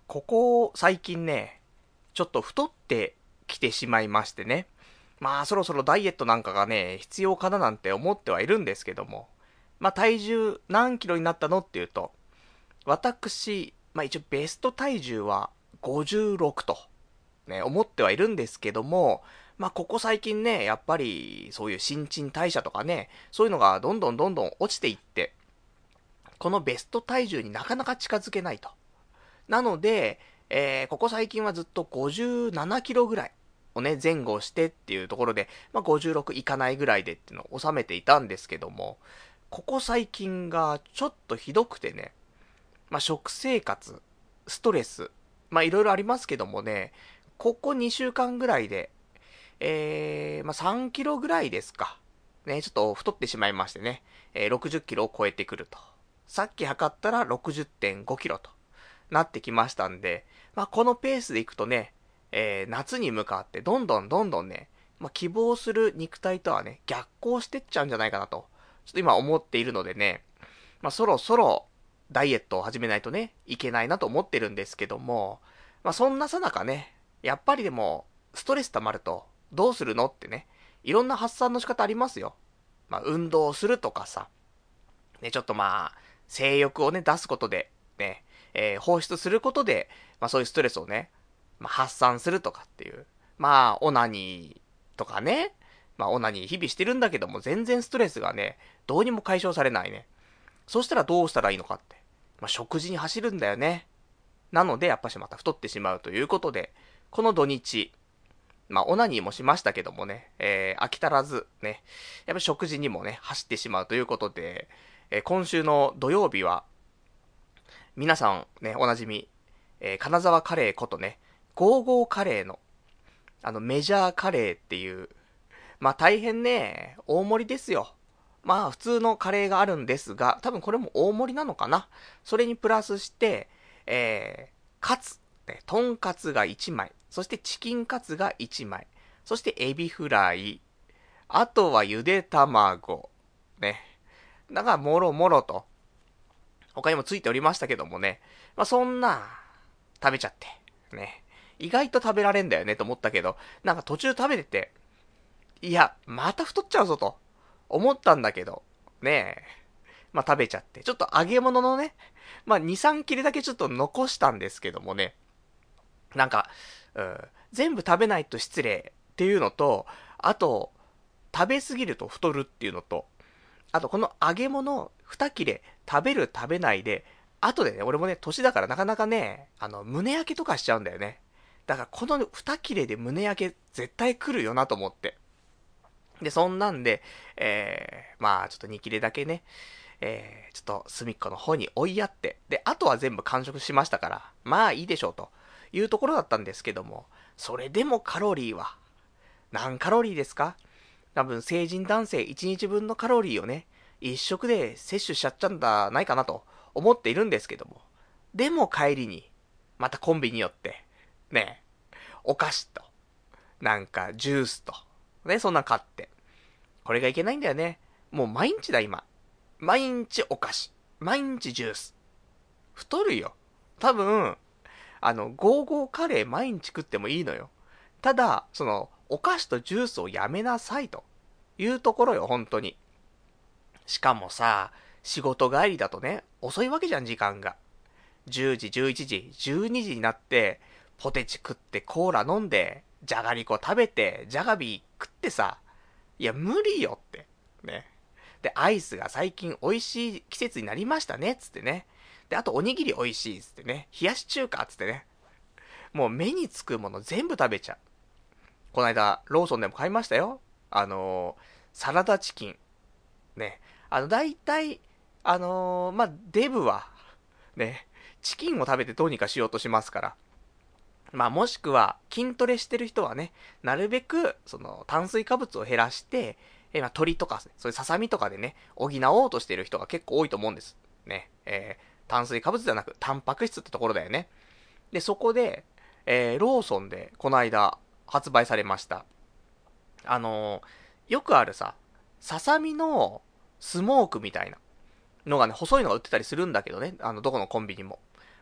ここ最近ね、ちょっと太ってきてしまいましてね。まあそろそろダイエットなんかがね、必要かななんて思ってはいるんですけども。まあ体重何キロになったのっていうと、私、まあ一応ベスト体重は56と、ね、思ってはいるんですけども、まあここ最近ね、やっぱりそういう新陳代謝とかね、そういうのがどんどん落ちていって、このベスト体重になかなか近づけないと。なので、ここ最近はずっと57キロぐらいをね、前後してっていうところで、まあ、56いかないぐらいでっていうのを収めていたんですけども、ここ最近がちょっとひどくてね、まあ、食生活、ストレス、まあ、いろいろありますけどもね、ここ2週間ぐらいで、まあ、3キロぐらいですか。ね、ちょっと太ってしまいましてね、60キロを超えてくると。さっき測ったら60.5キロと。なってきましたんで、まあ、このペースでいくとね、夏に向かってどんどんね、まあ、希望する肉体とはね、逆行してっちゃうんじゃないかなと、ちょっと今思っているのでね、まあ、そろそろダイエットを始めないとね、いけないなと思ってるんですけども、まあ、そんなさなかね、やっぱりでも、ストレス溜まると、どうするのってね、いろんな発散の仕方ありますよ。まあ、運動するとかさ、ね、ちょっとまあ、性欲をね、出すことで、ね、放出することで、まあそういうストレスをね、まあ発散するとかっていう。まあ、オナニーとかね、まあオナニー日々してるんだけども、全然ストレスがね、どうにも解消されないね。そしたらどうしたらいいのかって。まあ食事に走るんだよね。なので、やっぱしまた太ってしまうということで、この土日、まあ、オナニーもしましたけどもね、飽き足らず、ね、やっぱり食事にもね、走ってしまうということで、今週の土曜日は、皆さんね、おなじみ、金沢カレーことね、ゴーゴーカレーの、メジャーカレーっていう、まあ大変ね、大盛りですよ。まあ普通のカレーがあるんですが、多分これも大盛りなのかな。それにプラスして、カツ、ね、トンカツが1枚、そしてチキンカツが1枚、そしてエビフライ、あとはゆで卵、ね。だからもろもろと、他にもついておりましたけどもね。まあそんな、食べちゃって、ね。意外と食べられんだよねと思ったけど、なんか途中食べてて、いや、また太っちゃうぞと思ったんだけど、ねえ。まあ食べちゃって。ちょっと揚げ物のね、まあ2、3切れだけちょっと残したんですけどもね。なんか、うん、全部食べないと失礼っていうのと、あと、食べ過ぎると太るっていうのと、あとこの揚げ物2切れ食べる食べないで、後でね、俺もね、年だからなかなかね、胸焼けとかしちゃうんだよね。だからこの2切れで胸焼け絶対来るよなと思って。で、そんなんで、まあちょっと2切れだけね、ちょっと隅っこの方に追いやって、で、あとは全部完食しましたから、まあいいでしょうというところだったんですけども、それでもカロリーは、何カロリーですか？多分成人男性1日分のカロリーをね、一食で摂取しちゃったんだないかなと思っているんですけども。でも帰りに、またコンビニ寄って、ね、お菓子と、なんかジュースと、ね、そんなん買って。これがいけないんだよね。もう毎日だ今。毎日お菓子。毎日ジュース。太るよ。多分、ゴーゴーカレー毎日食ってもいいのよ。ただ、お菓子とジュースをやめなさいというところよ、本当に。しかもさ、仕事帰りだとね、遅いわけじゃん、時間が。10時、11時、12時になって、ポテチ食ってコーラ飲んで、じゃがりこ食べて、じゃがビー食ってさ、いや、無理よって。ね。で、アイスが最近美味しい季節になりましたね、つってね。で、あとおにぎり美味しい、つってね。冷やし中華、つってね。もう目につくもの全部食べちゃう。この間、ローソンでも買いましたよ。サラダチキン。ね。大体、まあ、デブは、ね、チキンを食べてどうにかしようとしますから。まあ、もしくは、筋トレしてる人はね、なるべく、炭水化物を減らして、まあ、鶏とか、そういうささみとかでね、補おうとしてる人が結構多いと思うんです。ね。炭水化物ではなく、タンパク質ってところだよね。で、そこで、ローソンで、この間、発売されました。あのよくあるさ、ささみのスモークみたいなのがね、細いのが売ってたりするんだけどね、どこのコンビニも。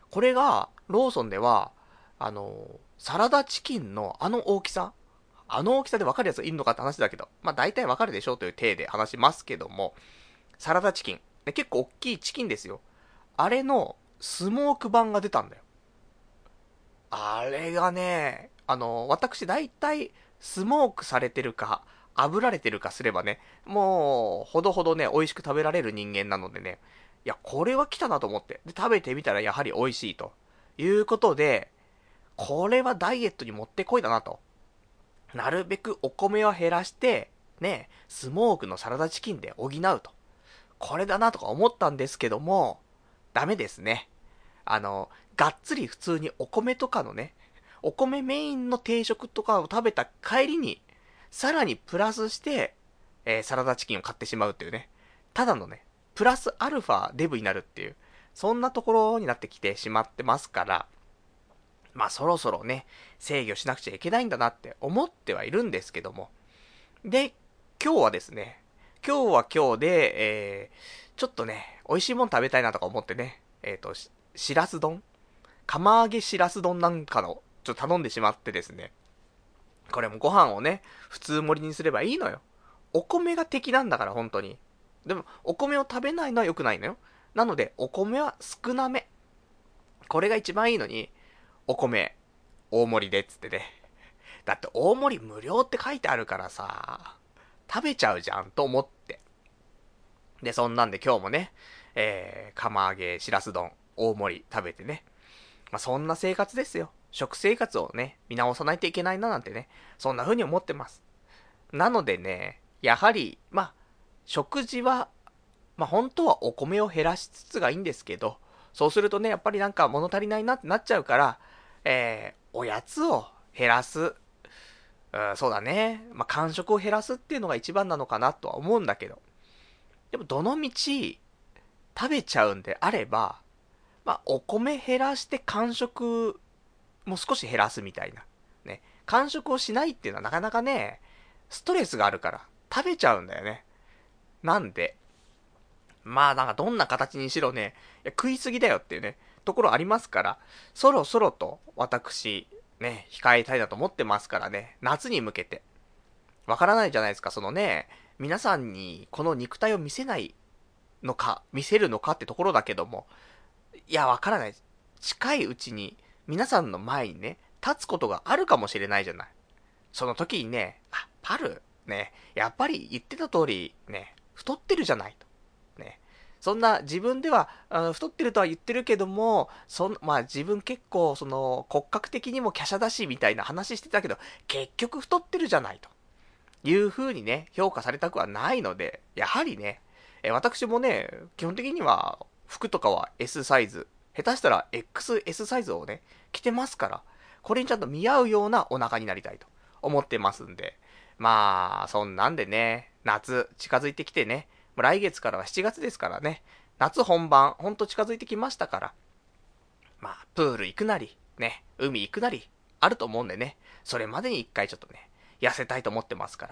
これが、ローソンでは、サラダチキンのあの大きさ、あの大きさで分かるやついるのかって話だけど、まあ大体分かるでしょうという体で話しますけども、サラダチキン。で結構大きいチキンですよ。あれのスモーク版が出たんだよ。あれがね、私大体スモークされてるか、炙られてるかすればね、もう、ほどほどね、美味しく食べられる人間なのでね、いや、これは来たなと思って。で、食べてみたらやはり美味しいと。いうことで、これはダイエットにもってこいだなと。なるべくお米を減らして、ね、スモークのサラダチキンで補うと。これだなとか思ったんですけども、ダメですね。がっつり普通にお米とかのね、お米メインの定食とかを食べた帰りに、さらにプラスして、サラダチキンを買ってしまうっていうね。ただのね、プラスアルファデブになるっていう、そんなところになってきてしまってますから、まあそろそろね、制御しなくちゃいけないんだなって思ってはいるんですけども。で、今日はですね、今日は今日で、ちょっとね、美味しいもん食べたいなとか思ってね、しらす丼釜揚げしらす丼なんかの、ちょっと頼んでしまってですね。これもご飯をね、普通盛りにすればいいのよ。お米が敵なんだから、本当に。でも、お米を食べないのは良くないのよ。なので、お米は少なめ。これが一番いいのに、お米、大盛りでっつってね。だって大盛り無料って書いてあるからさ、食べちゃうじゃんと思って。で、そんなんで今日もね、釜揚げしらす丼、大盛り食べてね。まあ、そんな生活ですよ。食生活をね、見直さないといけないななんてね、そんな風に思ってます。なのでね、やはり、まあ、食事は、まあ、本当はお米を減らしつつがいいんですけど、そうするとね、やっぱりなんか物足りないなってなっちゃうから、おやつを減らす。そうだね。まあ、間食を減らすっていうのが一番なのかなとは思うんだけど。でも、どのみち、食べちゃうんであれば、まあ、お米減らして間食も少し減らすみたいな。ね。間食をしないっていうのはなかなかね、ストレスがあるから食べちゃうんだよね。なんで、まあなんかどんな形にしろね、いや食いすぎだよっていうね、ところありますから、そろそろと私、ね、控えたいなと思ってますからね、夏に向けて。わからないじゃないですか、そのね、皆さんにこの肉体を見せないのか、見せるのかってところだけども、いや、わからない。近いうちに皆さんの前にね、立つことがあるかもしれないじゃない。その時にね、あ、パル、ね、やっぱり言ってた通り、ね、太ってるじゃないと。ね。そんな自分では、太ってるとは言ってるけども、まあ自分結構骨格的にも華奢だしみたいな話してたけど、結局太ってるじゃないと。いう風にね、評価されたくはないので、やはりね、私もね、基本的には服とかは S サイズ、下手したら XS サイズをね、着てますから、これにちゃんと見合うようなお腹になりたいと思ってますんで、まあ、そんなんでね、夏近づいてきてね、来月からは7月ですからね、夏本番、ほんと近づいてきましたから、まあ、プール行くなり、ね、海行くなり、あると思うんでね、それまでに一回ちょっとね、痩せたいと思ってますから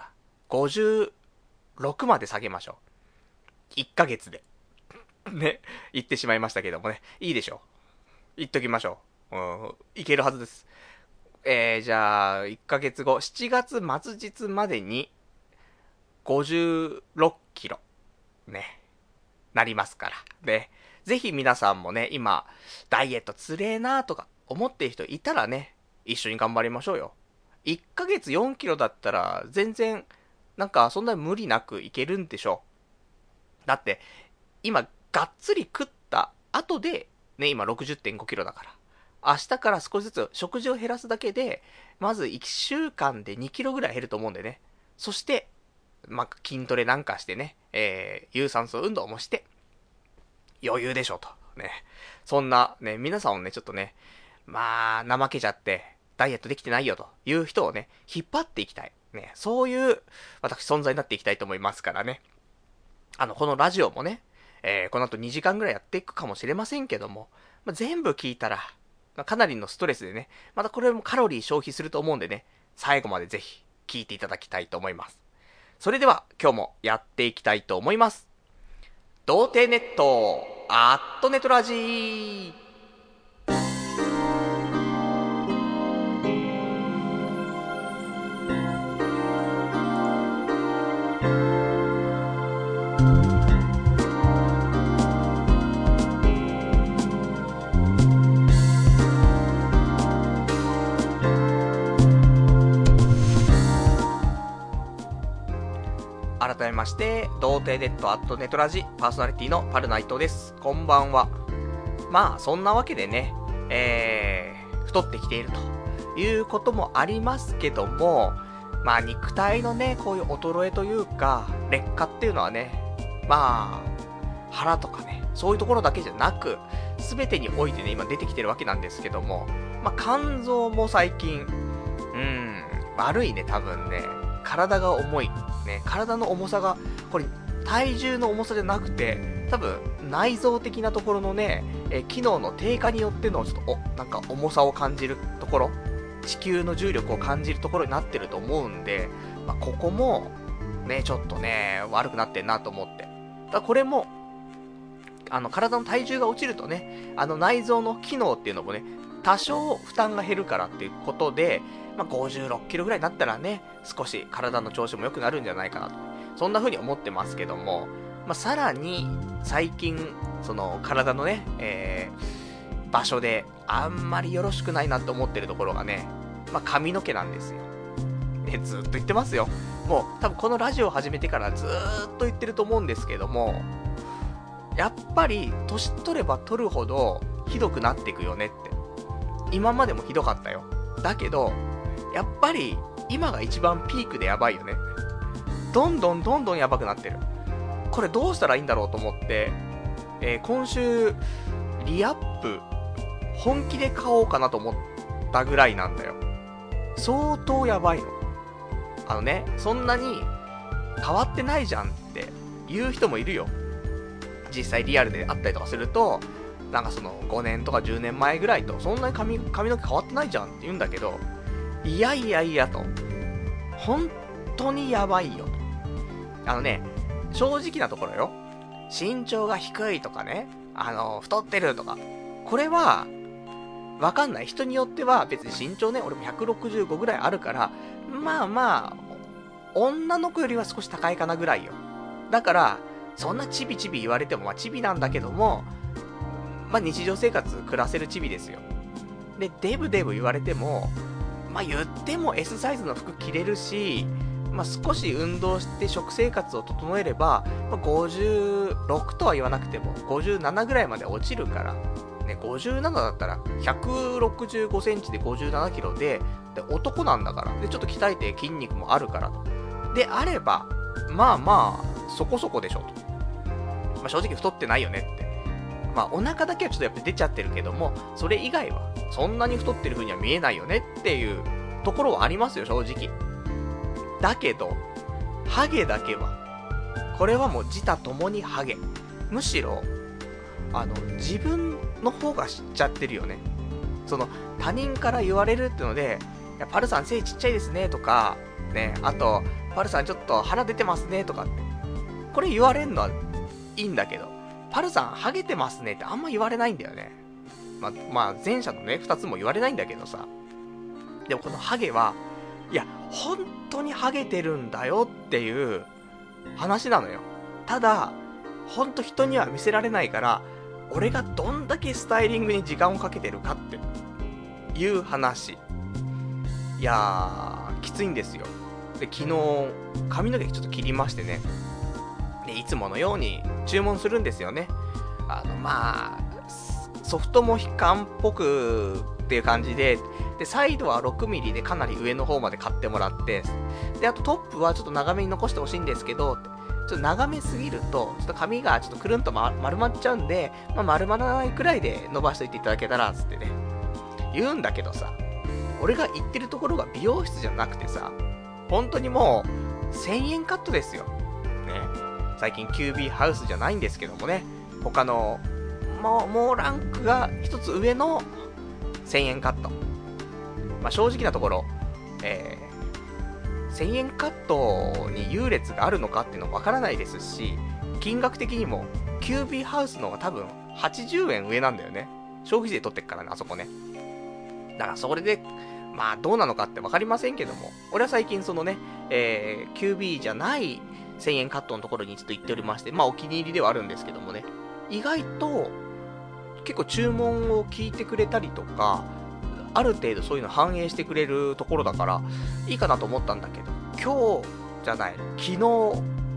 、56まで下げましょう。1ヶ月で。ね、言ってしまいましたけどもね、いいでしょう。言っときましょう。いけるはずです。じゃあ、1ヶ月後、7月末日までに、56キロ、ね、なりますから。ね、ぜひ皆さんもね、今、ダイエットつれえなーとか思ってる人いたらね、一緒に頑張りましょうよ。1ヶ月4キロだったら、全然、なんかそんな無理なくいけるんでしょう。だって、今、がっつり食った後で、ね、今60.5キロだから。明日から少しずつ食事を減らすだけで、まず1週間で2キロぐらい減ると思うんでね。そして、まあ、筋トレなんかしてね、有酸素運動もして、余裕でしょと。ね。そんな、ね、皆さんをね、ちょっとね、まあ、怠けちゃって、ダイエットできてないよという人をね、引っ張っていきたい。ね、そういう、私存在になっていきたいと思いますからね。このラジオもね、この後2時間ぐらいやっていくかもしれませんけども、まあ、全部聞いたら、まあ、かなりのストレスでね、またこれもカロリー消費すると思うんでね、最後までぜひ聞いていただきたいと思います。それでは今日もやっていきたいと思います。童貞ネット、ネトラジー。 改めまして、童貞ネットアットネトラジパーソナリティのパルナイトです。こんばんは。まあそんなわけでね、太ってきているということもありますけども、まあ肉体のね、こういう衰えというか劣化っていうのはね、まあ腹とかね、そういうところだけじゃなく全てにおいてね、今出てきてるわけなんですけども、まあ肝臓も最近悪いね、多分ね。体が重い。ね、体の重さが、これ、体重の重さじゃなくて、多分、内臓的なところのね、機能の低下によっての、ちょっと、なんか重さを感じるところ、地球の重力を感じるところになってると思うんで、まあ、ここも、ね、ちょっとね、悪くなってんなと思って。だこれも、体の体重が落ちるとね、内臓の機能っていうのもね、多少負担が減るからっていうことで、まあ、56キロぐらいになったらね、少し体の調子も良くなるんじゃないかなと。そんな風に思ってますけども、まあ、さらに、最近、その、体のね、場所で、あんまりよろしくないなと思ってるところがね、まあ、髪の毛なんですよ。ね、ずっと言ってますよ。もう、多分このラジオを始めてからずーっと言ってると思うんですけども、やっぱり、年取れば取るほど、ひどくなっていくよねって。今までもひどかったよ。だけど、やっぱり今が一番ピークでやばいよね。どんどんやばくなってる。これどうしたらいいんだろうと思って、今週リアップ本気で買おうかなと思ったぐらいなんだよ。相当やばいの。そんなに変わってないじゃんって言う人もいるよ。実際リアルであったりとかすると、なんかその5年とか10年前ぐらいとそんなに髪の毛変わってないじゃんって言うんだけど、いやと、本当にやばいよと。正直なところよ、身長が低いとかね、太ってるとか、これはわかんない。人によっては別に身長ね、俺も165ぐらいあるから、まあ女の子よりは少し高いかなぐらいよ。だからそんなチビ言われても、まあチビなんだけども、まあ日常生活暮らせるチビですよ。でデブ言われても、まあ言っても S サイズの服着れるし、まあ少し運動して食生活を整えれば、まあ、56とは言わなくても57ぐらいまで落ちるから、ね、57だったら165センチで57キロで男なんだから、でちょっと鍛えて筋肉もあるからと。であれば、まあそこそこでしょと。まあ正直太ってないよねって。まあお腹だけはちょっとやっぱ出ちゃってるけども、それ以外はそんなに太ってる風には見えないよねっていうところはありますよ、正直。だけどハゲだけは、これはもう自他ともにハゲ。むしろ自分の方が知っちゃってるよね。その他人から言われるってので、いやパルさん背ちっちゃいですねとかね、あとパルさんちょっと腹出てますねとかって、これ言われるのはいいんだけど、パルさんハゲてますねってあんま言われないんだよね。まあ前者のね2つも言われないんだけどさ。でもこのハゲは、いや本当にハゲてるんだよっていう話なのよ。ただ本当人には見せられないから、俺がどんだけスタイリングに時間をかけてるかっていう話。いやーきついんですよ。で昨日髪の毛ちょっと切りましてね、でいつものように注文するんですよね。まあソフトモヒカンっぽくっていう感じで、サイドは6ミリでかなり上の方まで買ってもらって、であとトップはちょっと長めに残してほしいんですけど、ちょっと長めすぎるとちょっと髪がちょっとくるんと、丸まっちゃうんで、まあ、丸まらないくらいで伸ばしといていただけたらつってね言うんだけどさ、俺が行ってるところが美容室じゃなくてさ、本当にもう1000円カットですよね。最近 QB ハウスじゃないんですけどもね、他のもうランクが一つ上の1000円カット。まあ正直なところ、1000円カットに優劣があるのかっていうのはわからないですし、金額的にも QB ハウスの方が多分80円上なんだよね。消費税取ってっからね、あそこね。だからそれでまあどうなのかってわかりませんけども、俺は最近そのね、QB じゃない1000円カットのところにちょっと行っておりまして、まあお気に入りではあるんですけどもね、意外と結構注文を聞いてくれたりとか、ある程度そういうの反映してくれるところだからいいかなと思ったんだけど、昨日行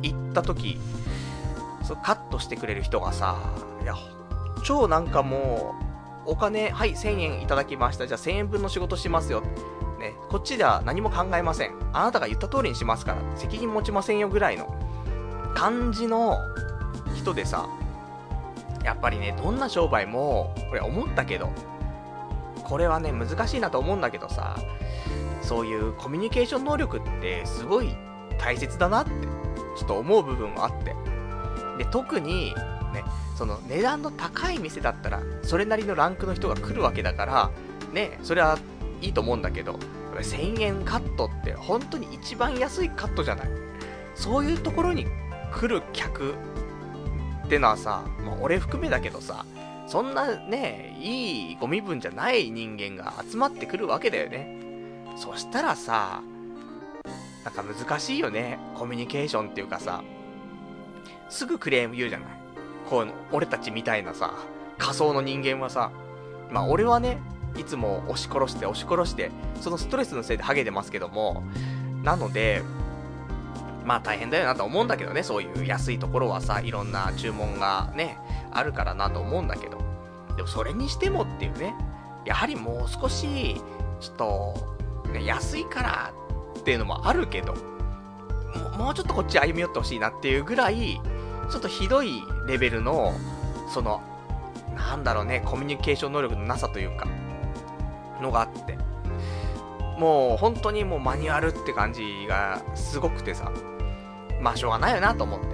行った時、そうカットしてくれる人がさ、いや、超なんかもう、お金、はい、1000円いただきました。じゃあ1000円分の仕事しますよ。ね、こっちでは何も考えません。あなたが言った通りにしますから、責任持ちませんよぐらいの感じの人でさ、やっぱりね、どんな商売も、これ思ったけど、これはね、難しいなと思うんだけどさ、そういうコミュニケーション能力ってすごい大切だなって、ちょっと思う部分もあって。で、特に、ね、その値段の高い店だったら、それなりのランクの人が来るわけだから、ね、それはいいと思うんだけど、1000円カットって本当に一番安いカットじゃない。そういうところに来る客ってのはさ、まあ、俺含めだけどさ、そんなね、いいご身分じゃない人間が集まってくるわけだよね。そしたらさ、なんか難しいよね、コミュニケーションっていうかさ、すぐクレーム言うじゃない。こう、俺たちみたいなさ、仮想の人間はさ、まあ俺はね、いつも押し殺して、そのストレスのせいでハゲてますけども、なので、まあ大変だよなと思うんだけどね、そういう安いところはさ、いろんな注文がね、あるからなと思うんだけど、でもそれにしてもっていうね、やはりもう少し、ちょっと、ね、安いからっていうのもあるけど、もうちょっとこっち歩み寄ってほしいなっていうぐらい、ちょっとひどいレベルの、その、なんだろうね、コミュニケーション能力のなさというか、のがあって、もう本当にもうマニュアルって感じがすごくてさ、まあしょうがないよなと思って。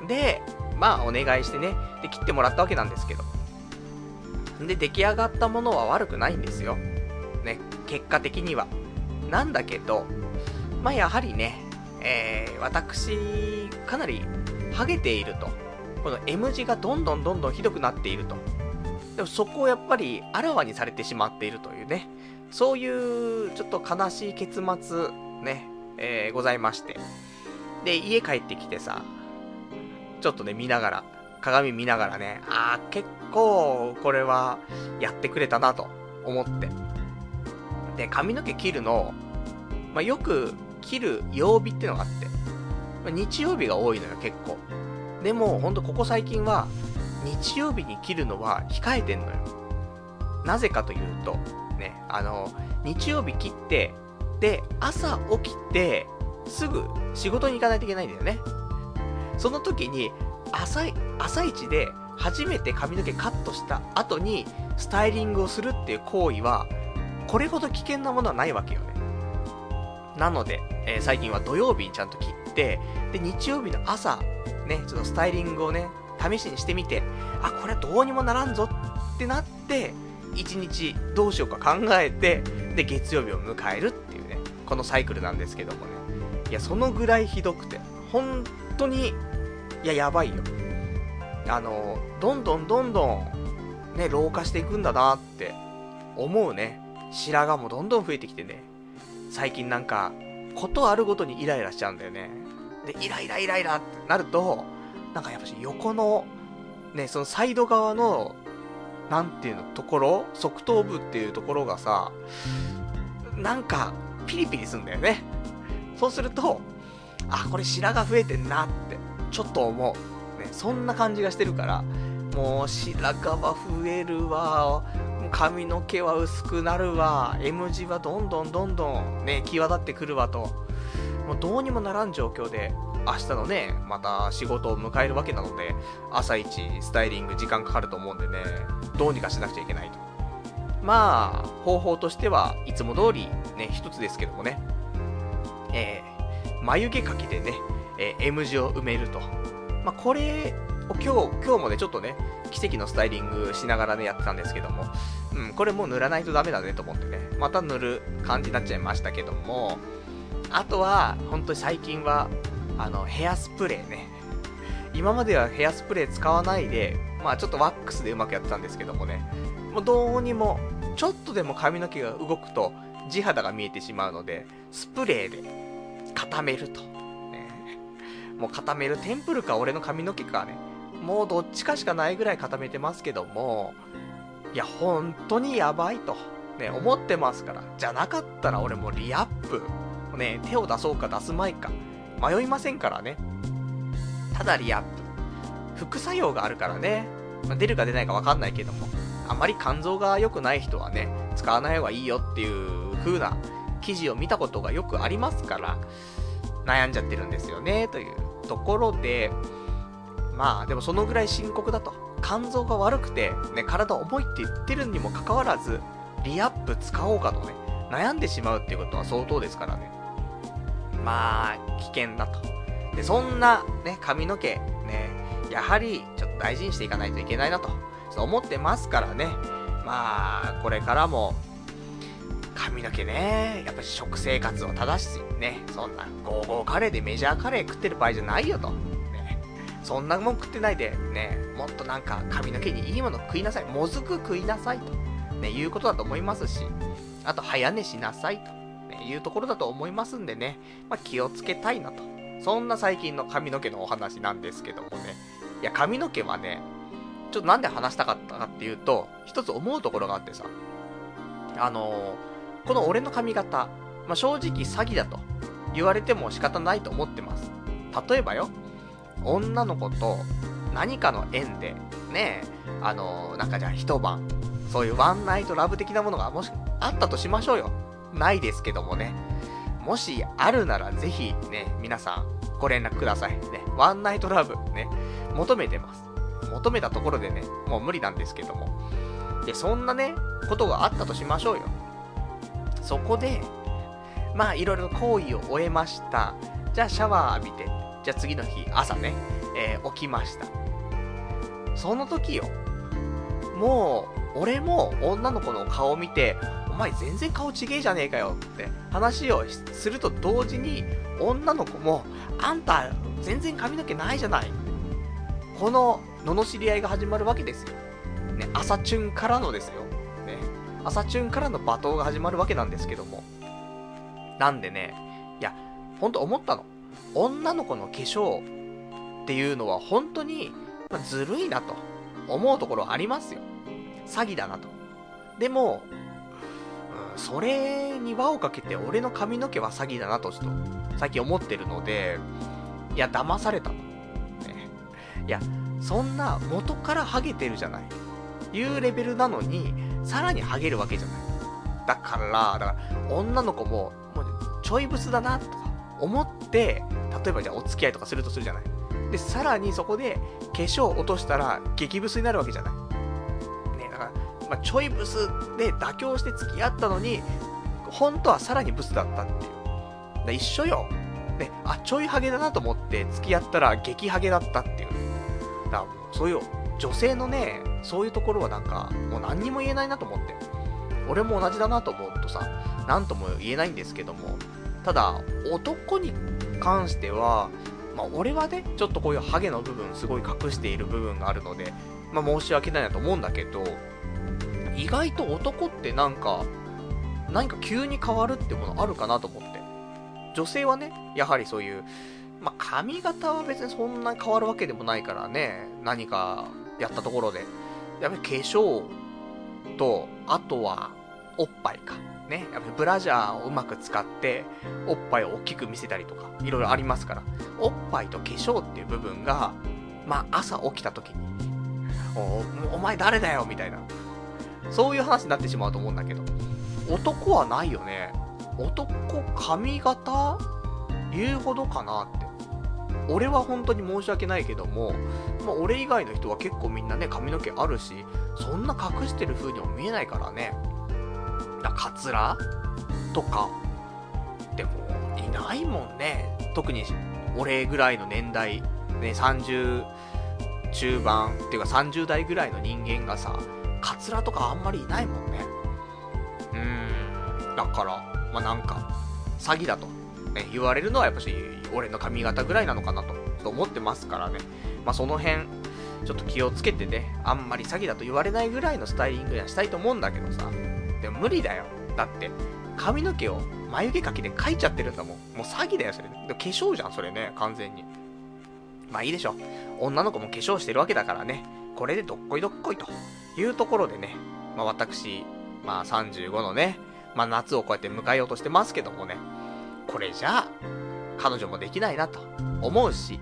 で、まあお願いしてね、で切ってもらったわけなんですけど。で、出来上がったものは悪くないんですよ。ね、結果的には。なんだけど、まあやはりね、私、かなりハゲていると。この M 字がどんどんひどくなっていると。でもそこをやっぱりあらわにされてしまっているというね、そういうちょっと悲しい結末ね、ございまして。で、家帰ってきてさ、ちょっとね、鏡見ながらね、結構これはやってくれたなと思って。で、髪の毛切るの、まあ、よく切る曜日ってのがあって、まあ、日曜日が多いのよ、結構。でも、ほんとここ最近は、日曜日に切るのは控えてんのよ。なぜかというと、ね、日曜日切って、で、朝起きて、すぐ仕事に行かないといけないんだよね。その時に、朝一で初めて髪の毛カットした後に、スタイリングをするっていう行為は、これほど危険なものはないわけよね。なので、最近は土曜日にちゃんと切って、で、日曜日の朝、ね、ちょっとスタイリングをね、試しにしてみて、これはどうにもならんぞってなって、一日どうしようか考えて、で、月曜日を迎えるっていうね、このサイクルなんですけどもね。いや、そのぐらいひどくて、本当に、いや、やばいよ。どんどん、ね、老化していくんだなって思うね。白髪もどんどん増えてきてね。最近なんか、ことあるごとにイライラしちゃうんだよね。で、イライラってなると、なんかやっぱし横の、ね、そのサイド側の、なんていうの、ところ、側頭部っていうところがさ、なんか、ピリピリすんだよね。そうすると、これ白髪増えてんなって、ちょっと思う。ね、そんな感じがしてるから、もう白髪は増えるわ、髪の毛は薄くなるわ、M 字はどんどんね、際立ってくるわと、もうどうにもならん状況で、明日のね、また仕事を迎えるわけなので、朝一スタイリング時間かかると思うんでね、どうにかしなくちゃいけないと。まあ、方法としてはいつも通りね、一つですけどもね、眉毛描きでね、M 字を埋めると。まあ、これを今日もね、ちょっとね、奇跡のスタイリングしながらね、やってたんですけども、これもう塗らないとダメだねと思ってね、また塗る感じになっちゃいましたけども、あとは、本当に最近は、ヘアスプレーね。今まではヘアスプレー使わないで、まあちょっとワックスでうまくやってたんですけどもね、もうどうにも、ちょっとでも髪の毛が動くと、地肌が見えてしまうので、スプレーで固めると。ね、もう固める、テンプルか俺の髪の毛かね、もうどっちかしかないぐらい固めてますけども、いや、本当にやばいと、ね、思ってますから。じゃなかったら俺もリアップ、ね、手を出そうか出すまいか、迷いませんからね。 ただリアップ。副作用があるからね。出るか出ないかわかんないけども、あまり肝臓が良くない人はね、使わない方がいいよっていう風な記事を見たことがよくありますから、悩んじゃってるんですよね、というところで、でもそのぐらい深刻だと。肝臓が悪くて、ね、体重いって言ってるにもかかわらず、リアップ使おうかとね、悩んでしまうっていうことは相当ですからね。危険だと。で、そんなね、髪の毛、ね、やはりちょっと大事にしていかないといけないなと、そう思ってますからね。これからも、髪の毛ね、やっぱり食生活を正しね、そんなゴーゴーカレーでメジャーカレー食ってる場合じゃないよと。ね、そんなもん食ってないで、ね、もっとなんか髪の毛にいいもの食いなさい。もずく食いなさいと、ね、いうことだと思いますし、あと早寝しなさいと、ね、いうところだと思いますんでね、気をつけたいなと。そんな最近の髪の毛のお話なんですけどもね。いや、髪の毛はね、ちょっとなんで話したかったかっていうと、一つ思うところがあってさ、この俺の髪型、正直詐欺だと言われても仕方ないと思ってます。例えばよ、女の子と何かの縁で、ね、なんかじゃあ一晩、そういうワンナイトラブ的なものがもしあったとしましょうよ。ないですけどもね。もしあるならぜひね、皆さんご連絡ください。ね、ワンナイトラブね、求めてます。求めたところでね、もう無理なんですけども。で、そんなね、ことがあったとしましょうよ。そこで、いろいろ行為を終えました。じゃあシャワー浴びて、じゃあ次の日、朝ね、起きました。その時よ、もう、俺も女の子の顔を見て、お前全然顔ちげえじゃねえかよって話をすると同時に、女の子も、あんた全然髪の毛ないじゃない。この罵り合いが始まるわけですよ。ね、朝チュンからのですよ。ね、朝チュンからの罵倒が始まるわけなんですけども。なんでね、いや、ほんと思ったの。女の子の化粧っていうのは本当に、ずるいなと思うところありますよ。詐欺だなと。でも、それに輪をかけて俺の髪の毛は詐欺だなとちょっと最近思ってるので、いや、騙されたと。ね、いや、そんな元からハゲてるじゃない。いうレベルなのに、さらにハゲるわけじゃない。だから女の子も、もうちょいブスだなとか思って、例えばじゃあお付き合いとかするとするじゃない。で、さらにそこで化粧を落としたら激ブスになるわけじゃない。ね、だから、ちょいブスで妥協して付き合ったのに、本当はさらにブスだったっていう。だ一緒よ。ね、ちょいハゲだなと思って付き合ったら激ハゲだったっていう。だからそういう女性のね、そういうところはなんか、もう何にも言えないなと思って。俺も同じだなと思うとさ、なんとも言えないんですけども、ただ、男に関しては、俺はね、ちょっとこういうハゲの部分、すごい隠している部分があるので、申し訳ないなと思うんだけど、意外と男って何か急に変わるってものあるかなと思って。女性はね、やはりそういう、髪型は別にそんなに変わるわけでもないからね、何かやったところで。やっぱり化粧と、あとは、おっぱいか。ね。やっぱりブラジャーをうまく使って、おっぱいを大きく見せたりとか、いろいろありますから。おっぱいと化粧っていう部分が、朝起きた時に、お前誰だよみたいな。そういう話になってしまうと思うんだけど。男はないよね。男、髪型言うほどかなって。俺は本当に申し訳ないけども、俺以外の人は結構みんなね、髪の毛あるし、そんな隠してる風にも見えないからね。カツラとか、でも、いないもんね。特に、俺ぐらいの年代、ね、30中盤、っていうか30代ぐらいの人間がさ、カツラとかあんまりいないもんね。だから、なんか、詐欺だと、ね、言われるのはやっぱし、俺の髪型ぐらいなのかなと思ってますからね。その辺、ちょっと気をつけてね、あんまり詐欺だと言われないぐらいのスタイリングにはしたいと思うんだけどさ。でも無理だよ。だって、髪の毛を眉毛かきで描いちゃってるんだもん。もう詐欺だよ、それ。で化粧じゃん、それね、完全に。いいでしょ。女の子も化粧してるわけだからね。これでどっこいどっこいというところでね、私、35のね、夏をこうやって迎えようとしてますけどもね、これじゃあ、彼女もできないなと思うし、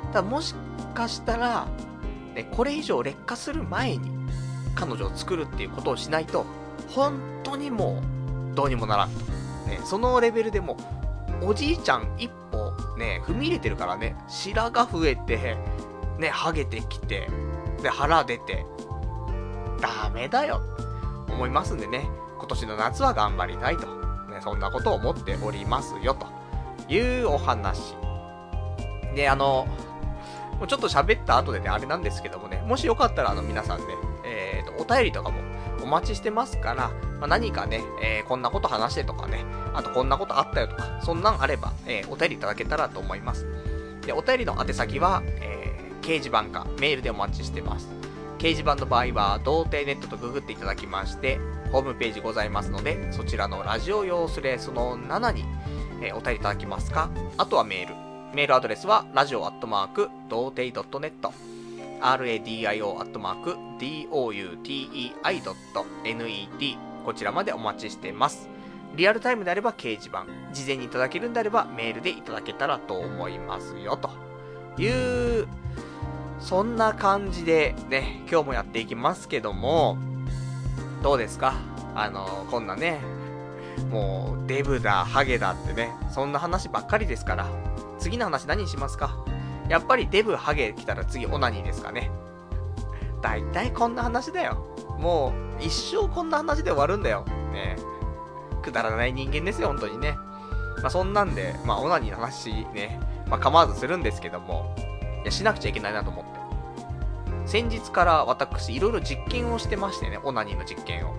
ただもしかしたら、ね、これ以上劣化する前に彼女を作るっていうことをしないと、本当にもうどうにもならんと。ね、そのレベルでもおじいちゃん一歩ね、踏み入れてるからね、白が増えて、ね、ハゲてきて、で、腹出て、ダメだよ、思いますんでね、今年の夏は頑張りたいと。ね、そんなことを思っておりますよ、というお話。で、もうちょっと喋った後でね、あれなんですけどもね、もしよかったら皆さんね、お便りとかもお待ちしてますから、何かね、こんなこと話してとかね、あとこんなことあったよとか、そんなんあれば、お便りいただけたらと思います。で、お便りの宛先は、掲示板かメールでお待ちしてます。掲示板の場合は、童貞ネットとググっていただきまして、ホームページございますので、そちらのラジオ用スレその7に、お便りいただきますか、あとはメール。メールアドレスは、radio@doutei.net、radio@doutei.net、こちらまでお待ちしてます。リアルタイムであれば掲示板、事前にいただけるんであればメールでいただけたらと思いますよ、という、そんな感じでね、今日もやっていきますけども、どうですか？こんなね、もうデブだ、ハゲだってね、そんな話ばっかりですから、次の話何にしますか？やっぱりデブ、ハゲ来たら次オナニーですかね。だいたいこんな話だよ。もう一生こんな話で終わるんだよ。ね、くだらない人間ですよ、本当にね。そんなんで、オナニーの話ね、構わずするんですけども、いや、しなくちゃいけないなと思って。先日から私、いろいろ実験をしてましてね、オナニーの実験を。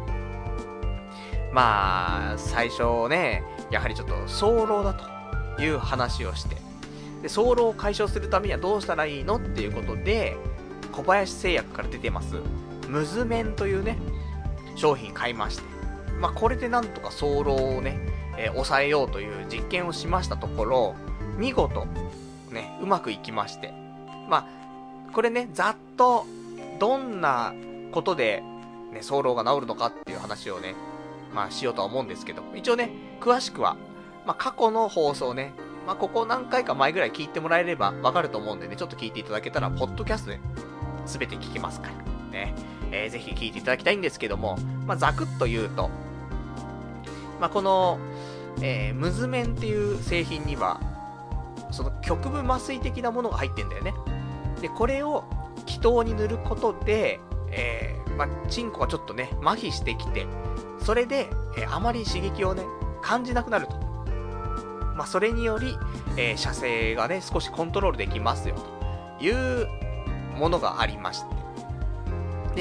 最初ね、やはりちょっと早漏だという話をして、で、早漏を解消するためにはどうしたらいいのっていうことで、小林製薬から出てます、ムズメンというね、商品買いまして、これでなんとか早漏をね、抑えようという実験をしましたところ、見事、ね、うまくいきまして。これね、ざっと、どんなことで、ね、早漏が治るのかっていう話をね、しようとは思うんですけど、一応ね、詳しくは、過去の放送ね、ここ何回か前ぐらい聞いてもらえればわかると思うんでね、ちょっと聞いていただけたら、ポッドキャストで全て聞けますから、ね、ぜひ聞いていただきたいんですけども、ざくっと言うと、この、ムズメンっていう製品には、その局部麻酔的なものが入ってんだよね。で、これを気筒に塗ることで、チンコがちょっとね、麻痺してきて、それで、あまり刺激をね、感じなくなると。それにより、射精がね、少しコントロールできますよ、というものがありまして。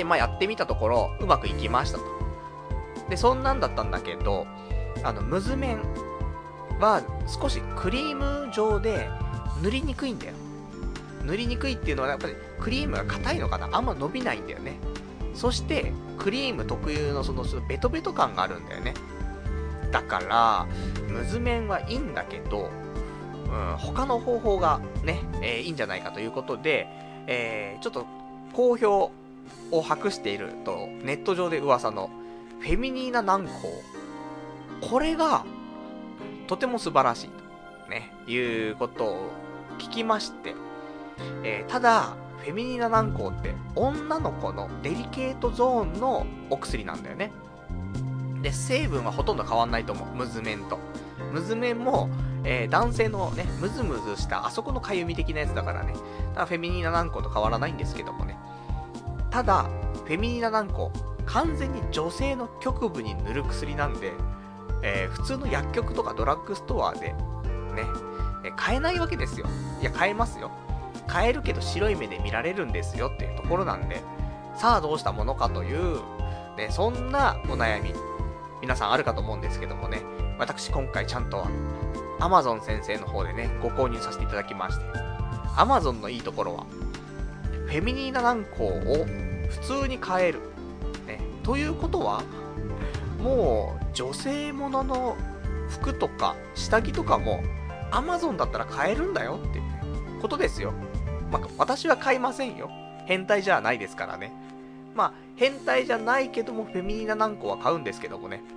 で、やってみたところ、うまくいきましたと。で、そんなんだったんだけど、ムズメンは少しクリーム状で塗りにくいんだよ。塗りにくいっていうのはやっぱりクリームが硬いのかな、あんま伸びないんだよね。そしてクリーム特有のそのベトベト感があるんだよね。だからムズメンはいいんだけど、他の方法がね、いいんじゃないかということで、ちょっと好評を博しているとネット上で噂のフェミニーナ軟膏、これがとても素晴らしいと、ね、いうことを聞きまして、ただフェミニーナ軟膏って女の子のデリケートゾーンのお薬なんだよね。で、成分はほとんど変わんないと思う、ムズメンと。ムズメンも、男性のね、ムズムズしたあそこのかゆみ的なやつだからね、ただフェミニーナ軟膏と変わらないんですけどもね。ただフェミニーナ軟膏、完全に女性の局部に塗る薬なんで、普通の薬局とかドラッグストアでね、買えないわけですよ。いや、買えますよ。買えるけど白い目で見られるんですよっていうところなんで、さあどうしたものかという、ね、そんなお悩み、皆さんあるかと思うんですけどもね、私今回ちゃんと Amazon 先生の方でね、ご購入させていただきまして、Amazon のいいところは、フェミニーナ軟膏を普通に買える。ね、ということは、もう女性ものの服とか下着とかも Amazon だったら買えるんだよっていうことですよ。私は買いませんよ。変態じゃないですからね。変態じゃないけどもフェミニーナ軟膏は買うんですけどもね。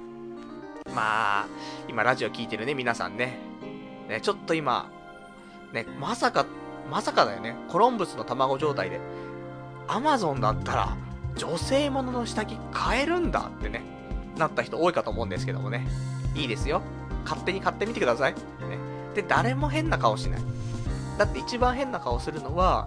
今ラジオ聞いてるね皆さんね、ちょっと今ね、まさかまさかだよね。コロンブスの卵状態で。アマゾンだったら、女性ものの下着買えるんだってね、なった人多いかと思うんですけどもね。いいですよ。勝手に買ってみてください。ね。で、誰も変な顔しない。だって一番変な顔するのは、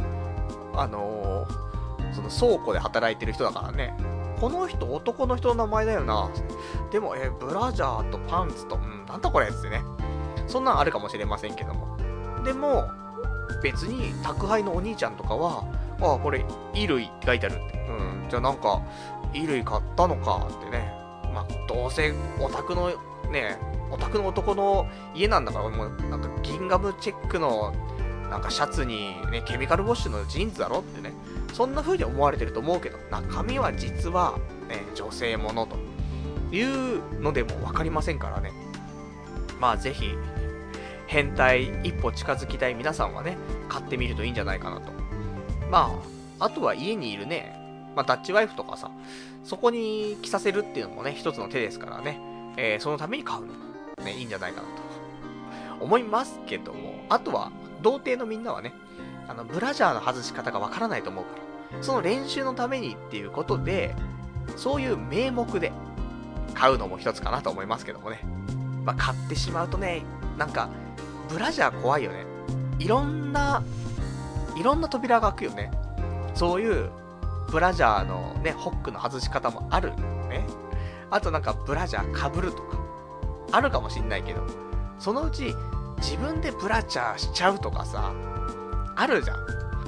その倉庫で働いてる人だからね。この人男の人の名前だよな。でも、ブラジャーとパンツと、なんだこれってね。そんなんあるかもしれませんけども。でも、別に宅配のお兄ちゃんとかは、ああ、これ、衣類って書いてあるって。じゃあなんか、衣類買ったのかってね。まあ、どうせ、オタクの男の家なんだから、もう、なんか、ギンガムチェックの、なんかシャツに、ね、ケミカルウォッシュのジーンズだろってね。そんな風に思われてると思うけど、中身は実は、ね、女性ものというのでもわかりませんからね。まあ、ぜひ、変態一歩近づきたい皆さんはね、買ってみるといいんじゃないかなと。まあ、あとは家にいるね、まあ、ダッチワイフとかさ、そこに着させるっていうのもね、一つの手ですからね、そのために買うのもね、いいんじゃないかなと思いますけども、あとは、童貞のみんなはね、ブラジャーの外し方がわからないと思うから、その練習のためにっていうことで、そういう名目で買うのも一つかなと思いますけどもね。まあ、買ってしまうとね、なんか、ブラジャー怖いよね。いろんな扉が開くよね。そういう、ブラジャーのね、ホックの外し方もあるね。あとなんか、ブラジャー被るとか、あるかもしんないけど、そのうち、自分でブラジャーしちゃうとかさ、あるじゃん。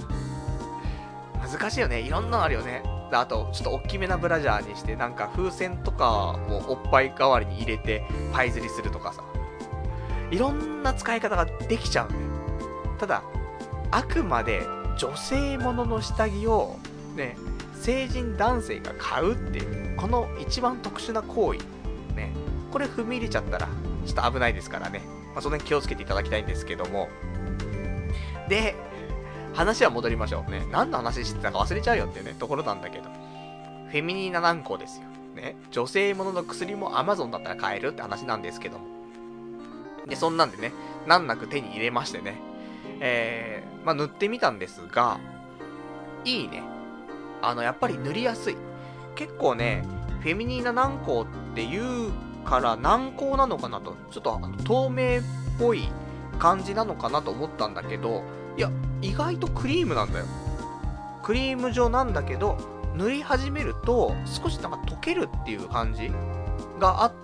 難しいよね。いろんなのあるよね。あと、ちょっと大きめなブラジャーにして、なんか風船とかをおっぱい代わりに入れて、パイ釣りするとかさ。いろんな使い方ができちゃうんだよ。ただ、あくまで女性ものの下着を、ね、成人男性が買うっていう、この一番特殊な行為。ね、これ踏み入れちゃったら、ちょっと危ないですからね。まあ、その辺気をつけていただきたいんですけども。で、話は戻りましょうね。何の話してたか忘れちゃうよっていうね、ところなんだけど。フェミニーナ軟膏ですよ。ね。女性ものの薬も Amazon だったら買えるって話なんですけども。で、そんなんでね、難なく手に入れましてね。まあ、塗ってみたんですが、いいね。やっぱり塗りやすい。結構ね、フェミニーナ軟膏っていうから軟膏なのかなと、ちょっと透明っぽい感じなのかなと思ったんだけど、いや、意外とクリームなんだよ。クリーム状なんだけど、塗り始めると少しなんか溶けるっていう感じがあって、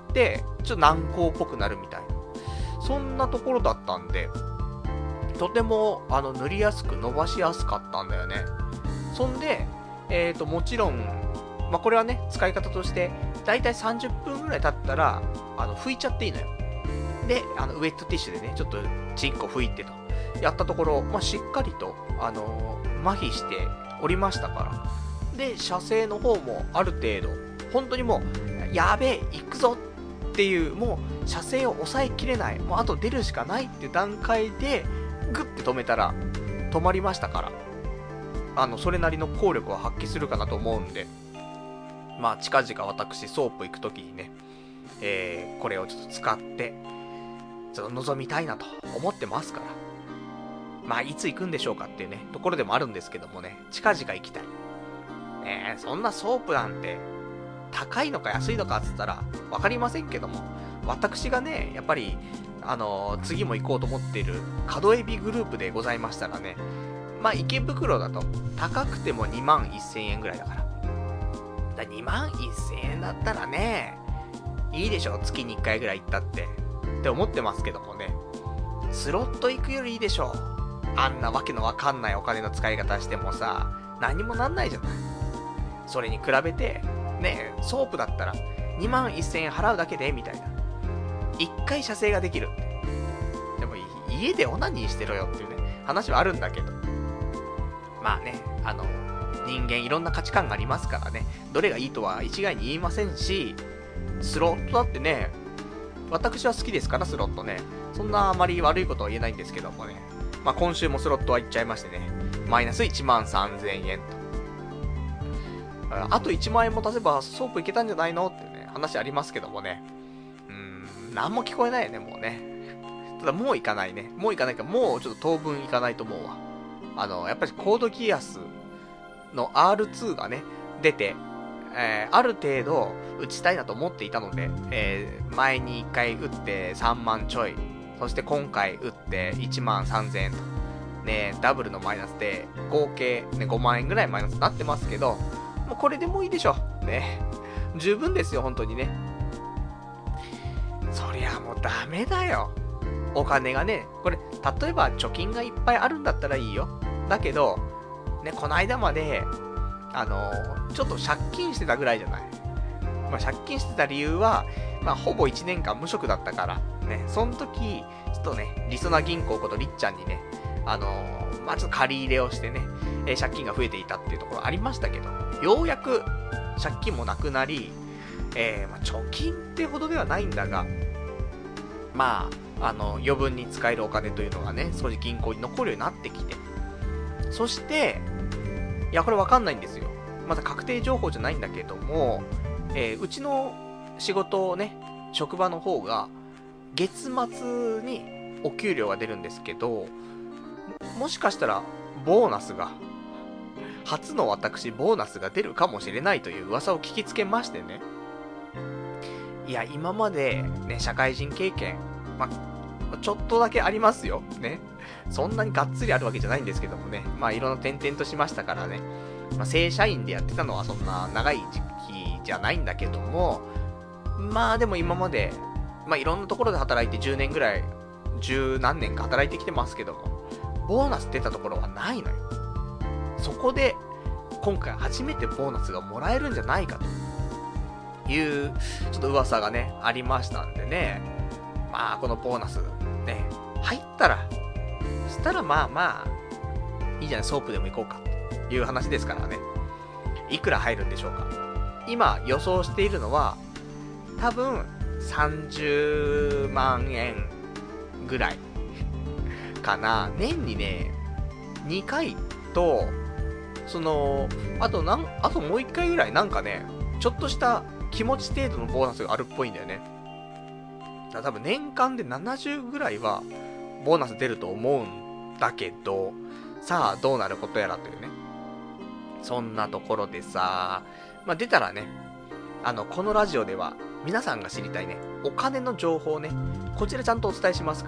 ちょっと軟膏っぽくなるみたいな。そんなところだったんで、とても塗りやすく伸ばしやすかったんだよね。そんで、もちろん、まあ、これはね、使い方として、だいたい30分ぐらい経ったら、拭いちゃっていいのよ。で、ウェットティッシュでね、ちょっとチンコ拭いてと。やったところ、まあ、しっかりと、麻痺しておりましたから。で、射精の方もある程度、本当にもう、やべえ、行くぞっていう、もう、射精を抑えきれない、もうあと出るしかないっていう段階で、グッて止めたら、止まりましたから。それなりの効力を発揮するかなと思うんで、まあ、近々私、ソープ行くときにね、これをちょっと使って、ちょっと望みたいなと思ってますから。まあ、いつ行くんでしょうかっていうね、ところでもあるんですけどもね、近々行きたい。そんなソープなんて、高いのか安いのかって言ったら、わかりませんけども、私がね、やっぱり、次も行こうと思っている、角エビグループでございましたらね、まあ、池袋だと、高くても2万1000円ぐらいだから。2万1000円だったらね、いいでしょ、月に1回ぐらい行ったって。って思ってますけどもね。スロット行くよりいいでしょ。あんなわけのわかんないお金の使い方してもさ、何もなんないじゃない。それに比べて、ね、ソープだったら2万1000円払うだけで、みたいな。1回射精ができる。でも、家でオナニーしてろよっていうね、話はあるんだけど。まあね、人間いろんな価値観がありますからね、どれがいいとは一概に言いませんし、スロットだってね、私は好きですから、スロットね。そんなあまり悪いことは言えないんですけどもね。まあ今週もスロットは行っちゃいましてね、マイナス1万3000円と。あと1万円も足せばソープいけたんじゃないのってね、話ありますけどもね。なんも聞こえないよね、もうね。ただもう行かないね。もう行かないから、もうちょっと当分行かないと思うわ。 やっぱりコードギアスの R2 がね、出て、ある程度打ちたいなと思っていたので、前に1回打って3万ちょい、そして今回打って1万3000円と、ね、ダブルのマイナスで、合計、ね、5万円ぐらいマイナスになってますけど、もうこれでもいいでしょ。ね。十分ですよ、本当にね。そりゃもうダメだよ。お金がね、これ、例えば貯金がいっぱいあるんだったらいいよ。だけど、ね、この間まで、ちょっと借金してたぐらいじゃない。まあ、借金してた理由は、まあ、ほぼ1年間無職だったから、ね、その時、ちょっとね、りそな銀行ことりっちゃんにね、まあ、ちょっと借り入れをしてね、借金が増えていたっていうところありましたけど、ようやく借金もなくなり、まあ、貯金ってほどではないんだが、まあ、余分に使えるお金というのがね、少し銀行に残るようになってきて、そして、いや、これわかんないんですよ。まだ確定情報じゃないんだけども、うちの仕事をね、職場の方が、月末にお給料が出るんですけど、もしかしたら、ボーナスが、初の私、ボーナスが出るかもしれないという噂を聞きつけましてね。いや、今まで、ね、社会人経験、まあ、ちょっとだけありますよ。ね。そんなにがっつりあるわけじゃないんですけどもね。まあ、いろんな転々としましたからね。まあ、正社員でやってたのはそんな長い時期じゃないんだけども、まあ、でも今まで、まあ、いろんなところで働いて10年ぐらい、10何年か働いてきてますけども、ボーナス出たところはないのよ。そこで、今回初めてボーナスがもらえるんじゃないかという、ちょっと噂がね、ありましたんでね。まあ、このボーナス、ね、入ったら、そしたらまあまあ、いいじゃない、ソープでも行こうか、という話ですからね。いくら入るんでしょうか。今、予想しているのは、多分、30万円ぐらい、かな。年にね、2回と、あともう1回ぐらいなんかね、ちょっとした気持ち程度のボーナスがあるっぽいんだよね。だから多分年間で70ぐらいはボーナス出ると思うんだけど、さあどうなることやらというね。そんなところでさ、まあ、出たらね、このラジオでは皆さんが知りたいね、お金の情報ね、こちらちゃんとお伝えしますから。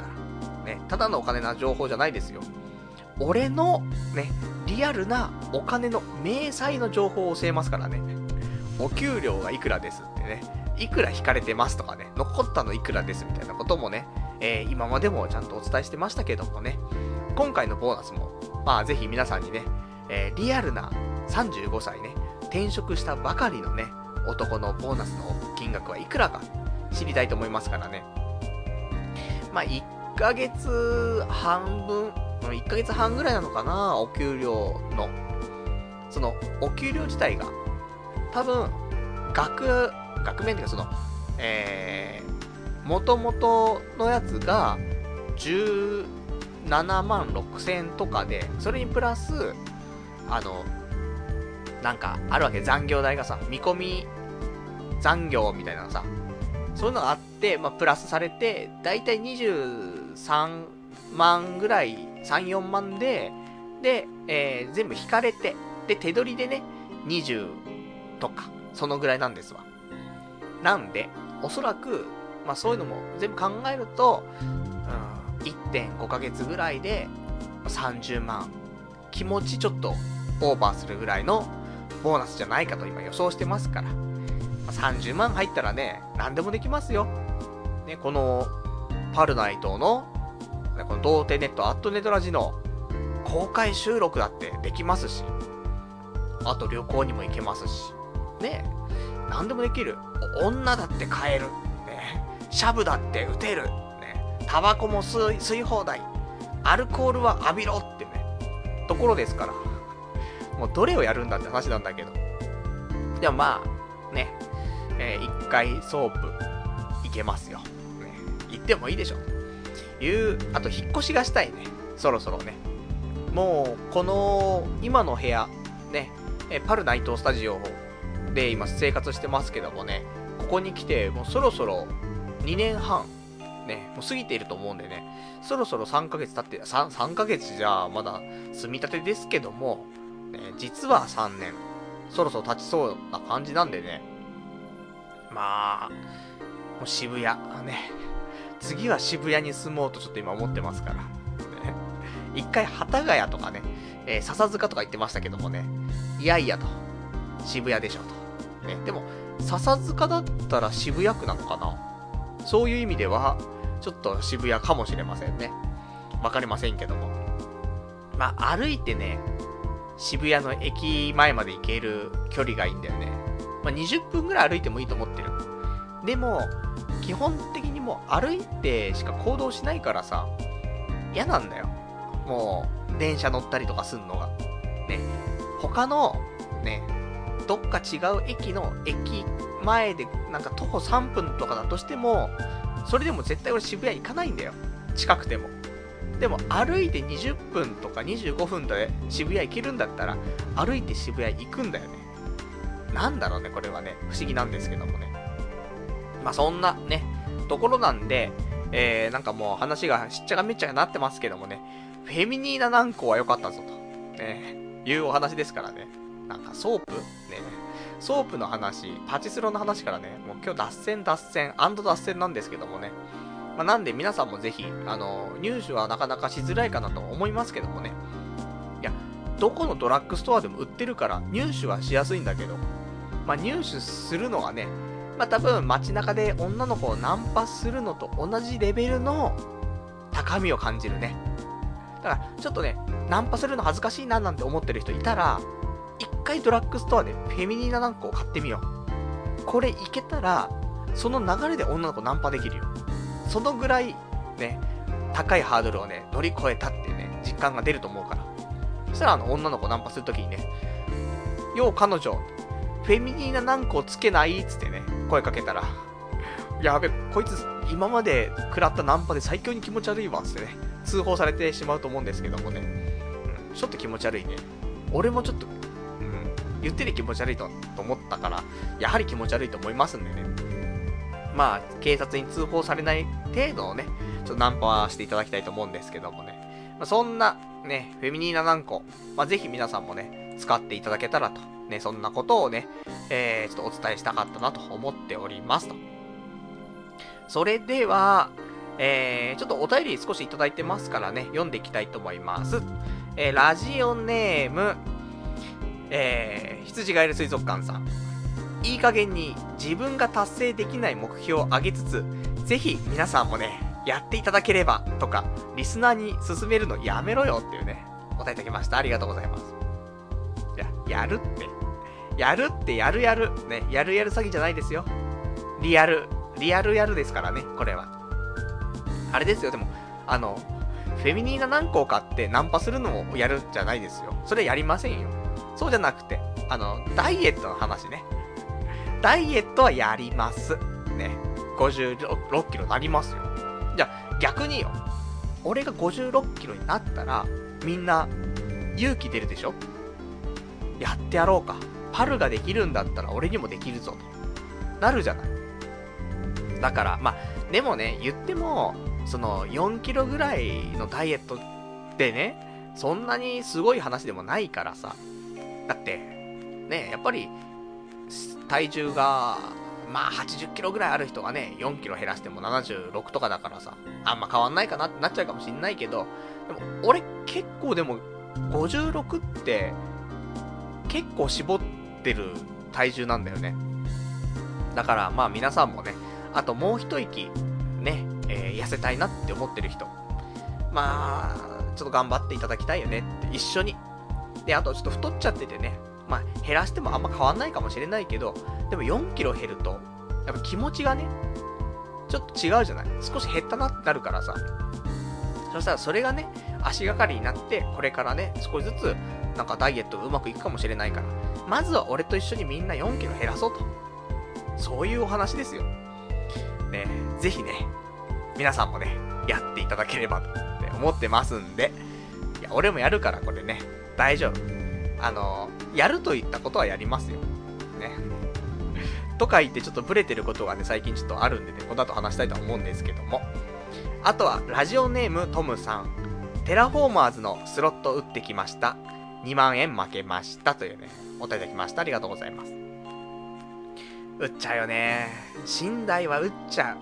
ね、ただのお金の情報じゃないですよ。俺のね、リアルなお金の明細の情報を教えますからね。お給料がいくらですってね、いくら引かれてますとかね、残ったのいくらですみたいなこともね、今までもちゃんとお伝えしてましたけどもね、今回のボーナスも、まあぜひ皆さんにね、リアルな35歳ね、転職したばかりのね、男のボーナスの金額はいくらか知りたいと思いますからね。まあ1ヶ月半分、1ヶ月半ぐらいなのかな、お給料の。その、お給料自体が、多分、額面っていうか元々のやつが、17万6千円とかで、それにプラス、なんか、あるわけ、残業代がさ、見込み残業みたいなのさ、そういうのがあって、まあ、プラスされて、だいたい23万ぐらい、3、4万で、全部引かれて、で、手取りでね、20とか、そのぐらいなんですわ。なんで、おそらく、まあそういうのも全部考えると、1.5 ヶ月ぐらいで30万、気持ちちょっとオーバーするぐらいのボーナスじゃないかと今予想してますから。30万入ったらね、何でもできますよ。ね、この、パルナイトの、この童貞ネットアットネトラジの公開収録だってできますし、あと旅行にも行けますし、ね、何でもできる。女だって買える。ね、シャブだって打てる。ね、タバコも吸い放題。アルコールは浴びろってね、ところですから。もうどれをやるんだって話なんだけど。でもまあ、ね、一回ソープ行けますよ。ね、行ってもいいでしょ。あと引っ越しがしたいね。そろそろね。もう、この、今の部屋、ね、パルナイトスタジオで今生活してますけどもね、ここに来て、もうそろそろ2年半ね、もう過ぎていると思うんでね、そろそろ3ヶ月経って、3ヶ月じゃまだ積み立てですけども、ね、実は3年、そろそろ経ちそうな感じなんでね、まあ、もう渋谷、ね、次は渋谷に住もうとちょっと今思ってますから、ね、一回幡ヶ谷とかね、笹塚とか言ってましたけどもね、いやいやと、渋谷でしょと。ね、でも、笹塚だったら渋谷区なのかな？そういう意味では、ちょっと渋谷かもしれませんね。わかりませんけども。まあ、歩いてね、渋谷の駅前まで行ける距離がいいんだよね。まあ、20分ぐらい歩いてもいいと思ってる。でも、基本的にもう歩いてしか行動しないからさ、嫌なんだよ。もう、電車乗ったりとかすんのが。ね、他の、ね、どっか違う駅の駅前でなんか徒歩3分とかだとしても、それでも絶対俺渋谷行かないんだよ。近くても。でも歩いて20分とか25分で渋谷行けるんだったら、歩いて渋谷行くんだよね。なんだろうね、これはね。不思議なんですけどもね。まあそんなね、ところなんで、なんかもう話がしっちゃがめっちゃがなってますけどもね、フェミニーナ軟膏は良かったぞと、ね、いうお話ですからね。なんかソープね、ソープの話、パチスロの話からね、もう今日脱線なんですけどもね。まあ、なんで皆さんもぜひ、入手はなかなかしづらいかなと思いますけどもね。いや、どこのドラッグストアでも売ってるから入手はしやすいんだけど、まあ、入手するのはね、まあ、多分街中で女の子をナンパするのと同じレベルの高みを感じるね。だから、ちょっとね、ナンパするの恥ずかしいななんて思ってる人いたら、一回ドラッグストアでフェミニーナ軟膏を買ってみよう。これいけたら、その流れで女の子ナンパできるよ。そのぐらい、ね、高いハードルをね、乗り越えたっていうね、実感が出ると思うから。そしたら女の子ナンパするときにね、よう彼女、フェミニーナ軟膏つけないっつってね、声かけたら、やべ、こいつ今まで食らったナンパで最強に気持ち悪いわっつってね、通報されてしまうと思うんですけどもね、ちょっと気持ち悪いね。俺もちょっと、言ってて気持ち悪いと思ったから、やはり気持ち悪いと思いますんでね。まあ、警察に通報されない程度のね、ちょっとナンパはしていただきたいと思うんですけどもね。まあ、そんな、ね、フェミニーナ軟膏、まあ、ぜひ皆さんもね、使っていただけたらと。ね、そんなことをね、ちょっとお伝えしたかったなと思っておりますと。それでは、ちょっとお便り少しいただいてますからね、読んでいきたいと思います。ラジオネーム、羊ガエル水族館さん。いい加減に自分が達成できない目標を上げつつ、ぜひ皆さんもね、やっていただければとか、リスナーに勧めるのやめろよっていうね、お答えいただきました。ありがとうございます。いや、やるって。やる。ね、やる詐欺じゃないですよ。リアルやるですからね、これは。あれですよ、でも、フェミニーナ軟膏を買ってナンパするのをやるじゃないですよ。それやりませんよ。そうじゃなくて、ダイエットの話ね。ダイエットはやります。ね。56キロなりますよ。じゃあ、逆によ。俺が56キロになったら、みんな、勇気出るでしょ？やってやろうか。パルができるんだったら俺にもできるぞと。なるじゃない。だから、まあ、でもね、言っても、その4キロぐらいのダイエットってね、そんなにすごい話でもないからさ。だって、ね、やっぱり、体重が、まあ80キロぐらいある人がね、4キロ減らしても76とかだからさ、あんま変わんないかなってなっちゃうかもしんないけど、でも、俺結構でも、56って、結構絞ってる体重なんだよね。だから、まあ皆さんもね、あともう一息、ね、痩せたいなって思ってる人、まあ、ちょっと頑張っていただきたいよねって、一緒に。で、あとちょっと太っちゃっててね、まあ減らしてもあんま変わんないかもしれないけど、でも4キロ減ると、やっぱ気持ちがね、ちょっと違うじゃない。少し減ったなってなるからさ。そしたらそれがね、足がかりになって、これからね、少しずつ、なんかダイエットがうまくいくかもしれないから、まずは俺と一緒にみんな4キロ減らそうと。そういうお話ですよ。ね、ぜひね、皆さんもね、やっていただければと思ってますんで、いや、俺もやるからこれね、大丈夫。やるといったことはやりますよ。ね。とか言ってちょっとブレてることがね、最近ちょっとあるんでね、この後話したいと思うんですけども。 あとはラジオネームトムさん、テラフォーマーズのスロット打ってきました、2万円負けましたというね、お答えいただきました。ありがとうございます。打っちゃうよね。寝台は打っちゃう。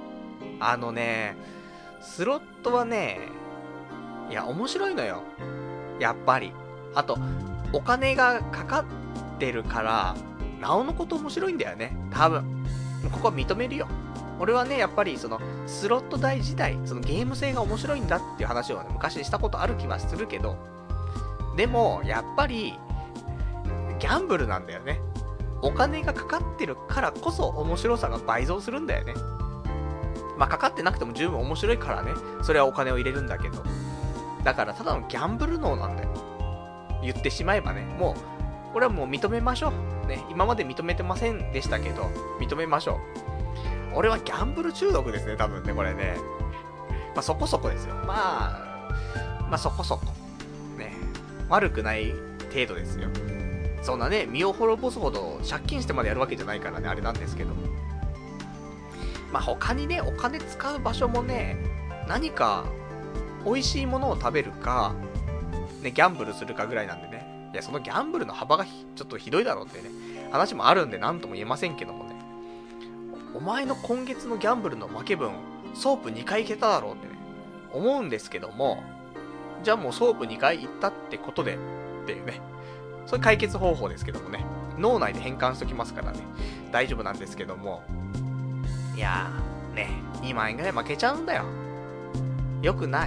スロットはね、いや面白いのよ、やっぱり。あとお金がかかってるからなおのこと面白いんだよね、多分。ここは認めるよ。俺はね、やっぱりそのスロット台自体、そのゲーム性が面白いんだっていう話を、ね、昔したことある気はするけど、でもやっぱりギャンブルなんだよね。お金がかかってるからこそ面白さが倍増するんだよね。まあかかってなくても十分面白いからね、それはお金を入れるんだけど、だからただのギャンブル脳なんだよ、言ってしまえばね。もうこれはもう認めましょうね。今まで認めてませんでしたけど認めましょう。俺はギャンブル中毒ですね、多分ね、これね。まあそこそこですよ。まあそこそこね、悪くない程度ですよ。そんなね、身を滅ぼすほど借金してまでやるわけじゃないからね、あれなんですけど。まあ他にね、お金使う場所もね、何か美味しいものを食べるかね、ギャンブルするかぐらいなんでね。いや、そのギャンブルの幅がちょっとひどいだろうってね、話もあるんで何とも言えませんけどもね。お前の今月のギャンブルの負け分、ソープ2回いけただろうってね、思うんですけども、じゃあもうソープ2回いったってことでっていうね、そういう解決方法ですけどもね、脳内で変換しときますからね、大丈夫なんですけども、いやーね、2万円ぐらい負けちゃうんだよ。よくない。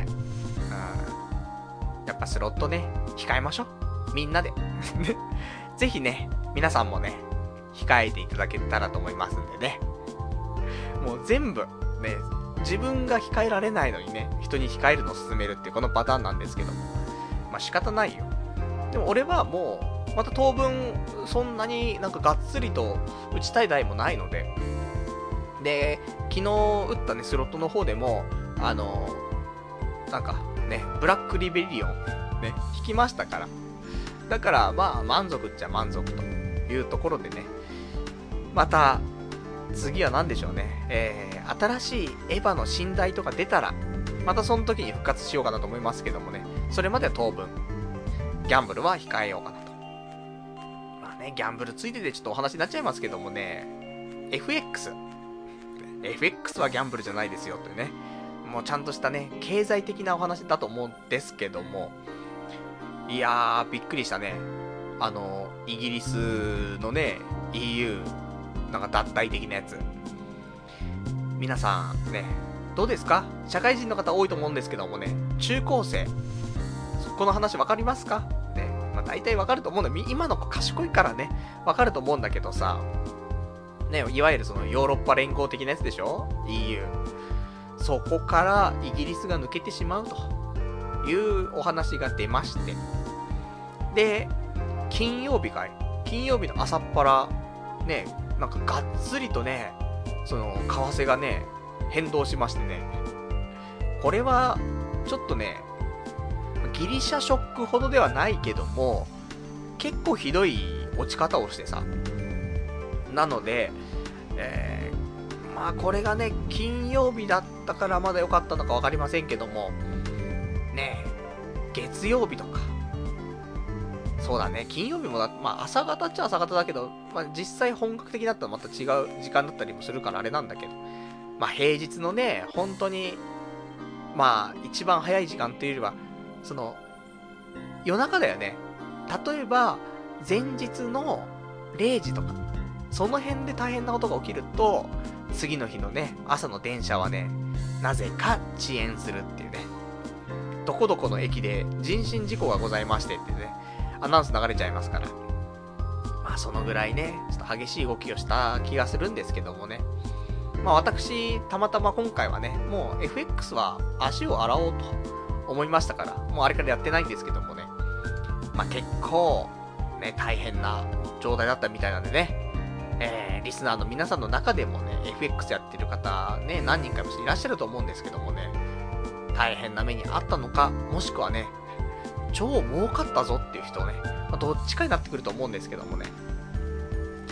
やっぱスロットね、控えましょう、みんなでぜひね、皆さんもね、控えていただけたらと思いますんでね。もう全部ね、自分が控えられないのにね、人に控えるのを勧めるっていうこのパターンなんですけども、まあ仕方ないよ。でも俺はもうまた当分そんなになんかがっつりと打ちたい台もないので、で昨日打ったねスロットの方でもなんかね、ブラックリベリオンね引きましたから、だからまあ満足っちゃ満足というところでね、また次は何でしょうね、新しいエヴァの新台とか出たらまたその時に復活しようかなと思いますけどもね、それまでは当分ギャンブルは控えようかなと。まあね、ギャンブルついててちょっとお話になっちゃいますけどもね、FX はギャンブルじゃないですよというね、もうちゃんとしたね経済的なお話だと思うんですけども、いやーびっくりしたね。イギリスのね EU なんか脱退的なやつ、皆さんねどうですか？社会人の方多いと思うんですけどもね、中高生この話分かりますかね。まあ大体分かると思うの、今の子賢いからね分かると思うんだけどさね、いわゆるそのヨーロッパ連合的なやつでしょ EU、 そこからイギリスが抜けてしまうというお話が出まして、で金曜日の朝っぱらね、なんかがっつりとねその為替がね変動しましてね、これはちょっとねギリシャショックほどではないけども結構ひどい落ち方をしてさ、なので、まあこれがね金曜日だったからまだ良かったのか分かりませんけどもね、月曜日とかそうだね、金曜日もまあ朝方っちゃ朝方だけど、まあ実際本格的だったらまた違う時間だったりもするからあれなんだけど、まあ平日のね本当にまあ一番早い時間というよりはその夜中だよね。例えば前日の0時とかその辺で大変なことが起きると、次の日のね朝の電車はねなぜか遅延するっていうね、どこどこの駅で人身事故がございましてっていうねアナウンス流れちゃいますから、まあそのぐらいねちょっと激しい動きをした気がするんですけどもね、まあ私たまたま今回はねもう FX は足を洗おうと思いましたから、もうあれからやってないんですけどもね、まあ結構ね大変な状態だったみたいなんでね、リスナーの皆さんの中でもね FX やってる方ね何人かもいらっしゃると思うんですけどもね、大変な目にあったのか、もしくはね超儲かったぞっていう人ね、まあ、どっちかになってくると思うんですけどもね、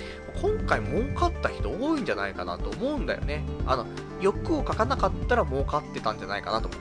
今回儲かった人多いんじゃないかなと思うんだよね。欲を書かなかったら儲かってたんじゃないかなと思って。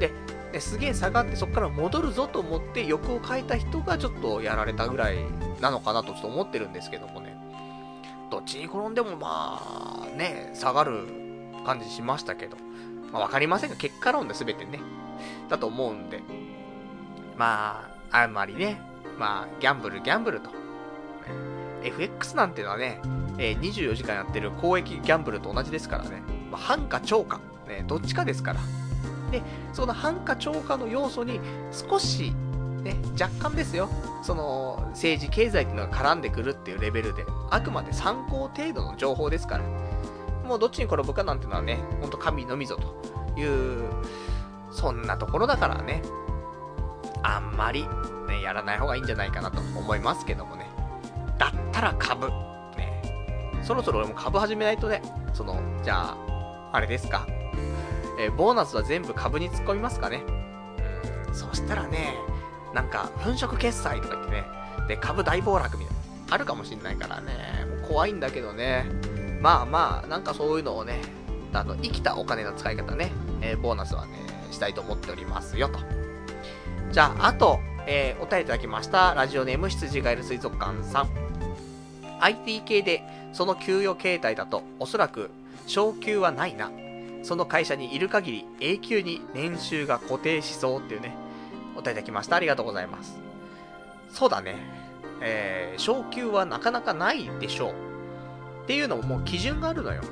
ですげえ下がってそこから戻るぞと思って欲を書いた人がちょっとやられたぐらいなのかなとちょっと思ってるんですけどもね。どっちに転んでもまあね、下がる感じしましたけど。まあわかりませんが、結果論で全てね、だと思うんで。まあ、あんまりね、まあ、ギャンブルと。FX なんていうのはね、24時間やってる公益ギャンブルと同じですからね。まあ、反か超か、ね、どっちかですから。で、その反か超かの要素に少し、ね、若干ですよ、その政治経済っていうのが絡んでくるっていうレベルで、あくまで参考程度の情報ですから。もうどっちに転ぶかなんてのはね、ほんと神のみぞという、そんなところだからね、あんまり、ね、やらない方がいいんじゃないかなと思いますけどもね。だったら株。ね。そろそろ俺も株始めないとね、じゃあ、あれですか。ボーナスは全部株に突っ込みますかね。そしたらね、なんか、粉飾決済とか言ってね、で、株大暴落みたいな、あるかもしんないからね、もう怖いんだけどね。まあまあ、なんかそういうのをね、生きたお金の使い方ね、ボーナスはね、したいと思っておりますよと。じゃあ、あと、お便りいただきました。ラジオネーム羊ガエル水族館さん。IT 系で、その給与形態だと、おそらく、昇給はないな。その会社にいる限り、永久に年収が固定しそうっていうね、お便りいただきました。ありがとうございます。そうだね。昇給はなかなかないでしょう。っていうのももう基準があるのよ。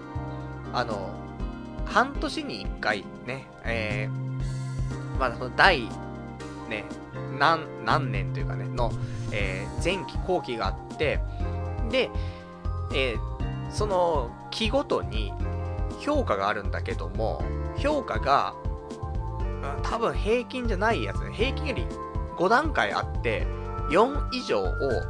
半年に1回ね、まだその第、ね、何年というかね、の、前期後期があって、で、その期ごとに評価があるんだけども、評価が、多分平均じゃないやつね。平均より5段階あって、4以上を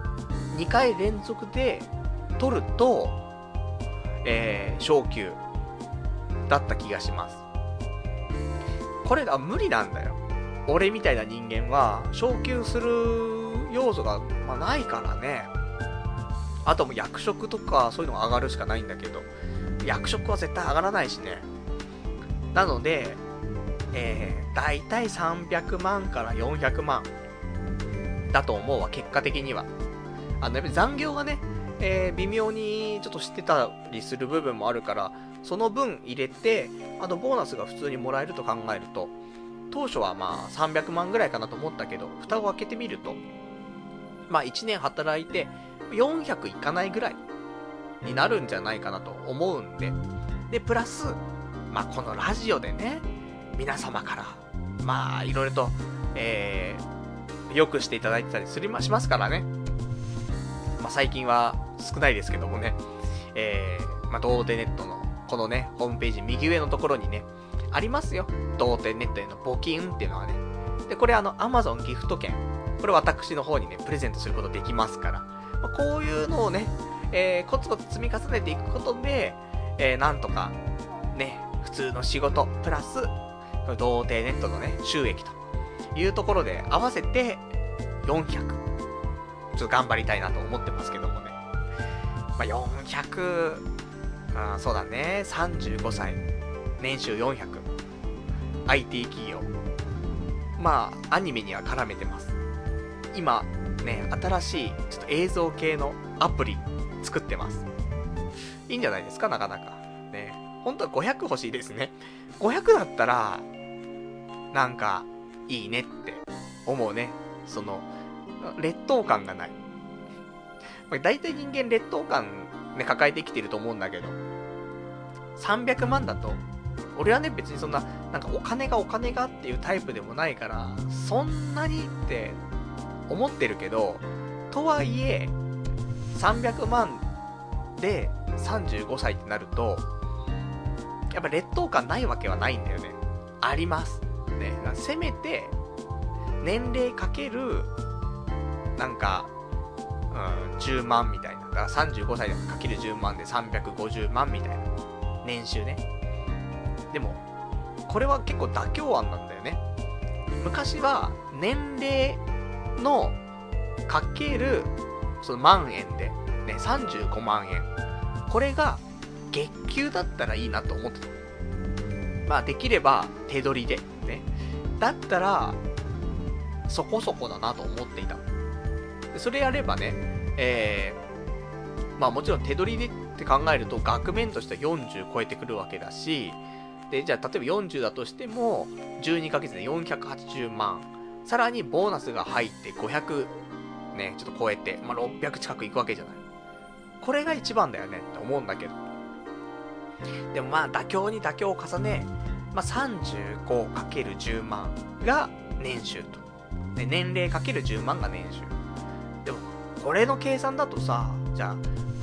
2回連続で取ると、昇給だった気がします。これが無理なんだよ。俺みたいな人間は昇給する要素が、ないからね。あとも役職とかそういうのが上がるしかないんだけど、役職は絶対上がらないしね。なので、だいたい300万から400万だと思うわ、結果的には。やっぱり残業がね、微妙にちょっとしてたりする部分もあるから、その分入れて、ボーナスが普通にもらえると考えると、当初はまあ300万ぐらいかなと思ったけど、蓋を開けてみると、まあ1年働いて400いかないぐらいになるんじゃないかなと思うんで、で、プラス、まあこのラジオでね、皆様から、まあいろいろと、よくしていただいてたりしますからね。まあ最近は少ないですけどもね、まあ童貞ネットのこのね、ホームページ右上のところにね、ありますよ。童貞ネットへの募金っていうのはね。で、これAmazon ギフト券。これ私の方にね、プレゼントすることできますから。まあ、こういうのをね、コツコツ積み重ねていくことで、なんとか、ね、普通の仕事、プラス、童貞ネットのね、収益というところで合わせて400。ちょっと頑張りたいなと思ってますけどもね。まあ、400、そうだね、35歳。年収400。IT 企業。まあ、アニメには絡めてます。今、ね、新しい、ちょっと映像系のアプリ作ってます。いいんじゃないですか、なかなか。ね。本当は500欲しいですね。500だったら、なんか、いいねって思うね。劣等感がない。だいたい人間劣等感ね、抱えてきてると思うんだけど、300万だと、俺はね、別にそんな、なんかお金がっていうタイプでもないから、そんなにって思ってるけど、とはいえ、300万で35歳ってなると、やっぱ劣等感ないわけはないんだよね。あります。ね、せめて、年齢かける、なんか、10万みたいな。だから35歳でかける10万で350万みたいな。年収ね。でも、これは結構妥協案なんだよね。昔は、年齢のかける、その万円で、 ね、35万円。これが月給だったらいいなと思ってた。まあできれば手取りでね。だったらそこそこだなと思っていた。それやればね、まあもちろん手取りでって考えると額面としては40超えてくるわけだし、でじゃあ例えば40だとしても12ヶ月で480万、さらにボーナスが入って500ね、ちょっと超えて、まあ、600近くいくわけじゃない。これが一番だよねって思うんだけど、でもまあ妥協に妥協を重ね、まあ、35×10 万が年収と、で年齢 ×10 万が年収。でもこれの計算だとさ、じゃあ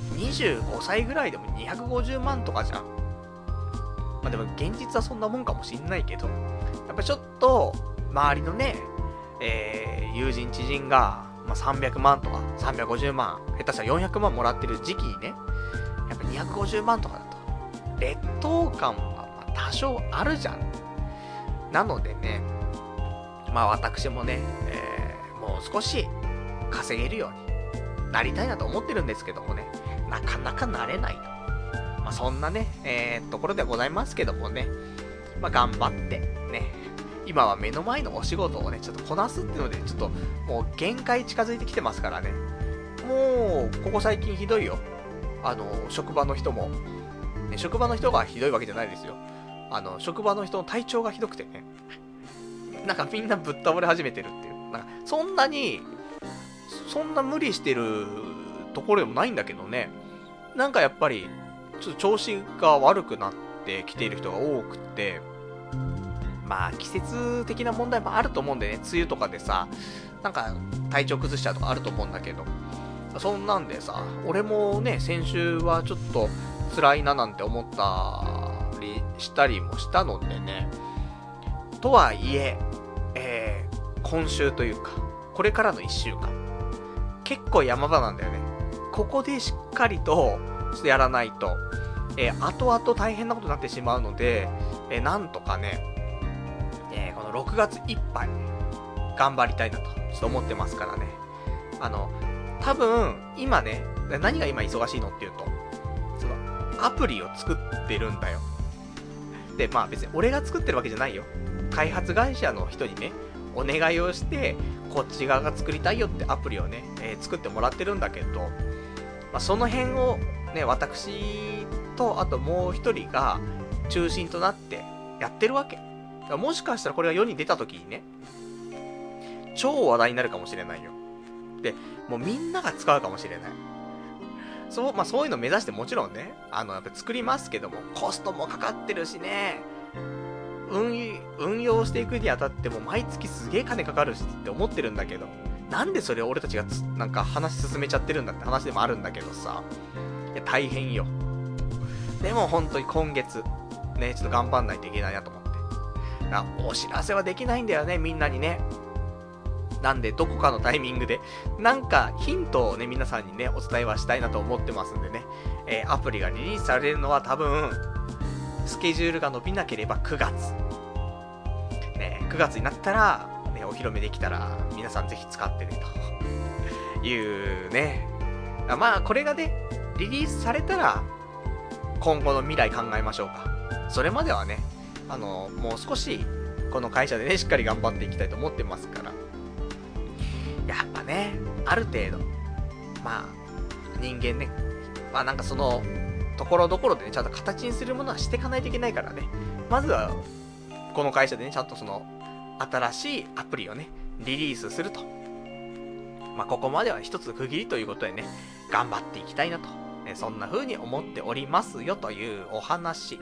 25歳ぐらいでも250万とかじゃん。まあでも現実はそんなもんかもしんないけど、やっぱちょっと周りのね、友人知人が、まあ、300万とか350万、下手したら400万もらってる時期にね、やっぱ250万とかだと劣等感は多少あるじゃん。なのでね、まあ私もね、もう少し稼げるようになりたいなと思ってるんですけどもね、なかなかなれないと。まあそんなね、ところでございますけどもね、まあ頑張ってね、今は目の前のお仕事をね、ちょっとこなすっていうので、ちょっともう限界近づいてきてますからね。もう、ここ最近ひどいよ。職場の人も、ね、職場の人がひどいわけじゃないですよ。職場の人の体調がひどくてね。なんかみんなぶっ倒れ始めてるっていう。なんかそんな無理してるところでもないんだけどね。なんかやっぱり、ちょっと調子が悪くなってきている人が多くて、まあ季節的な問題もあると思うんでね、梅雨とかでさ、なんか体調崩しちゃうとかあると思うんだけど、そんなんでさ、俺もね、先週はちょっと辛いななんて思ったりしたりもしたのでね、とはいえ、今週というか、これからの1週間、結構山場なんだよね。ここでしっかりとやらないと、後々大変なことになってしまうので、なんとかね、この6月いっぱい頑張りたいなとちょっと思ってますからね。多分今ね、何が今忙しいのっていうと、そのアプリを作ってるんだよ。で、まあ別に俺が作ってるわけじゃないよ。開発会社の人にね、お願いをしてこっち側が作りたいよってアプリをね、作ってもらってるんだけど、まあ、その辺をね、私とあともう一人が中心となってやってるわけ。もしかしたらこれが世に出た時にね、超話題になるかもしれないよ。で、もうみんなが使うかもしれない。まあそういうの目指してもちろんね、やっぱ作りますけども、コストもかかってるしね、運用していくにあたっても毎月すげえ金かかるしって思ってるんだけど、なんでそれを俺たちがなんか話進めちゃってるんだって話でもあるんだけどさ、いや大変よ。でも本当に今月、ね、ちょっと頑張んないといけないなと思って。お知らせはできないんだよね、みんなにね。なんでどこかのタイミングでなんかヒントをね、皆さんにねお伝えはしたいなと思ってますんでね、アプリがリリースされるのは多分スケジュールが伸びなければ9月、ね、9月になったら、ね、お披露目できたら皆さんぜひ使ってねというね。まあこれがねリリースされたら今後の未来考えましょうか。それまではね、もう少しこの会社でねしっかり頑張っていきたいと思ってますから、やっぱね、ある程度、まあ、人間ね、まあなんかその、ところどころでね、ちゃんと形にするものはしていかないといけないからね。まずは、この会社でね、ちゃんとその、新しいアプリをね、リリースすると。まあここまでは一つ区切りということでね、頑張っていきたいなと。そんな風に思っておりますよというお話。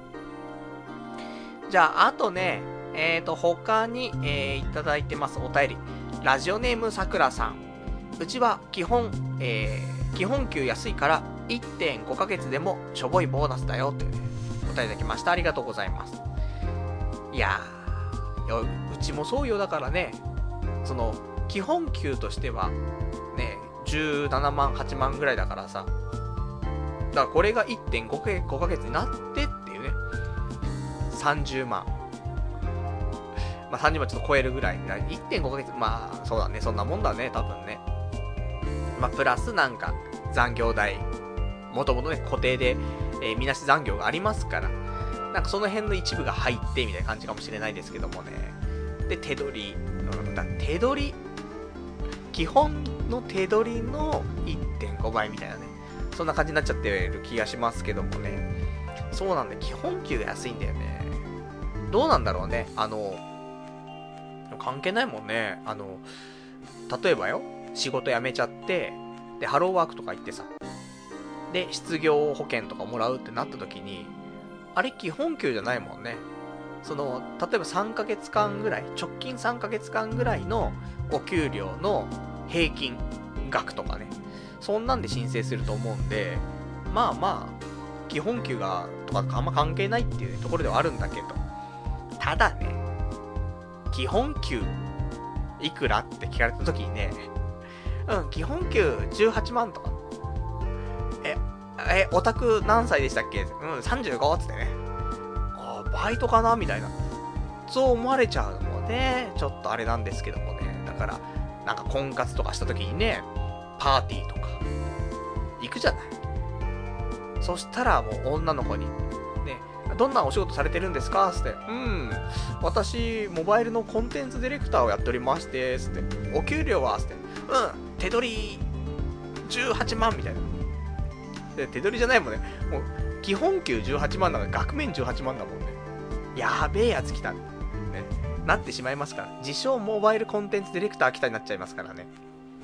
じゃあ、あとね、他に、いただいてますお便り。ラジオネームさくらさん。うちは基本給安いから 1.5 ヶ月でもしょぼいボーナスだよというね、お答えいただきました。ありがとうございます。いやうちもそうよ。だからね、その基本給としてはね、17万8万ぐらいだからさ、だからこれが 1.5 ヶ月になってっていうね、30万、まあ、30万ちょっと超えるぐらい。1.5 ヶ月、まあそうだね、そんなもんだね、多分ね。まあプラスなんか残業代、もともとね、固定で、みなし残業がありますから、なんかその辺の一部が入ってみたいな感じかもしれないですけどもね。で、手取り、手取り、基本の手取りの 1.5 倍みたいなね、そんな感じになっちゃってる気がしますけどもね。そうなんで、基本給が安いんだよね。どうなんだろうね。関係ないもんね。例えばよ、仕事辞めちゃって、で、ハローワークとか行ってさ、で、失業保険とかもらうってなった時に、あれ基本給じゃないもんね。例えば3ヶ月間ぐらい、直近3ヶ月間ぐらいのお給料の平均額とかね、そんなんで申請すると思うんで、まあまあ、基本給がとかあんま関係ないっていう、ところではあるんだけど、ただね、基本給いくらって聞かれた時にね、基本給18万とか。オタク何歳でしたっけ35つってね。バイトかなみたいな。そう思われちゃうのもね、ちょっとあれなんですけどもね。だから、なんか婚活とかした時にね、パーティーとか、行くじゃない。そしたらもう女の子に、ね、どんなお仕事されてるんですかつって、私、モバイルのコンテンツディレクターをやっておりまして、つって、お給料はつって、手取り18万みたいな。で、手取りじゃないもんね。もう、基本給18万だから、額面18万だもんね。やべえやつ来た。ね。なってしまいますから。自称モバイルコンテンツディレクター来たになっちゃいますからね。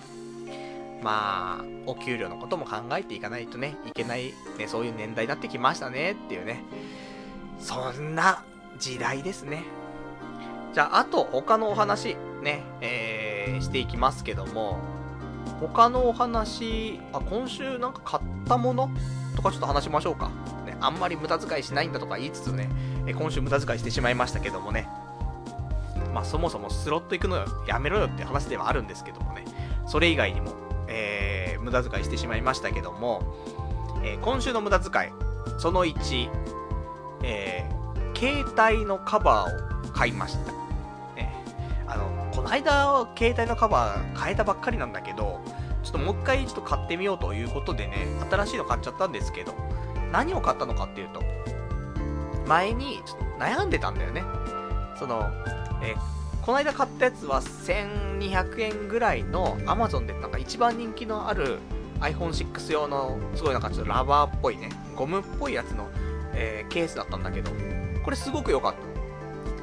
まあ、お給料のことも考えていかないとね、いけない、ね、そういう年代になってきましたねっていうね。そんな時代ですね。じゃあ、あと他のお話、ね、していきますけども、他のお話、今週なんか買ったものとかちょっと話しましょうか。ね、あんまり無駄遣いしないんだとか言いつつね、今週無駄遣いしてしまいましたけどもね。まあそもそもスロット行くのよ、やめろよって話ではあるんですけどもね。それ以外にも、無駄遣いしてしまいましたけども、今週の無駄遣い、その1、携帯のカバーを買いました。この間、携帯のカバー変えたばっかりなんだけど、ちょっともう一回ちょっと買ってみようということでね、新しいの買っちゃったんですけど、何を買ったのかっていうと、前にちょっと悩んでたんだよね。この間買ったやつは1200円ぐらいの Amazon でなんか一番人気のある iPhone6 用のすごいなんかちょっとラバーっぽいね、ゴムっぽいやつの、ケースだったんだけど、これすごく良かった。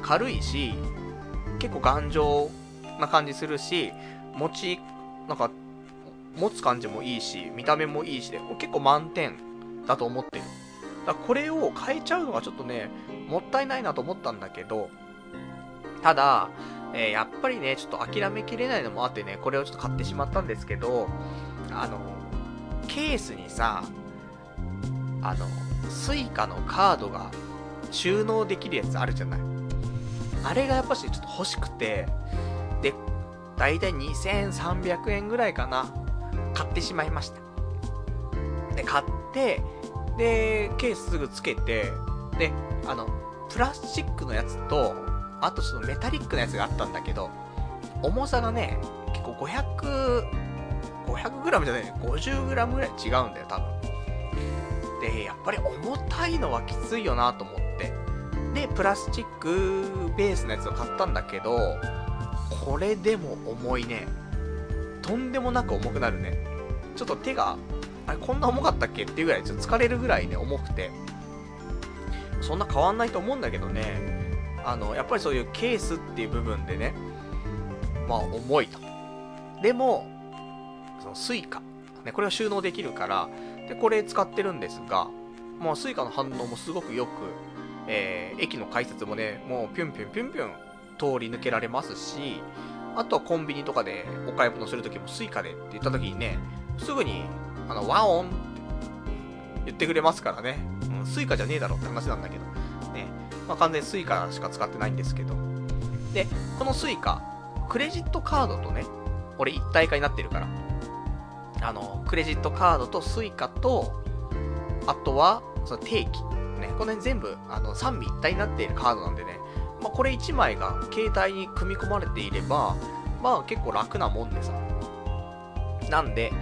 軽いし、結構頑丈な感じするし、なんか持つ感じもいいし、見た目もいいしで、結構満点だと思ってる。だからこれを変えちゃうのがちょっとね、もったいないなと思ったんだけど、ただ、やっぱりね、ちょっと諦めきれないのもあってね、これをちょっと買ってしまったんですけど、ケースにさ、スイカのカードが収納できるやつあるじゃない。あれがやっぱしちょっと欲しくて、で、だいたい2300円ぐらいかな、買ってしまいました。で、買って、で、ケースすぐつけて、で、プラスチックのやつと、あとちょっとメタリックのやつがあったんだけど、重さがね、結構500g じゃない、50g ぐらい違うんだよ、多分。で、やっぱり重たいのはきついよなと思って。で、プラスチックベースのやつを買ったんだけど、これでも重いね。とんでもなく重くなるね。ちょっと手が、あれこんな重かったっけっていうぐらい、ちょっと疲れるぐらいね、重くて。そんな変わんないと思うんだけどね。やっぱりそういうケースっていう部分でね、まあ重いと。でも、そのスイカ、ね、これは収納できるから、で、これ使ってるんですが、まあスイカの反応もすごくよく、駅の改札もね、もうピュンピュンピュンピュン通り抜けられますし、あとはコンビニとかでお買い物するときもスイカでって言ったときにね、すぐに、ワオンって言ってくれますからね。スイカじゃねえだろって話なんだけど。ね。まあ完全にスイカしか使ってないんですけど。で、このスイカ、クレジットカードとね、俺一体化になってるから。クレジットカードとスイカと、あとは、その定期。ね、この辺全部、三位一体になっているカードなんでね、まあこれ1枚が携帯に組み込まれていれば、まあ結構楽なもんでさ。なんで、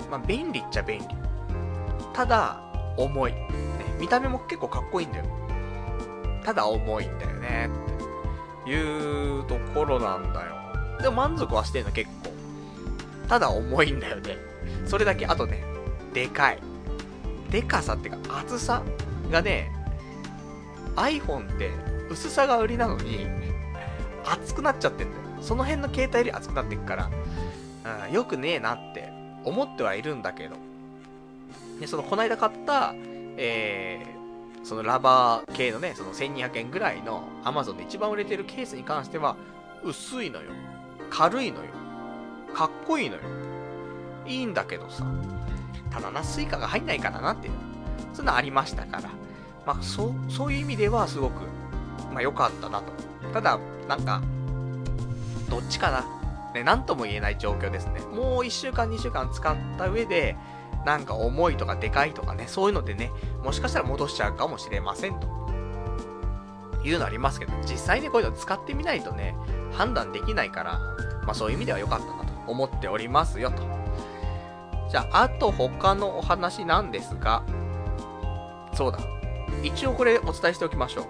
まあ便利っちゃ便利。ただ、重い。ね、見た目も結構かっこいいんだよ。ただ重いんだよね。っていうところなんだよ。でも満足はしてんの結構。ただ重いんだよね。それだけ。あとね、でかい。でかさっていうか厚さがね、iPhone って薄さが売りなのに厚くなっちゃってんだよ。その辺の携帯より厚くなっていくから、よくねえなって思ってはいるんだけど。で、そのこないだ買った、そのラバー系のね、その1200円ぐらいの Amazon で一番売れてるケースに関しては薄いのよ。軽いのよ。かっこいいのよ。いいんだけどさ、ただな、スイカが入んないからなっていう、そういうのありましたから、まあ、そういう意味ではすごく、まあ良かったなと。ただ、なんか、どっちかな。ね、なんとも言えない状況ですね。もう1週間、2週間使った上で、なんか重いとかでかいとかね、そういうのでね、もしかしたら戻しちゃうかもしれませんと。いうのありますけど、実際にこういうの使ってみないとね、判断できないから、まあそういう意味では良かったなと思っておりますよと。じゃあ、あと他のお話なんですが、そうだ。一応これお伝えしておきましょう。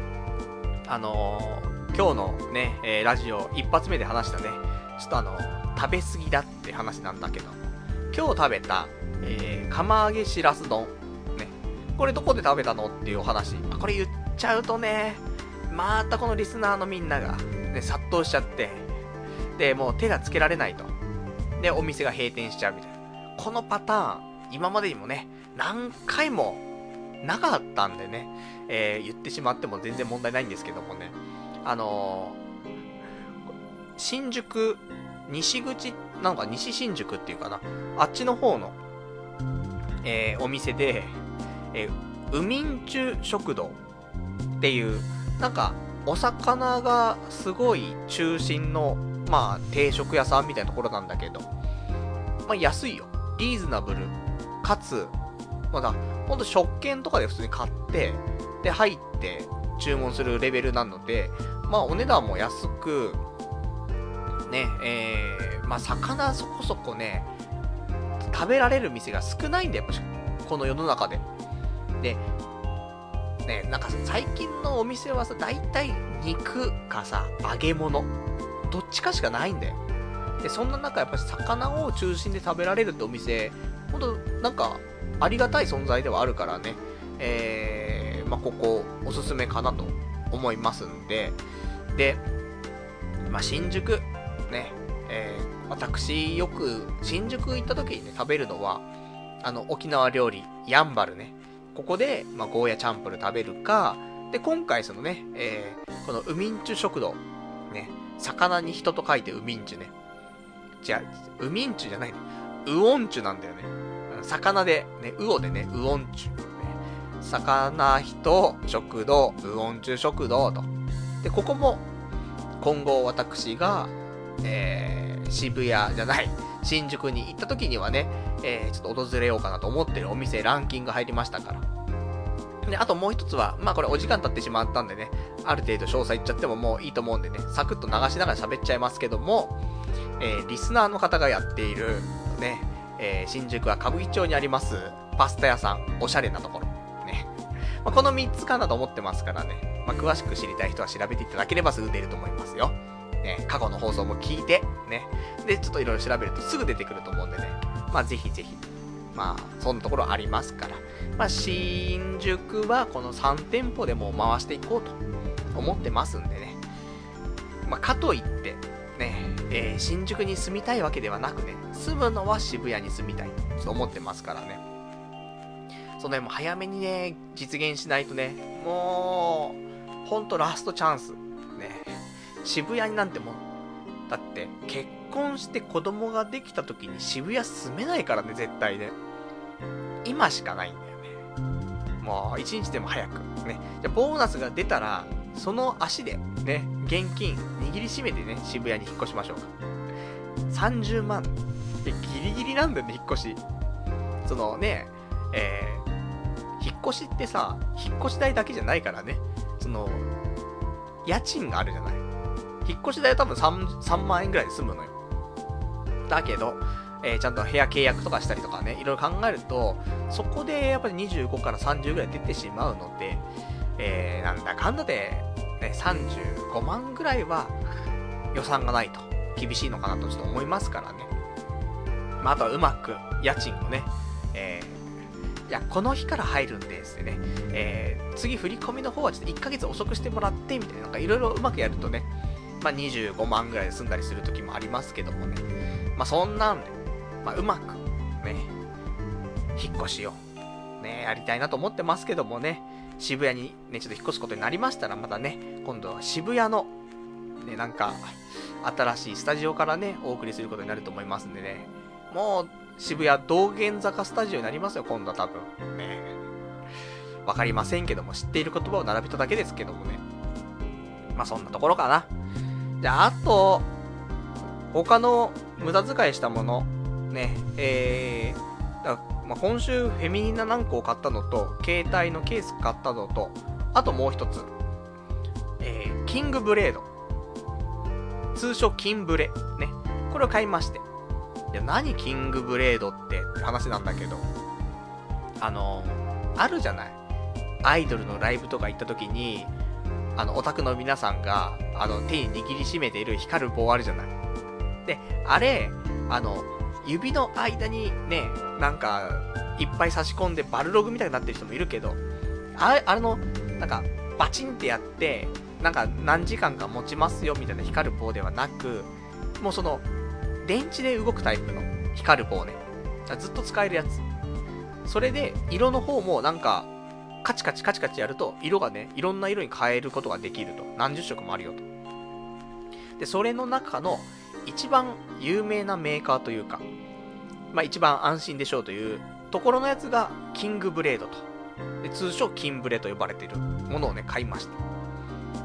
今日のね、ラジオ一発目で話したね、ちょっと食べ過ぎだって話なんだけど、今日食べた、釜揚げしらす丼。ね。これどこで食べたのっていうお話。これ言っちゃうとね、またこのリスナーのみんなが、ね、殺到しちゃって、で、もう手がつけられないと。で、お店が閉店しちゃうみたいな。このパターン、今までにもね、何回もなかったんでね、言ってしまっても全然問題ないんですけどもね、新宿、西口なのか、西新宿っていうかな、あっちの方の、お店で、ウミンチュ食堂っていう、なんか、お魚がすごい中心の、まあ、定食屋さんみたいなところなんだけど、まあ、安いよ。リーズナブル。かつ、まだ、ほんと食券とかで普通に買って、で、入って注文するレベルなので、まあ、お値段も安く、ね、まあ、魚そこそこね、食べられる店が少ないんだよ、やっぱこの世の中で。で、ね、なんか最近のお店はさ、大体肉かさ、揚げ物、どっちかしかないんだよ。で、そんな中やっぱり魚を中心で食べられるってお店、ほんとなんかありがたい存在ではあるからね、まあ、ここおすすめかなと思いますんで、で、まあ、新宿、ね、私よく新宿行った時にね、食べるのは、沖縄料理、やんばるね。ここで、まあ、ゴーヤチャンプル食べるか、で、今回そのね、このウミンチュ食堂、ね、魚に人と書いてウミンチュね。違う、ウミンチュじゃないね。ウオンチュなんだよね。魚で、ね、ウオでね、ウオンチュ。ね、魚人食堂、ウオンチュ食堂と。で、ここも、今後私が、渋谷じゃない、新宿に行った時にはね、ちょっと訪れようかなと思ってるお店ランキング入りましたから。で、あともう一つは、まあこれお時間経ってしまったんでね、ある程度詳細言っちゃってももういいと思うんでね、サクッと流しながら喋っちゃいますけども、リスナーの方がやっている、ね、新宿は歌舞伎町にあります、パスタ屋さん、おしゃれなところ。ね。まあ、この3つかなと思ってますからね、まあ、詳しく知りたい人は調べていただければすぐ出ると思いますよ。ね、過去の放送も聞いて、ね。で、ちょっといろいろ調べるとすぐ出てくると思うんでね。まあ、ぜひぜひ。まあ、そんなところありますから。まあ、新宿はこの3店舗でもう回していこうと思ってますんでね。まあ、かといって、ね、新宿に住みたいわけではなくね、住むのは渋谷に住みたいと思ってますからね。その辺も早めにね、実現しないとね、もう、ほんとラストチャンス。ね。渋谷になんてもう、だって結婚して子供ができた時に渋谷住めないからね、絶対ね。今しかないんだよね。もう一日でも早くね。じゃボーナスが出たらその足でね、現金握りしめてね、渋谷に引っ越しましょうか。30万でギリギリなんだよね、引っ越し。そのね、引っ越しってさ、引っ越し代だけじゃないからね。その家賃があるじゃない。引っ越し代は多分 3万円ぐらいで済むのよ。だけど、 ちゃんと部屋契約とかしたりとかね、いろいろ考えると、そこでやっぱり25から30ぐらい出てしまうので、なんだかんだで、ね、35万ぐらいは予算がないと厳しいのかなとちょっと思いますからね。まあ、あとはうまく家賃をね、いや、この日から入るんですね、次振り込みの方はちょっと1ヶ月遅くしてもらって、みたいな、なんかいろいろうまくやるとね、まあ、25万ぐらいで済んだりする時もありますけどもね。まあ、そんなんで、まあ、うまく、ね、引っ越しを、ね、やりたいなと思ってますけどもね、渋谷にね、ちょっと引っ越すことになりましたら、またね、今度は渋谷の、ね、なんか、新しいスタジオからね、お送りすることになると思いますんでね、もう、渋谷道玄坂スタジオになりますよ、今度は多分。ね。わかりませんけども、知っている言葉を並べただけですけどもね。まあそんなところかな。じゃあ、あと、他の無駄遣いしたもの、ね、まあ、今週フェミニナ何個を買ったのと、携帯のケース買ったのと、あともう一つ、キングブレード。通称キンブレ。ね。これを買いまして。いや、何キングブレードって話なんだけど、あるじゃない。アイドルのライブとか行った時に、オタクの皆さんが、手に握りしめている光る棒あるじゃない。で、あれ、指の間にね、なんか、いっぱい差し込んでバルログみたいになってる人もいるけど、あれの、なんか、バチンってやって、なんか何時間か持ちますよみたいな光る棒ではなく、もうその、電池で動くタイプの光る棒ね。ずっと使えるやつ。それで、色の方もなんか、カチカチカチカチやると、色がね、いろんな色に変えることができると。何十色もあるよと。で、それの中の、一番有名なメーカーというか、まあ一番安心でしょうというところのやつが、キングブレードと。で、通称キンブレと呼ばれているものをね、買いました。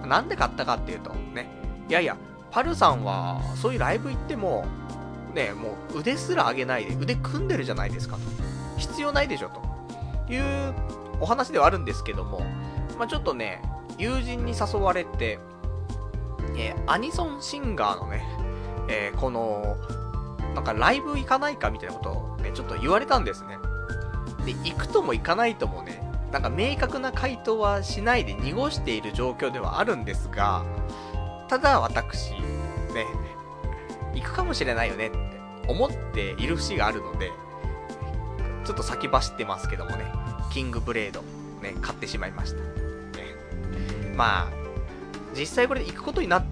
なんで買ったかっていうと、ね、いやいや、パルさんは、そういうライブ行っても、ね、もう腕すら上げないで腕組んでるじゃないですかと。必要ないでしょというお話ではあるんですけども、まあ、ちょっとね、友人に誘われて、アニソンシンガーのね、この、なんかライブ行かないかみたいなことをね、ちょっと言われたんですね。で、行くとも行かないともね、なんか明確な回答はしないで濁している状況ではあるんですが、ただ私、ね、行くかもしれないよねって思っている節があるので、ちょっと先走ってますけどもね、キングブレード、ね、買ってしまいました。ね、まあ、実際これで行くことになって、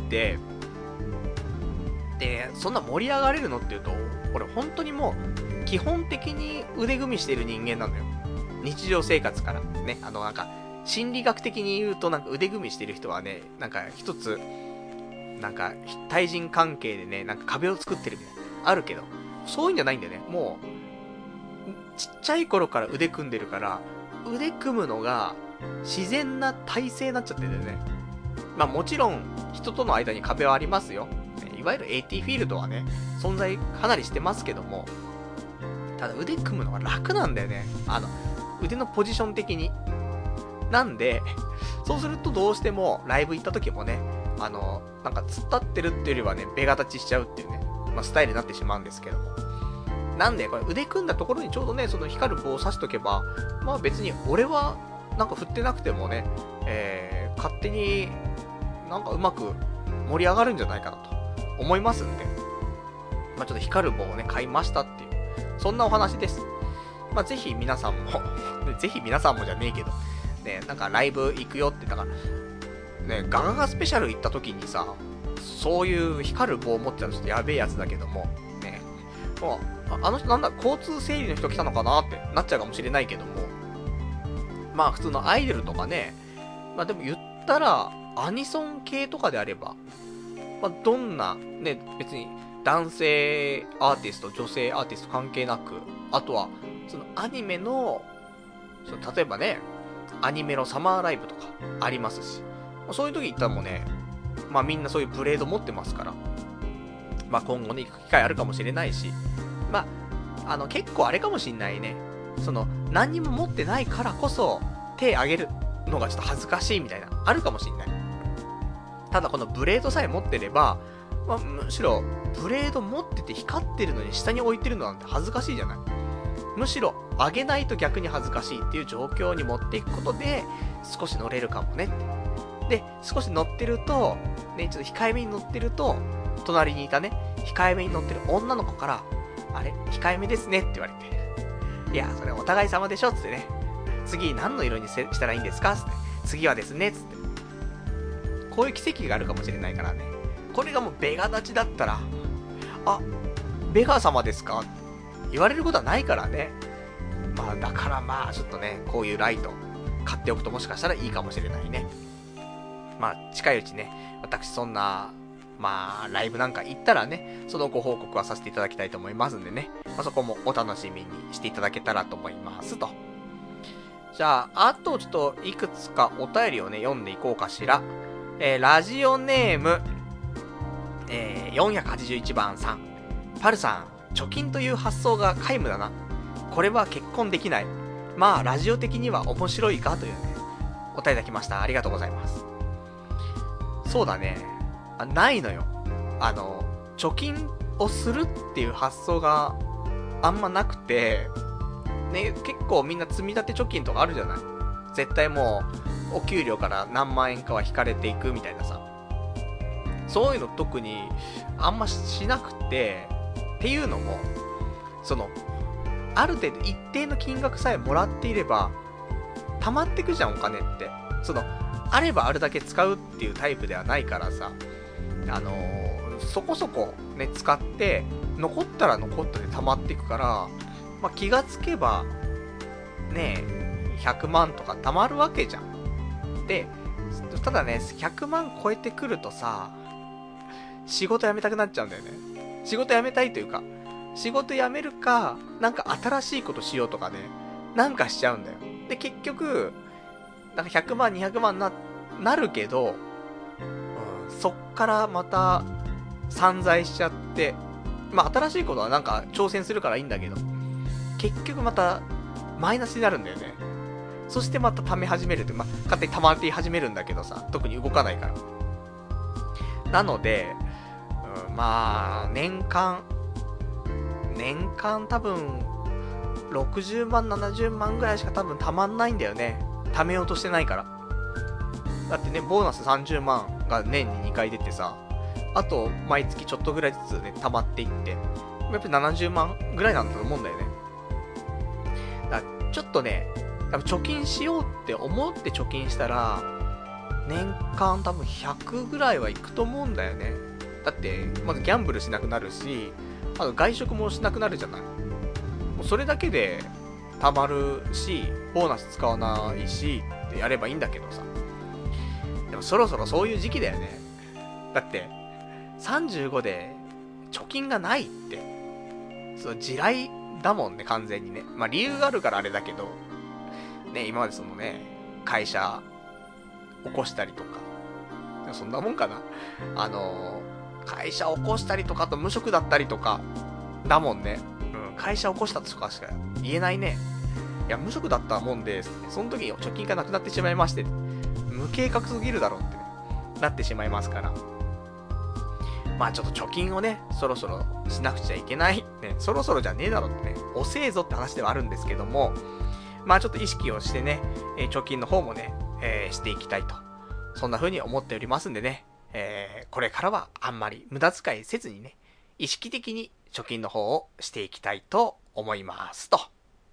で、そんな盛り上がれるのっていうと、俺本当にもう、基本的に腕組みしてる人間なのよ。日常生活から。ね、なんか、心理学的に言うと、なんか腕組みしてる人はね、なんか一つ、なんか、対人関係でね、なんか壁を作ってるみたいな。あるけど、そういうんじゃないんだよね。もう、ちっちゃい頃から腕組んでるから、腕組むのが自然な体勢になっちゃってるんだよね。まあもちろん、人との間に壁はありますよ。いわゆる AT フィールドはね、存在かなりしてますけども、ただ腕組むのが楽なんだよね。腕のポジション的に。なんで、そうするとどうしてもライブ行った時もね、なんか突っ立ってるっていうよりはね、ベガ立ちしちゃうっていうね、まあ、スタイルになってしまうんですけども。なんで、これ腕組んだところにちょうどね、その光る棒を刺しとけば、まあ別に俺はなんか振ってなくてもね、勝手になんかうまく盛り上がるんじゃないかなと思いますんで、まあちょっと光る棒をね、買いましたっていう、そんなお話です。まあぜひ皆さんも、ぜひ皆さんもじゃねえけど、ね、なんかライブ行くよって、だから、ね、ガガガスペシャル行った時にさ、そういう光る棒を持ってたらちょっとやべえやつだけども、ね、もう、あの人なんだ、交通整理の人来たのかなってなっちゃうかもしれないけども、まあ普通のアイドルとかね、まあでも言ったら、アニソン系とかであれば、まあどんな、ね、別に男性アーティスト、女性アーティスト関係なく、あとは、そのアニメの、例えばね、アニメのサマーライブとかありますし、そういう時行ったらもうね、まあみんなそういうブレード持ってますから、まあ今後ね、行く機会あるかもしれないし、まあ、結構あれかもしんないね、何にも持ってないからこそ、手あげるのがちょっと恥ずかしいみたいな、あるかもしんない。ただこのブレードさえ持ってれば、 まあ、むしろ、ブレード持ってて光ってるのに下に置いてるのなんて恥ずかしいじゃない。むしろ、上げないと逆に恥ずかしいっていう状況に持っていくことで、少し乗れるかもね。で、少し乗ってると、ね、ちょっと控えめに乗ってると、隣にいたね、控えめに乗ってる女の子から、あれ控えめですねって言われて。いや、それお互い様でしょつってね。次何の色にしたらいいんですかつって。次はですねつって。こういう奇跡があるかもしれないからね。これがもうベガ立ちだったら、あ、ベガ様ですかって言われることはないからね。まあだからまあちょっとね、こういうライト買っておくともしかしたらいいかもしれないね。まあ近いうちね、私そんな、まあライブなんか行ったらね、そのご報告はさせていただきたいと思いますんでね。まあ、そこもお楽しみにしていただけたらと思いますと。じゃあ、あとちょっといくつかお便りをね、読んでいこうかしら。ラジオネーム、481番さん。パルさん、貯金という発想が皆無だな。これは結婚できない。まあ、ラジオ的には面白いかというね、お便りいただきました。ありがとうございます。そうだね。ないのよ。貯金をするっていう発想があんまなくて、ね、結構みんな積み立て貯金とかあるじゃない。絶対もう、お給料から何万円かは引かれていくみたいなさ。そういうの特にあんましなくて、っていうのも、ある程度一定の金額さえもらっていれば、溜まってくじゃん、お金って。あればあるだけ使うっていうタイプではないからさ、そこそこね、使って、残ったら残ったで溜まっていくから、まあ、気がつけば、ねえ、100万とか貯まるわけじゃん。で、ただね、100万超えてくるとさ、仕事辞めたくなっちゃうんだよね。仕事辞めたいというか、仕事辞めるか、なんか新しいことしようとかね、なんかしちゃうんだよ。で、結局、なんか100万、200万なるけど、そっからまた散財しちゃって、まあ新しいことはなんか挑戦するからいいんだけど、結局またマイナスになるんだよね。そしてまた貯め始めるって、まあ勝手に溜まって始めるんだけどさ、特に動かないから。なので、まあ年間多分60万70万ぐらいしか多分貯まんないんだよね。貯めようとしてないから。だってね、ボーナス30万が年に2回出てさ、あと毎月ちょっとぐらいずつね溜まっていって、やっぱり70万ぐらいなんだと思うんだよね。だからちょっとね、多分貯金しようって思って貯金したら、年間多分100ぐらいはいくと思うんだよね。だって、まずギャンブルしなくなるし、あと外食もしなくなるじゃない。もうそれだけで貯まるし、ボーナス使わないしってやればいいんだけどさ。でもそろそろそういう時期だよね。だって35で貯金がないって、地雷だもんね、完全にね。まあ理由があるからあれだけど、ね、今まで会社起こしたりとか、そんなもんかな。会社起こしたりとか、あと無職だったりとか、だもんね。会社起こしたとかしか言えないね。いや、無職だったもんで、その時に貯金がなくなってしまいまして、無計画すぎるだろうってね、なってしまいますから。まあちょっと貯金をね、そろそろしなくちゃいけない。ね、そろそろじゃねえだろってね、遅えぞって話ではあるんですけども、まあちょっと意識をしてね、貯金の方もね、していきたいと。そんな風に思っておりますんでね、これからはあんまり無駄遣いせずにね、意識的に貯金の方をしていきたいと思いますと。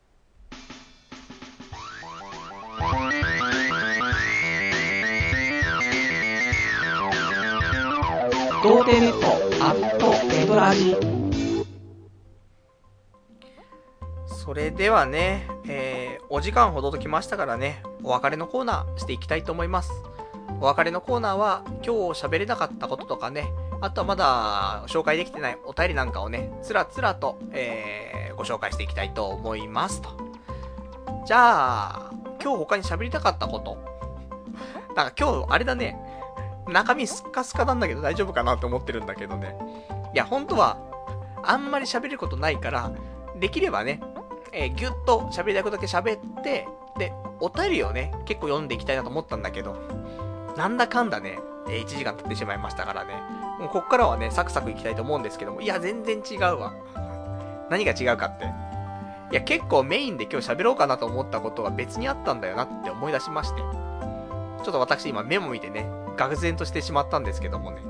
童貞ネットアットネトラジ。それではね、お時間ほどときましたからね、お別れのコーナーしていきたいと思います。お別れのコーナーは今日喋れなかったこととかね、あとはまだ紹介できてないお便りなんかをね、つらつらと、ご紹介していきたいと思いますと。じゃあ、今日他に喋りたかったこと。なんか今日あれだね、中身スッカスカなんだけど大丈夫かなと思ってるんだけどね。いや、本当はあんまり喋ることないから、できればね、ぎゅっと喋りたいことだけ喋って、で、お便りをね、結構読んでいきたいなと思ったんだけど、なんだかんだね、 1時間経ってしまいましたからね。もうこっからはね、サクサクいきたいと思うんですけども、いや、全然違うわ。何が違うかって。いや、結構メインで今日喋ろうかなと思ったことが別にあったんだよなって思い出しまして。ちょっと私今メモ見てね、愕然としてしまったんですけどもね。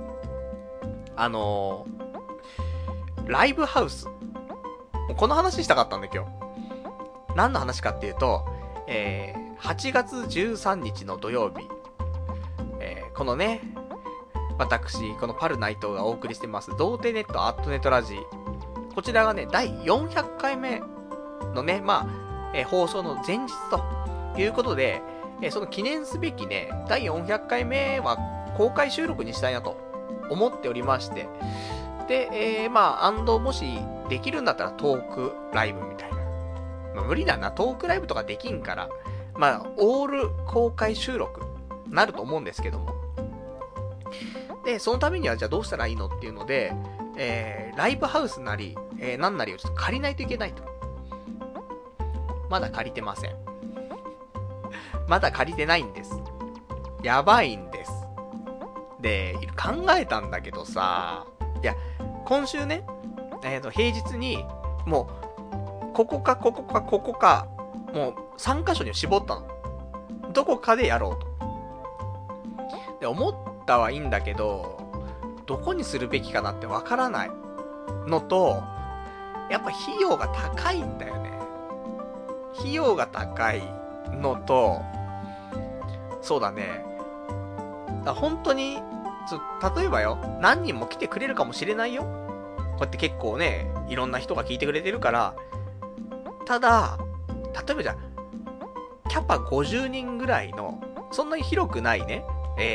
ライブハウス。この話したかったんだ今日。何の話かっていうと、8月13日の土曜日、このね、私、このパルナイトがお送りしてます、童貞ネットアットネットラジ。こちらがね、第400回目のね、放送の前日ということで、その記念すべきね、第400回目は公開収録にしたいなと思っておりまして、で、もしできるんだったらトークライブみたいな。無理だな、トークライブとかできんから、オール公開収録なると思うんですけども。で、そのためにはじゃあどうしたらいいのっていうので、ライブハウスなり、なんなりをちょっと借りないといけないと。まだ借りてません。まだ借りてないんです。やばいんです。で、考えたんだけどさ、いや、今週ね、平日に、もう、ここか、もう3箇所に絞ったの。どこかでやろうと。で、思ったはいいんだけど、どこにするべきかなってわからないのと、やっぱ費用が高いんだよね。費用が高いのと、そうだね。本当に、例えばよ、何人も来てくれるかもしれないよ。こうやって結構ね、いろんな人が聞いてくれてるから、ただ、例えばじゃあ、キャパ50人ぐらいの、そんなに広くないね、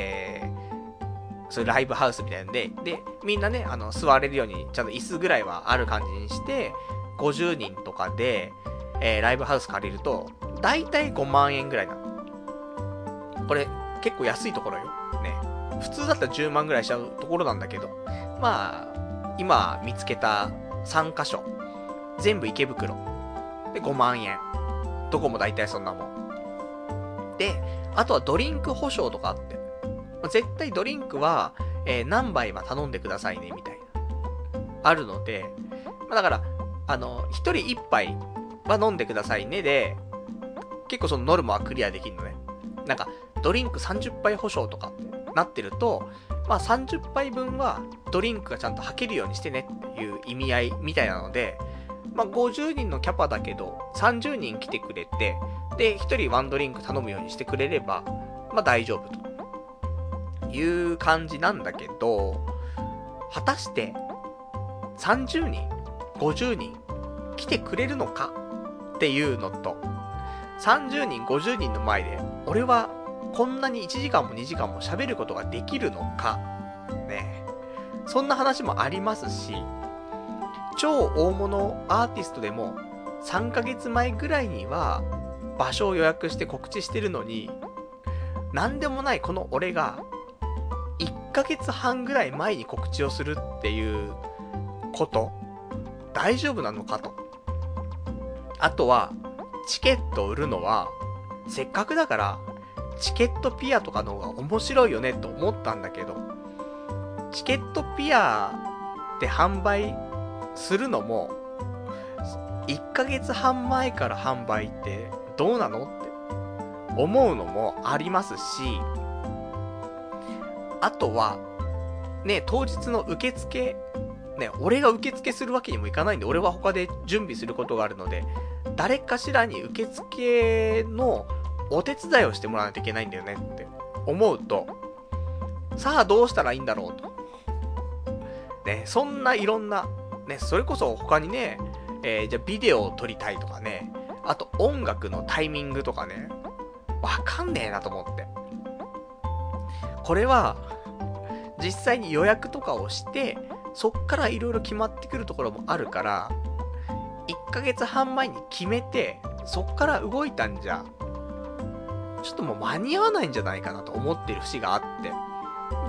そういうライブハウスみたいなんで、みんなね、座れるように、ちゃんと椅子ぐらいはある感じにして、50人とかで、ライブハウス借りると、だいたい5万円ぐらいなの。これ、結構安いところよ。ね。普通だったら10万ぐらいしちゃうところなんだけど、今見つけた3カ所、全部池袋。で、5万円。どこも大体そんなもん。で、あとはドリンク保証とかあって。絶対ドリンクは、何杯は頼んでくださいね、みたいな。あるので、だから、1人1杯は飲んでくださいねで、結構そのノルマはクリアできるのね。なんか、ドリンク30杯保証とかなってると、30杯分はドリンクがちゃんと履けるようにしてねっていう意味合いみたいなので、50人のキャパだけど、30人来てくれて、で、1人ワンドリンク頼むようにしてくれれば、大丈夫という感じなんだけど、果たして、30人、50人来てくれるのかっていうのと、30人、50人の前で、俺はこんなに1時間も2時間も喋ることができるのか、ね。そんな話もありますし、超大物アーティストでも3ヶ月前ぐらいには場所を予約して告知してるのに、なんでもないこの俺が1ヶ月半ぐらい前に告知をするっていうこと、大丈夫なのかと。あとは、チケットを売るのは、せっかくだから、チケットピアとかの方が面白いよねと思ったんだけど、チケットピアで販売するのも、1ヶ月半前から販売ってどうなのって思うのもありますし、あとは、ね、当日の受付、ね、俺が受付するわけにもいかないんで、俺は他で準備することがあるので、誰かしらに受付のお手伝いをしてもらわないといけないんだよねって思うと、さあどうしたらいいんだろうと。ね、そんないろんな、ね、それこそ他にね、じゃあビデオを撮りたいとかね、あと音楽のタイミングとかね、わかんねえなと思って。これは、実際に予約とかをして、そっからいろいろ決まってくるところもあるから、1ヶ月半前に決めて、そっから動いたんじゃ、ちょっともう間に合わないんじゃないかなと思ってる節があって、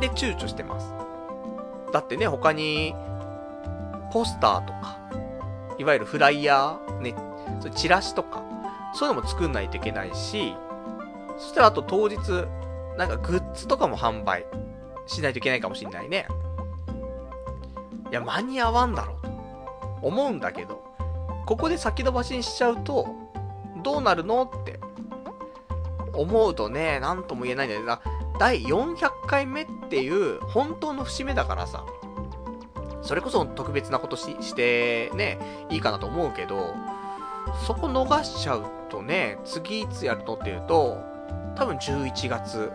で、躊躇してます。だってね、他に、ポスターとか、いわゆるフライヤー、ね、そチラシとか、そういうのも作んないといけないし、そしたらあと当日、なんかグッズとかも販売。 しないといけないかもしんないね。いや、間に合わんだろうと思うんだけど、ここで先延ばしにしちゃうと、どうなるのって思うとね、なんとも言えないんだよな。第400回目っていう本当の節目だからさ、それこそ特別なことしてね、いいかなと思うけど、そこ逃しちゃうとね、次いつやるのっていうと、多分11月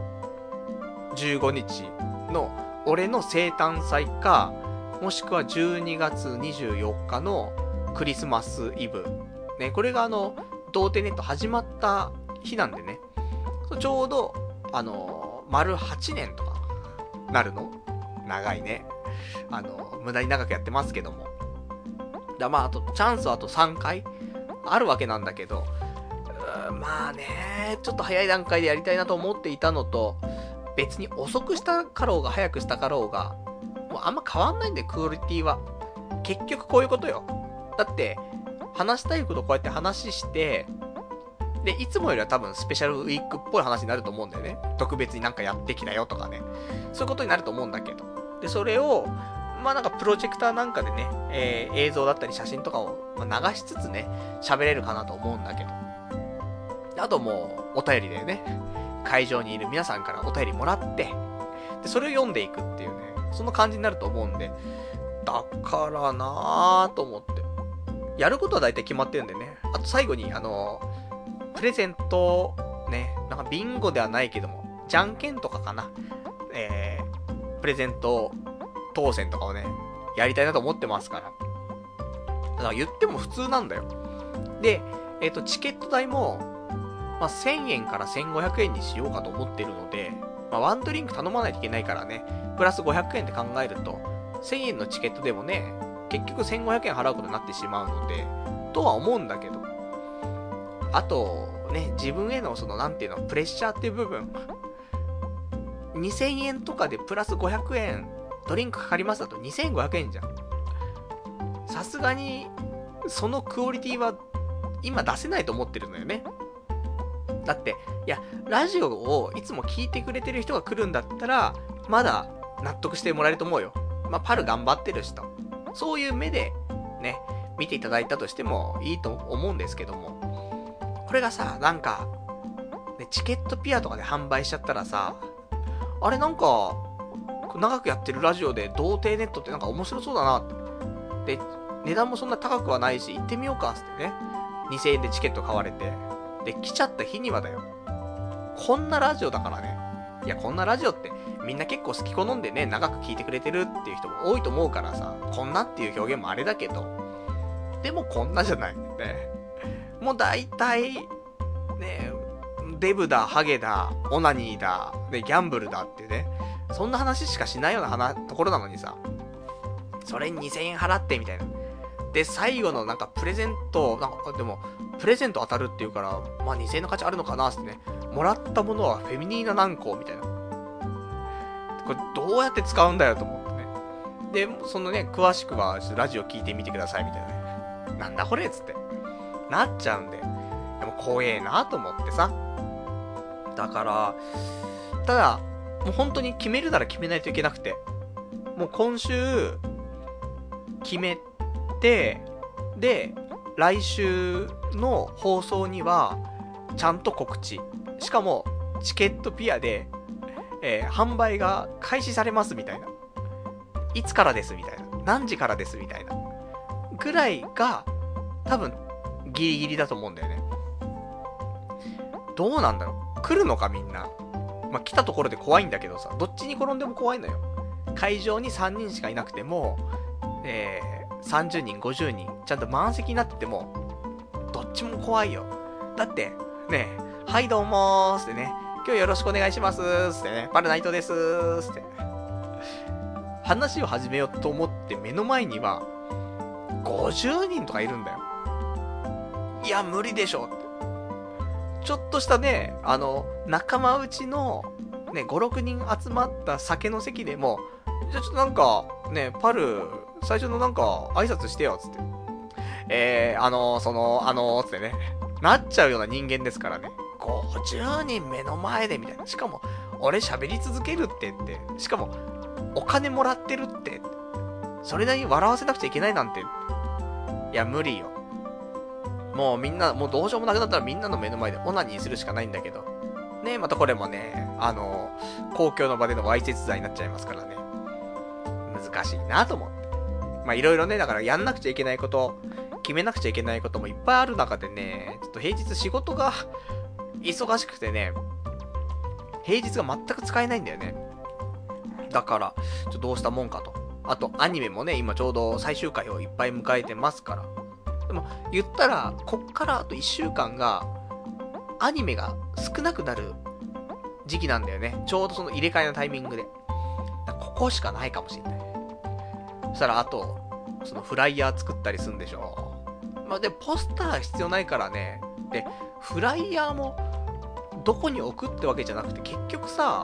15日の俺の生誕祭か、もしくは12月24日のクリスマスイブ。ね、これが童貞ネット始まった日なんでね、ちょうど、丸8年とかなるの長いね。無駄に長くやってますけども。まあ、あと、チャンスはあと3回あるわけなんだけど、まあね、ちょっと早い段階でやりたいなと思っていたのと、別に遅くしたかろうが早くしたかろうが、もうあんま変わんないんだよ、クオリティは。結局こういうことよ。だって、話したいことこうやって話して、で、いつもよりは多分スペシャルウィークっぽい話になると思うんだよね。特別になんかやってきたよとかね。そういうことになると思うんだけど。で、それを、まあなんかプロジェクターなんかでね、映像だったり写真とかを流しつつね、喋れるかなと思うんだけど。あともう、お便りでね、会場にいる皆さんからお便りもらって、で、それを読んでいくっていうね、その感じになると思うんで、だからなぁと思って。やることは大体決まってるんでね。あと最後に、プレゼント、ね、なんかビンゴではないけども、じゃんけんとかかな。プレゼント当選とかをね、やりたいなと思ってますから。だから言っても普通なんだよ。で、チケット代も、まあ、1000円から1500円にしようかと思ってるので、まあ、ワンドリンク頼まないといけないからね、プラス500円って考えると、1000円のチケットでもね、結局1500円払うことになってしまうので、とは思うんだけど、あと、ね、自分へのなんていうの、プレッシャーっていう部分、2000円とかでプラス500円、ドリンクかかりますだと2500円じゃん。さすがに、そのクオリティは、今出せないと思ってるのよね。だって、いや、ラジオをいつも聞いてくれてる人が来るんだったら、まだ納得してもらえると思うよ。まあ、パル頑張ってるしと。そういう目で、ね、見ていただいたとしてもいいと思うんですけども。これがさ、なんか、ね、チケットピアとかで販売しちゃったらさ、あれなんか、長くやってるラジオで童貞ネットってなんか面白そうだなって。で、値段もそんな高くはないし、行ってみようかってね。2000円でチケット買われて。で、来ちゃった日にはだよ。こんなラジオだからね。いや、こんなラジオってみんな結構好き好んでね、長く聞いてくれてるっていう人も多いと思うからさ、こんなっていう表現もあれだけど、でもこんなじゃない。ね。もう大体、ね、デブだ、ハゲだ、オナニーだ、で、ギャンブルだってね、そんな話しかしないようなところなのにさ、それに2000円払ってみたいな。で、最後のなんかプレゼント、なんか、でも、プレゼント当たるっていうから、まあ2000円の価値あるのかなってね、もらったものはフェミニーナ軟膏みたいな。これどうやって使うんだよと思ってね。で、そのね、詳しくはラジオ聞いてみてくださいみたいなね。なんだこれっつって。なっちゃうんで。でも怖えなと思ってさ。だから、ただ、もう本当に決めるなら決めないといけなくて。もう今週、決めて、で、来週の放送には、ちゃんと告知。しかも、チケットピアで、販売が開始されますみたいな。いつからですみたいな。何時からですみたいな。ぐらいが、多分、ギリギリだと思うんだよね。どうなんだろう。来るのかみんな。まあ、来たところで怖いんだけどさ、どっちに転んでも怖いのよ。会場に3人しかいなくても、30人、50人、ちゃんと満席になってても、どっちも怖いよ。だって、ね、はいどうもーってね、今日よろしくお願いしますーってね、パルナイトですーって。話を始めようと思って目の前には、50人とかいるんだよ。いや、無理でしょって。ちょっとしたね、仲間内の、ね、5、6人集まった酒の席でも、じゃあちょっとなんか、ね、パル、最初のなんか、挨拶してよ、つって。つってね、なっちゃうような人間ですからね。50人目の前で、みたいな。しかも、 俺喋り続けるってって。しかも、お金もらってるって。それなりに笑わせなくちゃいけないなんて。いや、無理よ。もうみんな、もうどうしようもなくなったらみんなの目の前でオナニーするしかないんだけど。ね、またこれもね、公共の場でのわいせつ罪になっちゃいますからね。難しいなと思って。まあいろいろね、だからやんなくちゃいけないこと、決めなくちゃいけないこともいっぱいある中でね、ちょっと平日仕事が忙しくてね、平日が全く使えないんだよね。だから、ちょっとどうしたもんかと。あと、アニメもね、今ちょうど最終回をいっぱい迎えてますから。でも、言ったら、こっからあと1週間が、アニメが少なくなる時期なんだよね。ちょうどその入れ替えのタイミングで。ここしかないかもしれない。そしたら、あと、そのフライヤー作ったりするんでしょ。まあ、で、ポスター必要ないからね。で、フライヤーも、どこに置くってわけじゃなくて、結局さ、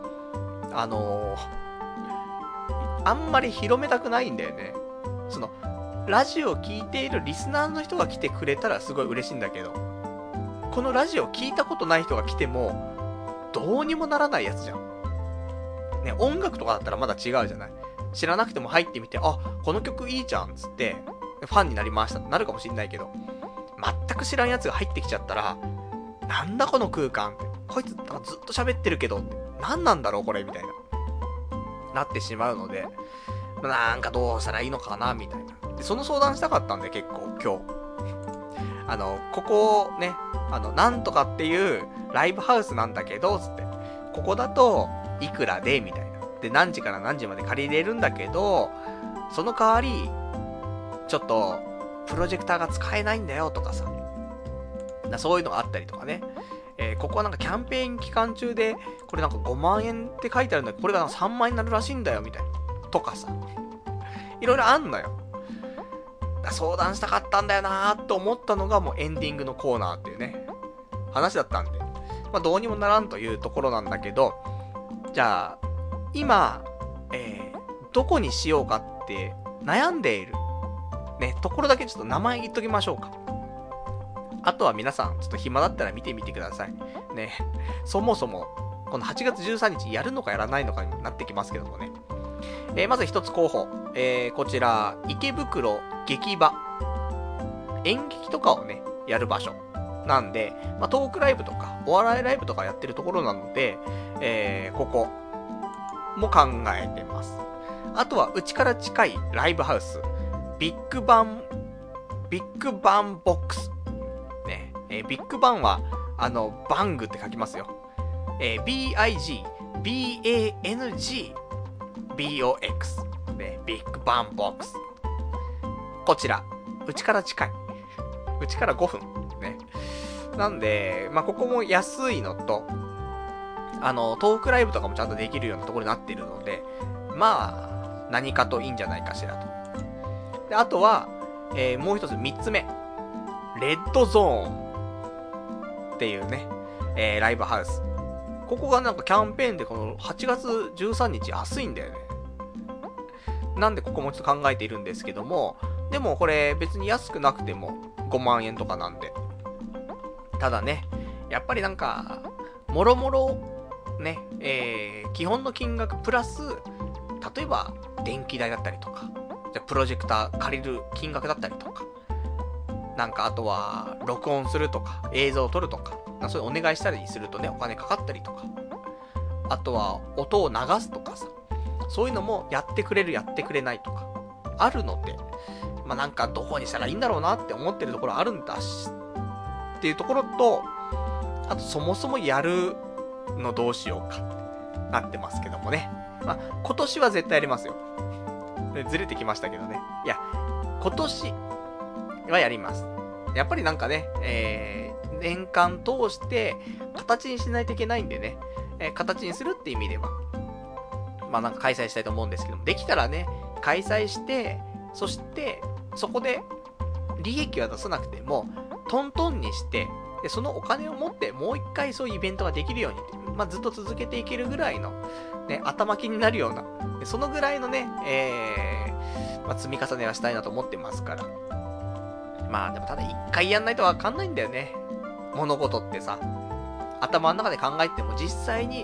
あんまり広めたくないんだよね。その、ラジオを聞いているリスナーの人が来てくれたらすごい嬉しいんだけど、このラジオを聞いたことない人が来ても、どうにもならないやつじゃん。ね、音楽とかだったらまだ違うじゃない。知らなくても入ってみて、あ、この曲いいじゃん、つって、ファンになりましたってなるかもしんないけど、全く知らんやつが入ってきちゃったら、なんだこの空間って。こいつずっと喋ってるけどって。何なんだろうこれみたいな。なってしまうので、なんかどうしたらいいのかなみたいな。で、その相談したかったんで結構今日。ここね、なんとかっていうライブハウスなんだけど、つって。ここだと、いくらでみたいな。で、何時から何時まで借りれるんだけど、その代わり、ちょっと、プロジェクターが使えないんだよとかさ。そういうのがあったりとかね。ここはなんかキャンペーン期間中で、これなんか5万円って書いてあるんだけど、これが3万円になるらしいんだよ、みたいな。とかさ。いろいろあんのよ。相談したかったんだよなーと思ったのがもうエンディングのコーナーっていうね、話だったんで。まあどうにもならんというところなんだけど、じゃあ、今、どこにしようかって悩んでいる、ね、ところだけちょっと名前言っときましょうか。あとは皆さん、ちょっと暇だったら見てみてください。ね。そもそも、この8月13日やるのかやらないのかになってきますけどもね。まず一つ候補。こちら、池袋劇場。演劇とかをね、やる場所。なんで、まあ、トークライブとか、お笑いライブとかやってるところなので、ここも考えてます。あとは、うちから近いライブハウス。ビッグバンボックス。ビッグバンは、バングって書きますよ。B-I-G-B-A-N-G-B-O-X。ね、ビッグバンボックス。こちら、うちから近い。うちから5分。ね。なんで、まあ、ここも安いのと、トークライブとかもちゃんとできるようなところになっているので、まあ、何かといいんじゃないかしらと。で、あとは、もう一つ3つ目。レッドゾーン。っていうね、ライブハウス。ここがなんかキャンペーンでこの8月13日安いんだよね。なんでここもちょっと考えているんですけども、でもこれ別に安くなくても5万円とかなんで。ただね、やっぱりなんか、もろもろ、ね、基本の金額プラス、例えば電気代だったりとか、じゃプロジェクター借りる金額だったりとか、なんかあとは録音するとか映像を撮るとか、そういうお願いしたりするとねお金かかったりとか、あとは音を流すとかさ、そういうのもやってくれるやってくれないとかあるので、まあなんかどこにしたらいいんだろうなって思ってるところあるんだしっていうところと、あとそもそもやるのどうしようかなってますけどもね。まあ今年は絶対やりますよ。ずれてきましたけどね。いや今年はやります。やっぱりなんかね、年間通して形にしないといけないんでね、形にするって意味では、まあなんか開催したいと思うんですけども、できたらね、開催して、そしてそこで利益は出さなくても、トントンにして、でそのお金を持ってもう一回そういうイベントができるように、まあずっと続けていけるぐらいの、ね、頭金になるような、そのぐらいのね、まあ、積み重ねはしたいなと思ってますから。まあでもただ一回やんないとわかんないんだよね。物事ってさ、頭の中で考えても実際に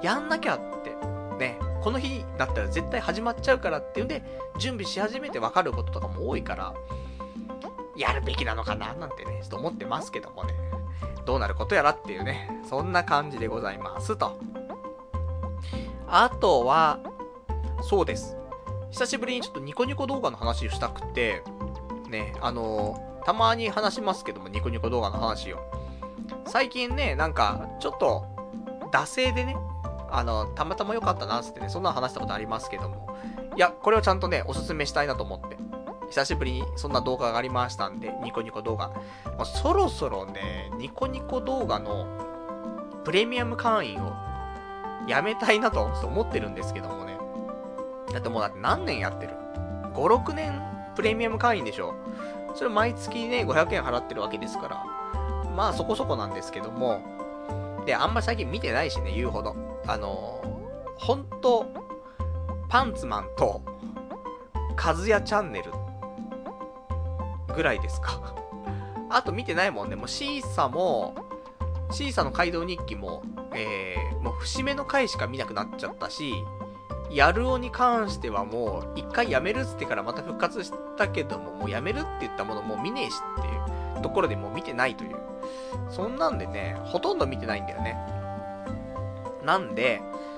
やんなきゃって、ね、この日だったら絶対始まっちゃうからっていうんで、準備し始めて分かることとかも多いから、やるべきなのかななんてね、ちょっと思ってますけどもね。どうなることやらっていうね、そんな感じでございますと。あとは、そうです。久しぶりにちょっとニコニコ動画の話をしたくて、ね、たまに話しますけども、ニコニコ動画の話を。最近ね、なんか、ちょっと、惰性でね、たまたま良かったな、つってね、そんな話したことありますけども。いや、これをちゃんとね、おすすめしたいなと思って。久しぶりにそんな動画がありましたんで、ニコニコ動画。もうそろそろね、ニコニコ動画のプレミアム会員をやめたいなと思ってるんですけどもね。だって何年やってる ?5、6年プレミアム会員でしょ。それ毎月ね、500円払ってるわけですから。まあそこそこなんですけども。で、あんま最近見てないしね、言うほど。ほんと、パンツマンと、カズヤチャンネルぐらいですか。あと見てないもんね。もうシーサの街道日記も、もう節目の回しか見なくなっちゃったし、やるおに関してはもう一回やめるっつってからまた復活したけども、もうやめるって言ったものもう見ねえしっていうところでもう見てないという。そんなんでね、ほとんど見てないんだよね。なんで、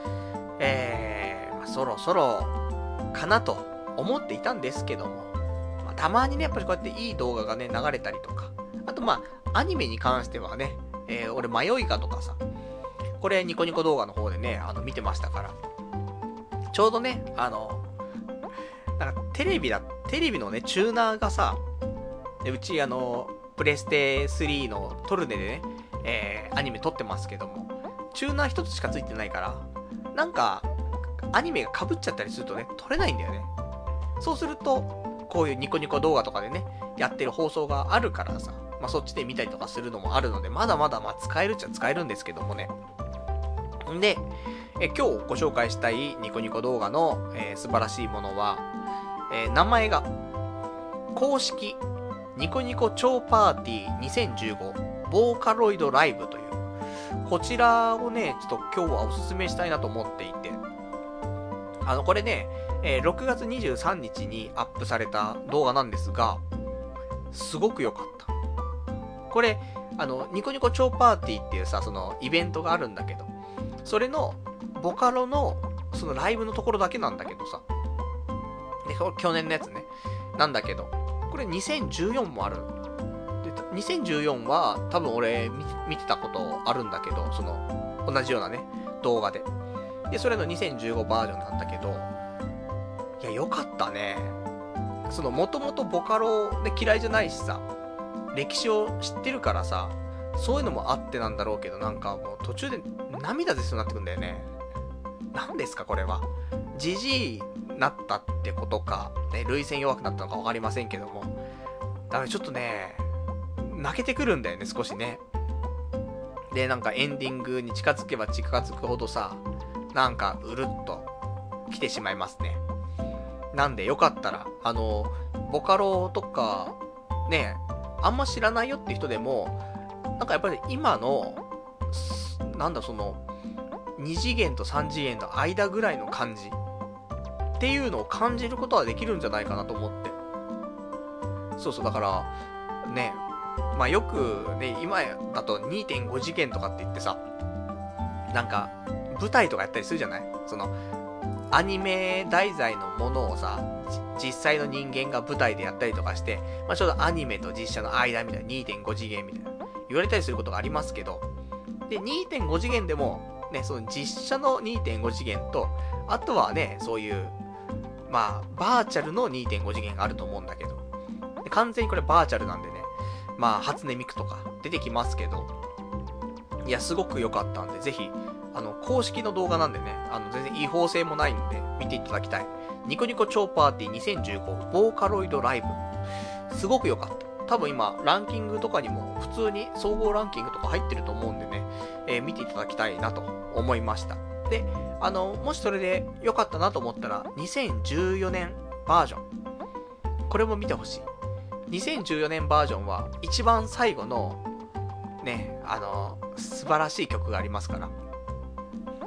そろそろかなと思っていたんですけども、たまにね、やっぱりこうやっていい動画がね、流れたりとか、あとアニメに関してはね、俺迷いがとかさ、これニコニコ動画の方でね、見てましたから、ちょうどね、なんかテレビのね、チューナーがさ、うちプレステ3のトルネでね、アニメ撮ってますけども、チューナー一つしかついてないから、なんか、アニメが被っちゃったりするとね、撮れないんだよね。そうすると、こういうニコニコ動画とかでね、やってる放送があるからさ、そっちで見たりとかするのもあるので、まだまだ使えるっちゃ使えるんですけどもね。んで、今日ご紹介したいニコニコ動画の、素晴らしいものは、名前が、公式ニコニコ超パーティー2015ボーカロイドライブという、こちらをね、ちょっと今日はおすすめしたいなと思っていて、これね、6月23日にアップされた動画なんですが、すごく良かった。これ、ニコニコ超パーティーっていうさ、そのイベントがあるんだけど、それのボカロのそのライブのところだけなんだけどさ、で、去年のやつね、なんだけど、これ2014もある。で、2014は多分俺見てたことあるんだけど、その同じようなね、動画で。で、それの2015バージョンなんだけど、いや、よかったね。その、もともとボカロで嫌いじゃないしさ、歴史を知ってるからさ、そういうのもあってなんだろうけど、なんかもう途中で涙出そうになってくんだよね。何ですかこれは。ジジイなったってことか、ね、涙腺弱くなったのかわかりませんけども。だからちょっとね、泣けてくるんだよね、少しね。で、なんかエンディングに近づけば近づくほどさ、なんかうるっと来てしまいますね。なんでよかったら、ボカロとか、ね、あんま知らないよって人でも、なんかやっぱり今の、なんだその、2次元と3次元の間ぐらいの感じっていうのを感じることはできるんじゃないかなと思って。そうそう、だから、ね、よくね、今だと 2.5 次元とかって言ってさ、なんか、舞台とかやったりするじゃない？その、アニメ題材のものをさ、実際の人間が舞台でやったりとかして、ちょうどアニメと実写の間みたいな 2.5 次元みたいな言われたりすることがありますけど、で 2.5 次元でもね、その実写の 2.5 次元と、あとはね、そういうバーチャルの 2.5 次元があると思うんだけど、で完全にこれバーチャルなんでね、初音ミクとか出てきますけど、いやすごく良かったんで、ぜひ公式の動画なんでね、全然違法性もないんで、見ていただきたい。ニコニコ超パーティー2015ボーカロイドライブ。すごく良かった。多分今、ランキングとかにも、普通に総合ランキングとか入ってると思うんでね、見ていただきたいなと思いました。で、もしそれで良かったなと思ったら、2014年バージョン。これも見てほしい。2014年バージョンは、一番最後の、ね、素晴らしい曲がありますから、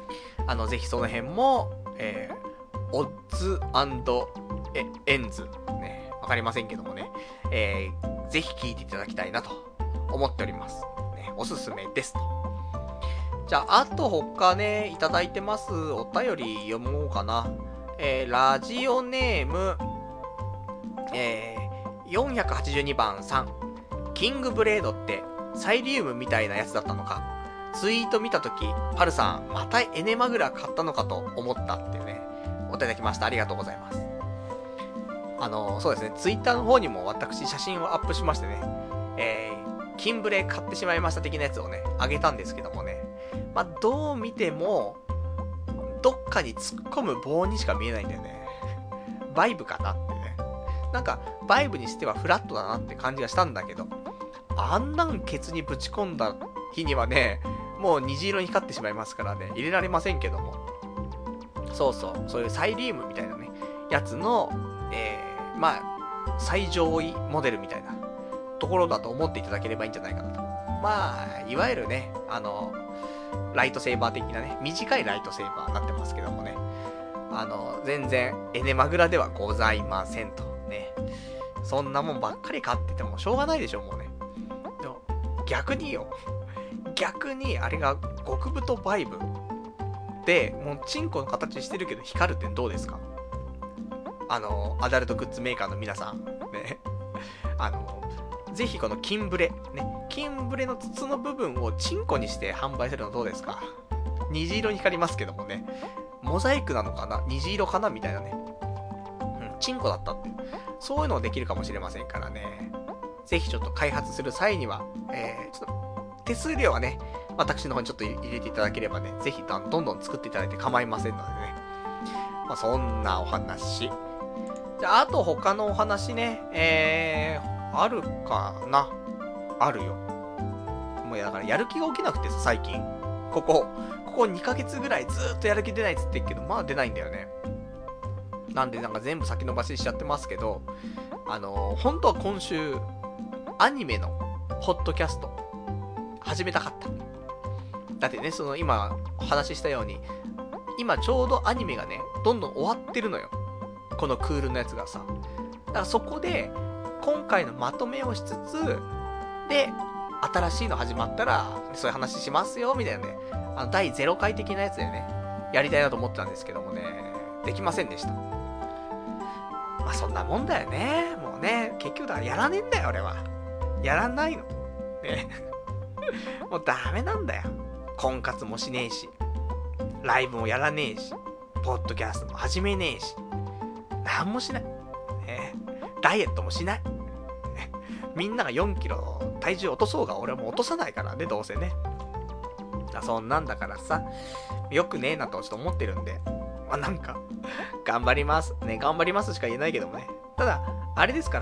ぜひその辺も、オッズエンズ、ね、わかりませんけどもね、ぜひ聞いていただきたいなと思っております。ね、おすすめですと。じゃあ、あと他ね、いただいてます。お便り読もうかな。ラジオネーム、482番さん。キングブレードってサイリウムみたいなやつだったのか。ツイート見たとき、パルさん、またエネマグラ買ったのかと思ったっていうね、おいただきました。ありがとうございます。そうですね、ツイッターの方にも私写真をアップしましてね、キンブレ買ってしまいました的なやつをね、あげたんですけどもね、まあ、どう見ても、どっかに突っ込む棒にしか見えないんだよね。バイブかなってね。なんか、バイブにしてはフラットだなって感じがしたんだけど、あんなんケツにぶち込んだ日にはね、もう虹色に光ってしまいますからね、入れられませんけども。そういうサイリウムみたいなね、やつの、まあ、最上位モデルみたいなところだと思っていただければいいんじゃないかなと。まあ、いわゆるね、ライトセーバー的なね、短いライトセーバーになってますけどもね、全然エネマグラではございませんとね。そんなもんばっかり買っててもしょうがないでしょ、もうね。でも、逆にあれが極太バイブで、もうチンコの形してるけど光るってどうですか？アダルトグッズメーカーの皆さん。ね。ぜひこのキンブレ、ね。キンブレの筒の部分をチンコにして販売するのどうですか？虹色に光りますけどもね。モザイクなのかな？虹色かなみたいなね。チンコだったって。そういうのできるかもしれませんからね。ぜひちょっと開発する際には、ちょっと手数料はね、私の方にちょっと入れていただければね、ぜひどんどん作っていただいて構いませんのでね。まあ、そんなお話。じゃあ、あと他のお話ね、あるかな？あるよ。もうだからやる気が起きなくてさ、最近。ここ2ヶ月ぐらいずーっとやる気出ないっつって言うけど、まあ出ないんだよね。なんでなんか全部先延ばししちゃってますけど、本当は今週、アニメのポッドキャスト、始めたかった。だってね、今お話ししたように、今ちょうどアニメがね、どんどん終わってるのよ。このクールのやつがさ。だからそこで、今回のまとめをしつつ、で、新しいの始まったら、そういう話しますよ、みたいなね。第0回的なやつでね、やりたいなと思ってたんですけどもね、できませんでした。まあそんなもんだよね。もうね、結局だからやらねえんだよ、俺は。やらないの。ね。もうダメなんだよ。婚活もしねえし、ライブもやらねえし、ポッドキャストも始めねえし、なんもしない。ね、ダイエットもしない。ね、みんなが4キロ体重落とそうが俺はもう落とさないからね、どうせね。そんなんだからさ、よくねえなとちょっと思ってるんで、まあなんか、頑張ります。ね、頑張りますしか言えないけどもね。ただ、あれですから、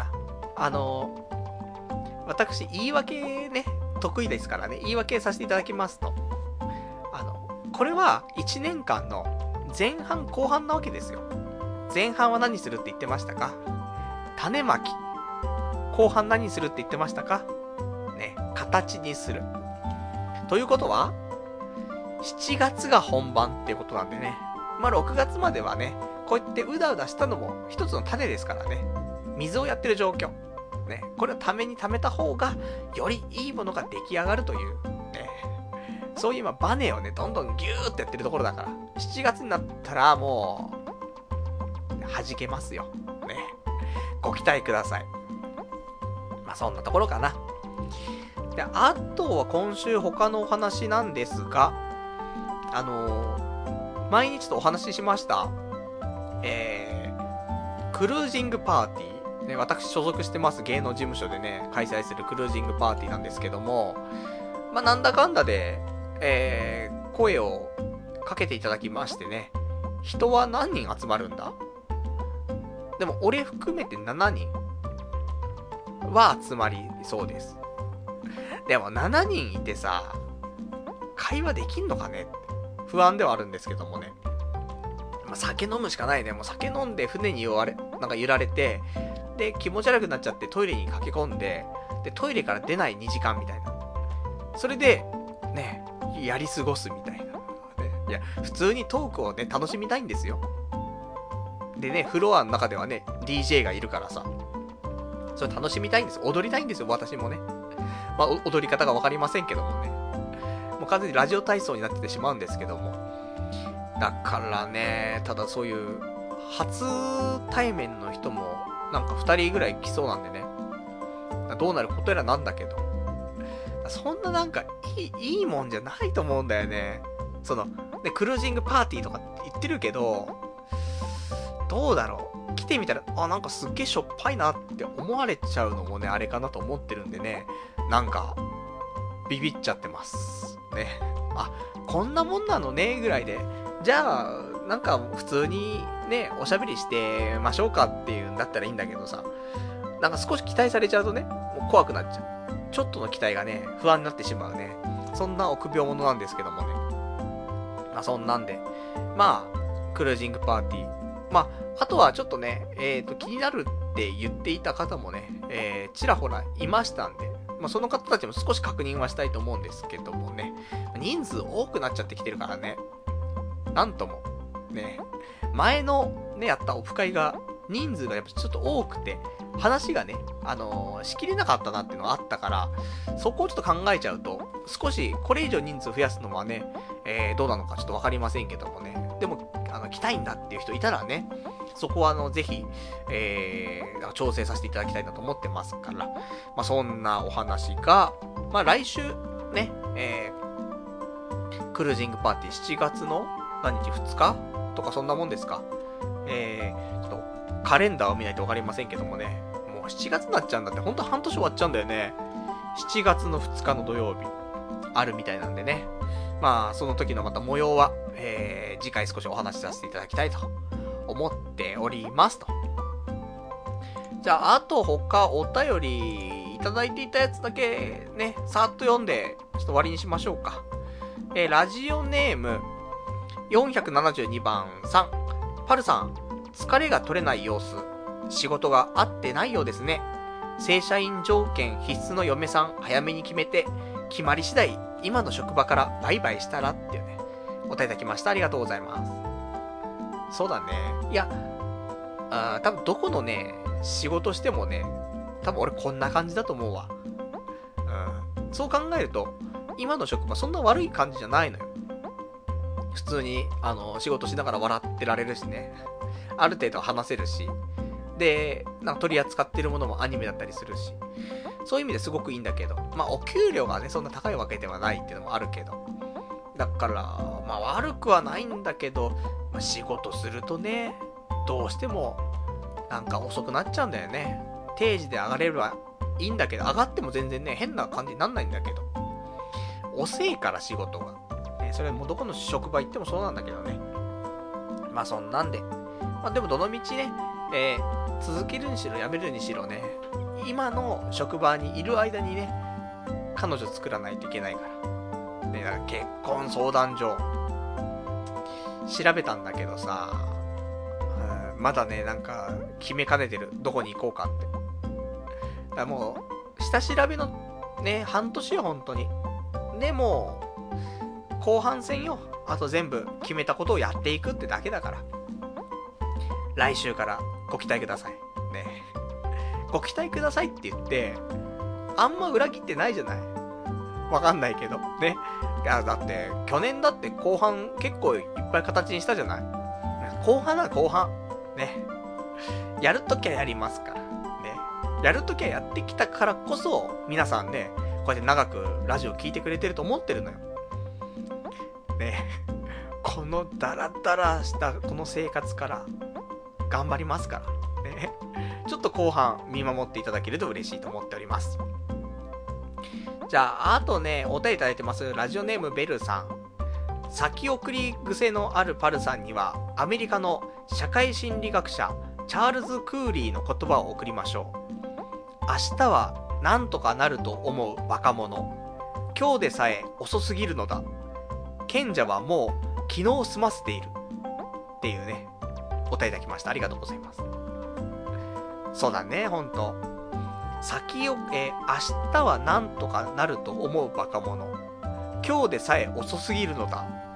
私、言い訳ね、得意ですからね、言い訳させていただきますと、これは1年間の前半後半なわけですよ。前半は何するって言ってましたか？種まき。後半何するって言ってましたか？ね、形にする。ということは、7月が本番っていうことなんでね。まあ6月まではね、こうやってうだうだしたのも一つの種ですからね。水をやってる状況。ね、これをために貯めた方が、よりいいものが出来上がるという、ね、そういう今バネをね、どんどんギューってやってるところだから、7月になったらもう、弾けますよ。ね。ご期待ください。まあそんなところかな。で、あとは今週他のお話なんですが、前にちょっとお話ししました、クルージングパーティー、ね、私所属してます芸能事務所でね、開催するクルージングパーティーなんですけども、まあなんだかんだで、声をかけていただきましてね、人は何人集まるんだ？でも俺含めて7人は集まりそうです。でも7人いてさ、会話できんのかねって不安ではあるんですけどもね。まあ、酒飲むしかないね。もう酒飲んで船になんか揺られて、で、気持ち悪くなっちゃってトイレに駆け込んで、で、トイレから出ない2時間みたいな。それで、ね、やり過ごすみたいな。ね、 や、普通にトークをね、楽しみたいんですよ。でね、フロアの中ではね、DJ がいるからさ、それ楽しみたいんです。踊りたいんですよ、私もね。まあ、踊り方がわかりませんけどもね。もう完全にラジオ体操になっててしまうんですけども。だからね、ただそういう、初対面の人も、なんか2人ぐらい来そうなんでね。どうなることやらなんだけど。そんななんかいいもんじゃないと思うんだよね。その、ね、クルージングパーティーとかって言ってるけど、どうだろう。来てみたら、あ、なんかすっげえしょっぱいなって思われちゃうのもね、あれかなと思ってるんでね。なんか、ビビっちゃってます。ね。あ、こんなもんなのね、ぐらいで。じゃあ、なんか普通にね、おしゃべりしてましょうかっていうんだったらいいんだけどさ。なんか少し期待されちゃうとね、もう怖くなっちゃう。ちょっとの期待がね、不安になってしまうね。そんな臆病者なんですけどもね。まあそんなんで。まあ、クルージングパーティー。まあ、あとはちょっとね、気になるって言っていた方もね、ちらほらいましたんで、まあその方たちも少し確認はしたいと思うんですけどもね。人数多くなっちゃってきてるからね。なんとも。ね。前のね、やったオフ会が、人数がやっぱちょっと多くて、話がね、しきれなかったなっていうのがあったから、そこをちょっと考えちゃうと、少しこれ以上人数増やすのはね、どうなのかちょっとわかりませんけどもね。でも、来たいんだっていう人いたらね、そこはぜひ、調整させていただきたいなと思ってますから、まあそんなお話が、まあ来週、ね、クルージングパーティー7月の何日2日とかそんなもんですか。ちょっとカレンダーを見ないとわかりませんけどもね、もう7月になっちゃうんだって、ほんと半年終わっちゃうんだよね。7月の2日の土曜日、あるみたいなんでね。まあ、その時のまた模様は、次回少しお話しさせていただきたいと思っておりますと。じゃあ、あと他お便りいただいていたやつだけね、さーっと読んで、ちょっと終わりにしましょうか。ラジオネーム、472番さん。パルさん、疲れが取れない様子。仕事が合ってないようですね。正社員条件必須の嫁さん、早めに決めて、決まり次第、今の職場からバイバイしたらっていうね、お答えいただきました。ありがとうございます。そうだね。いや、多分どこのね、仕事してもね、多分俺こんな感じだと思うわ。そう考えると、今の職場そんな悪い感じじゃないのよ。普通に、仕事しながら笑ってられるしね。ある程度話せるし。で、なんか取り扱ってるものもアニメだったりするし。そういう意味ですごくいいんだけど。まあ、お給料がね、そんな高いわけではないっていうのもあるけど。だから、まあ、悪くはないんだけど、まあ、仕事するとね、どうしても、なんか遅くなっちゃうんだよね。定時で上がれればいいんだけど、上がっても全然ね、変な感じになんないんだけど。遅いから仕事が。それはもうどこの職場行ってもそうなんだけどね。まあそんなんで。まあでもどの道ね、続けるにしろやめるにしろね、今の職場にいる間にね、彼女作らないといけないから。で、だから結婚相談所、調べたんだけどさ、まだね、なんか決めかねてる。どこに行こうかって。だからもう、下調べのね、半年よ、本当に。でも、後半戦よ。あと全部決めたことをやっていくってだけだから。来週からご期待ください。ね。ご期待くださいって言って、あんま裏切ってないじゃない。わかんないけど。ね。いや、だって、去年だって後半結構いっぱい形にしたじゃない。後半は後半。ね。やるときはやりますから。ね。やるときはやってきたからこそ、皆さんね、こうやって長くラジオ聞いてくれてると思ってるのよ。ね、このダラダラしたこの生活から頑張りますから、ね、ちょっと後半見守っていただけると嬉しいと思っております。じゃあ、あとね、お便りいただいてます。ラジオネームベルさん。先送り癖のあるパルさんには、アメリカの社会心理学者チャールズ・クーリーの言葉を送りましょう。明日はなんとかなると思う若者。今日でさえ遅すぎるのだ。賢者はもう昨日済ませているっていうね、お答えいただきました。ありがとうございます。そうだね、ほんと。明日はなんとかなると思う若者。今日でさえ遅すぎるのだ。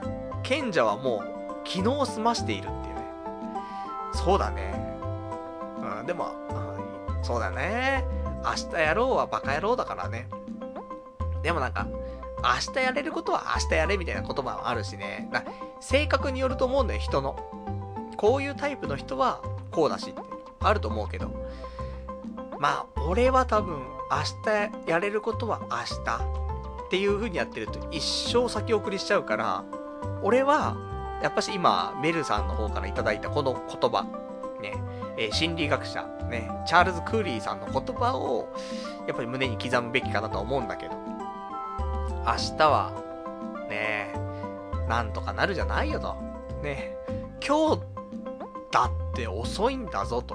賢者はもう昨日済ましているっていうね。そうだね。でも、そうだね。明日やろうはバカ野郎だからね。でもなんか、明日やれることは明日やれみたいな言葉もあるしね。性格によると思うんだよ、人の。こういうタイプの人はこうだしってあると思うけど。まあ、俺は多分、明日やれることは明日っていう風にやってると一生先送りしちゃうから、俺は、やっぱし今、メルさんの方からいただいたこの言葉、ね、心理学者、ね、チャールズ・クーリーさんの言葉を、やっぱり胸に刻むべきかなと思うんだけど、明日は、ね、なんとかなるじゃないよと。ね、今日だって遅いんだぞと。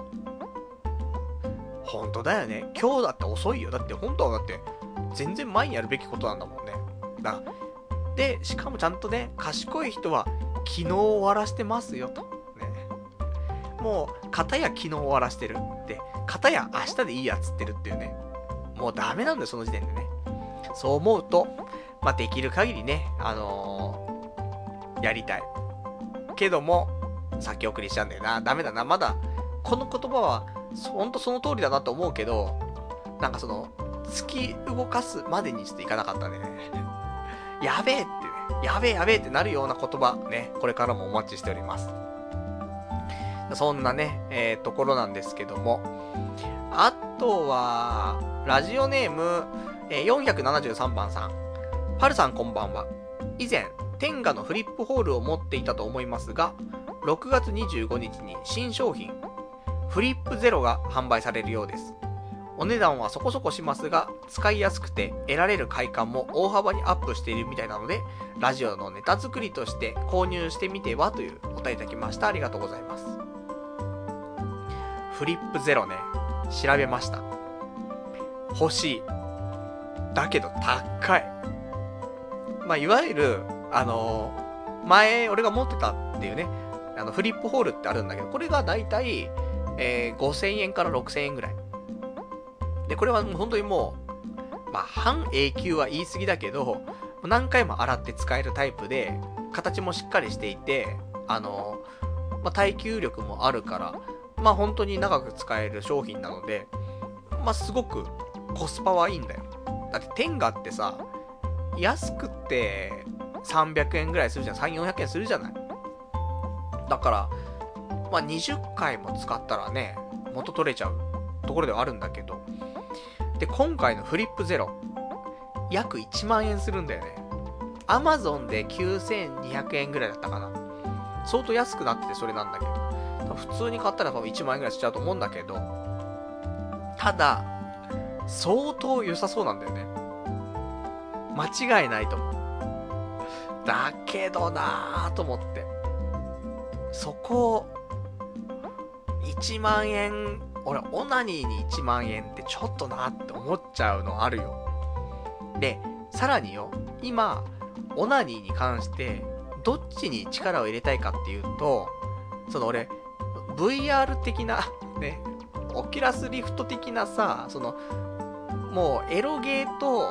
本当だよね。今日だって遅いよ。だって本当はだって、全然前にやるべきことなんだもんね。で、しかもちゃんとね、賢い人は、昨日終わらしてますよと。ね。もう、片や昨日終わらしてる。で、片や明日でいいやつってるっていうね。もうダメなんだよ、その時点でね。そう思うと、まあ、できる限りね、やりたい。けども、先送りしちゃうんだよな。ダメだな。まだ、この言葉は、ほんとその通りだなと思うけど、なんか突き動かすまでにちょっといかなかったね。やべえってね、やべえってなるような言葉ね、これからもお待ちしております。そんなね、ところなんですけども、あとは、ラジオネーム、473番さん。パルさんこんばんは。以前、天下のフリップホールを持っていたと思いますが、6月25日に新商品、フリップゼロが販売されるようです。お値段はそこそこしますが、使いやすくて得られる快感も大幅にアップしているみたいなので、ラジオのネタ作りとして購入してみてはというお答えいただきました。ありがとうございます。フリップゼロね、調べました。欲しい。だけど高い。まあ、いわゆる、前俺が持ってたっていうね、フリップホールってあるんだけど、これがだいたい、5000円から6000円ぐらい。で、これはもう本当にもう、まあ、半永久は言い過ぎだけど、何回も洗って使えるタイプで、形もしっかりしていて、まあ、耐久力もあるから、まあ、本当に長く使える商品なので、まあ、すごくコスパはいいんだよ。だって、テンガってさ、安くって300円ぐらいするじゃん。3、400円するじゃない。だから、まあ、20回も使ったらね、元取れちゃうところではあるんだけど、で、今回のフリップゼロ、約1万円するんだよね。アマゾンで9200円ぐらいだったかな。相当安くなっててそれなんだけど、普通に買ったら1万円ぐらいしちゃうと思うんだけど、ただ、相当良さそうなんだよね。間違いないと思う。だけどなぁと思って。そこ、1万円、俺、オナニーに1万円ってちょっとなって思っちゃうのあるよ。で、さらによ、今、オナニーに関して、どっちに力を入れたいかっていうと、俺、VR 的な、ね、オキュラスリフト的なさ、もうエロゲーと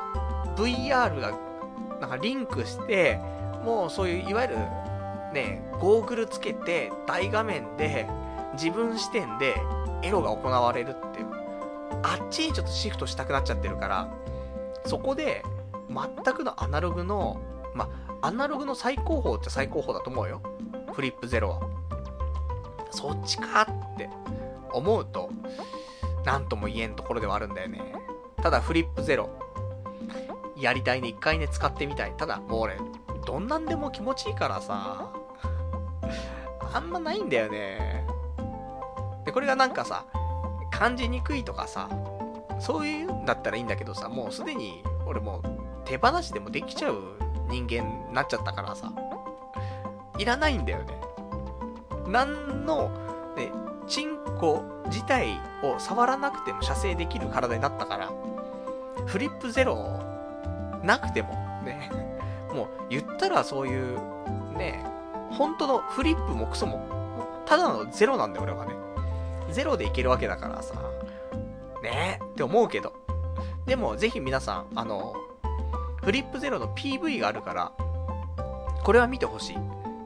VR がなんかリンクして、もうそういういわゆるね、ゴーグルつけて大画面で自分視点でエロが行われるっていう、あっちにちょっとシフトしたくなっちゃってるから、そこで全くのアナログの、まあ、アナログの最高峰って最高峰だと思うよ。フリップゼロは。そっちかって思うと、なんとも言えんところではあるんだよね。ただフリップゼロ、やりたいね、一回ね、使ってみたい。ただ、もう俺、どんなんでも気持ちいいからさ、あんまないんだよね。で、これがなんかさ、感じにくいとかさ、そういうんだったらいいんだけどさ、もうすでに、俺もう手放しでもできちゃう人間になっちゃったからさ、いらないんだよね。なんの、ね、チンコ自体を触らなくても射精できる体になったから、フリップゼロなくてもね、もう言ったらそういうね、本当のフリップもクソもただのゼロなんだよ俺はね。ゼロでいけるわけだからさ、ねって思うけど、でもぜひ皆さんフリップゼロの PV があるから、これは見てほしい。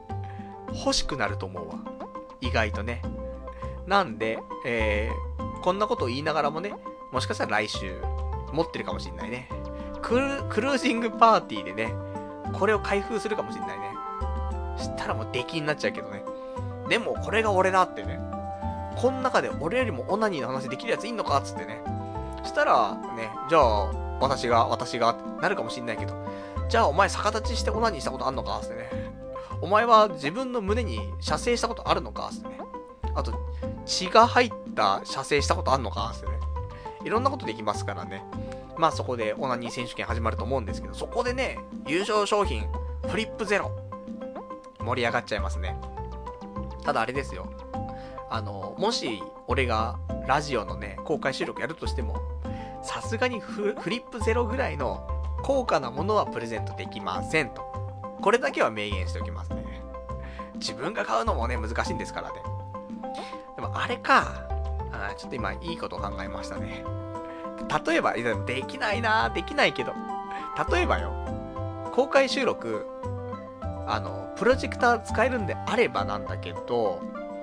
欲しくなると思うわ。意外とね。なんで、こんなことを言いながらもね、もしかしたら来週、持ってるかもしんないね。クルージングパーティーでね、これを開封するかもしんないね。したらもう出禁になっちゃうけどね。でも、これが俺だってね。この中で俺よりもオナニーの話できるやついんのかっつってね。したら、ね、じゃあ、私がってなるかもしんないけど、じゃあお前逆立ちしてオナニーしたことあんのかっつってね。お前は自分の胸に射精したことあるのかっつってね。あと、血が入った射精したことあんのかっつってね。いろんなことできますからね。まあそこでオナニー選手権始まると思うんですけど、そこでね、優勝商品、フリップゼロ。盛り上がっちゃいますね。ただあれですよ。もし、俺がラジオのね、公開収録やるとしても、さすがにフリップゼロぐらいの高価なものはプレゼントできませんと。これだけは明言しておきますね。自分が買うのもね、難しいんですからね。でもあれか。ちょっと今いいことを考えましたね。例えば、できないけど。例えばよ、公開収録、プロジェクター使えるんであればなんだけど、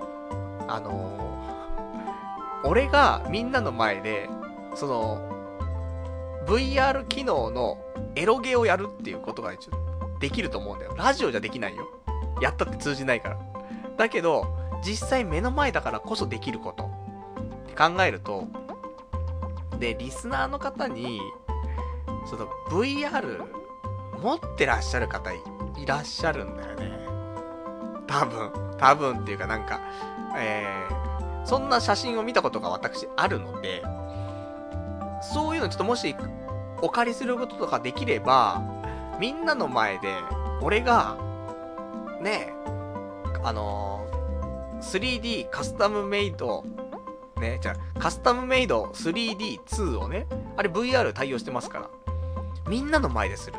俺がみんなの前で、その、VR 機能のエロゲをやるっていうことが一応できると思うんだよ。ラジオじゃできないよ。やったって通じないから。だけど、実際目の前だからこそできることって考えると、で、リスナーの方に、その VR 持ってらっしゃる方いらっしゃるんだよね。多分っていうかなんか、そんな写真を見たことが私あるので、そういうのちょっともしお借りすることとかできれば、みんなの前で俺がね、3D カスタムメイドね、カスタムメイド 3D2 をね、あれ VR 対応してますから、みんなの前でする。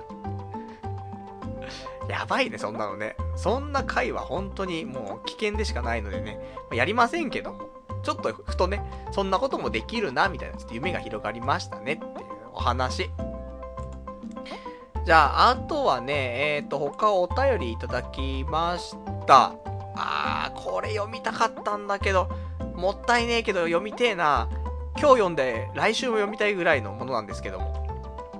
やばいね、そんなのね。そんな回は本当にもう危険でしかないのでね、やりませんけども、ちょっとふとね、そんなこともできるなみたいなちょっと夢が広がりましたねっていうお話。じゃあ、あとはね、他お便りいただきました。これ読みたかったんだけど、もったいねえけど読みてえな。今日読んで来週も読みたいぐらいのものなんですけども。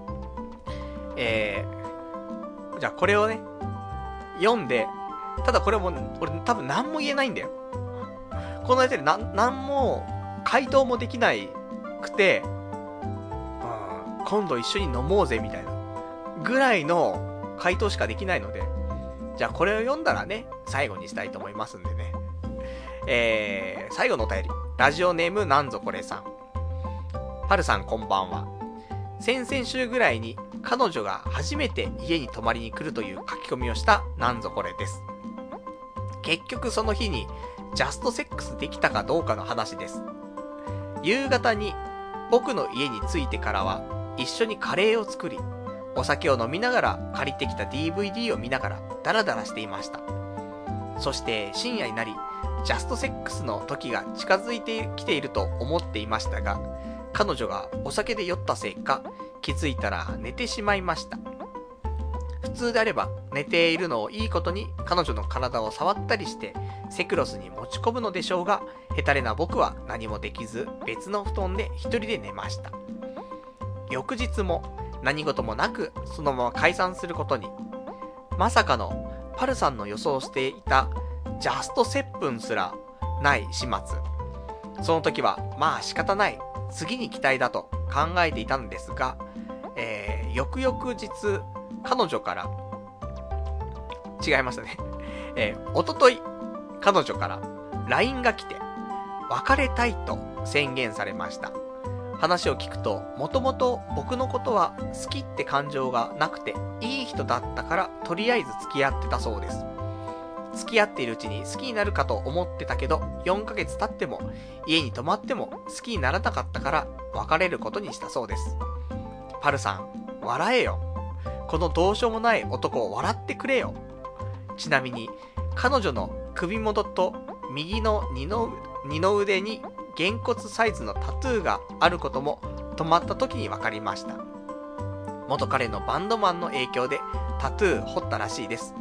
じゃあこれをね、読んで、ただこれも、俺多分何も言えないんだよ。この間で何も回答もできないくて、今度一緒に飲もうぜみたいなぐらいの回答しかできないので、じゃあこれを読んだらね、最後にしたいと思いますんでね。最後のお便り、ラジオネームなんぞこれさん。パルさんこんばんは。先々週ぐらいに彼女が初めて家に泊まりに来るという書き込みをしたなんぞこれです。結局その日にジャストセックスできたかどうかの話です。夕方に僕の家に着いてからは一緒にカレーを作り、お酒を飲みながら借りてきた DVD を見ながらダラダラしていました。そして深夜になり、ジャストセックスの時が近づいてきていると思っていましたが、彼女がお酒で酔ったせいか、気づいたら寝てしまいました。普通であれば寝ているのをいいことに彼女の体を触ったりしてセクロスに持ち込むのでしょうが、ヘタレな僕は何もできず別の布団で一人で寝ました。翌日も何事もなくそのまま解散することに。まさかのパルさんの予想していたジャスト接吻すらない始末。その時はまあ仕方ない、次に期待だと考えていたんですが、翌々日彼女から違いましたね。おととい彼女から LINE が来て別れたいと宣言されました。話を聞くと、もともと僕のことは好きって感情がなくていい人だったからとりあえず付き合ってたそうです。付き合っているうちに好きになるかと思ってたけど、4ヶ月経っても家に泊まっても好きにならなかったから別れることにしたそうです。パルさん、笑えよ。このどうしようもない男を笑ってくれよ。ちなみに彼女の首元と右の二の腕にげんこつサイズのタトゥーがあることも泊まった時に分かりました。元彼のバンドマンの影響でタトゥー彫ったらしいです。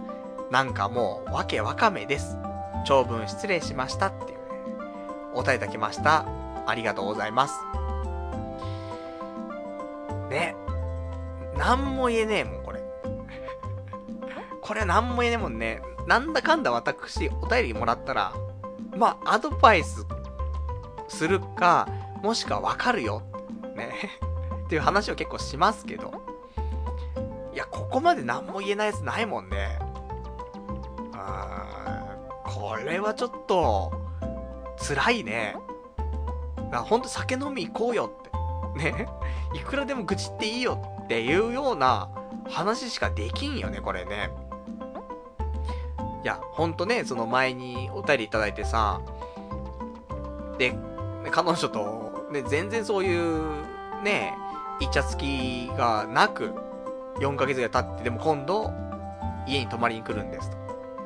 なんかもう、わけわかめです。長文失礼しましたっていうね、お答えいただきました。ありがとうございます。ね。なんも言えねえもん、これ。これなんも言えねえもんね。なんだかんだ私、お便りもらったら、まあ、アドバイスするか、もしくはわかるよ。ね。っていう話を結構しますけど。いや、ここまで何も言えないやつないもんね。これはちょっと、辛いね。ほんと酒飲み行こうよって。ね。いくらでも愚痴っていいよっていうような話しかできんよね、これね。いや、ほんとね、その前にお便りいただいてさ、で、彼女と、ね、全然そういう、ね、イチャつきがなく、4ヶ月が経って、でも今度、家に泊まりに来るんですと。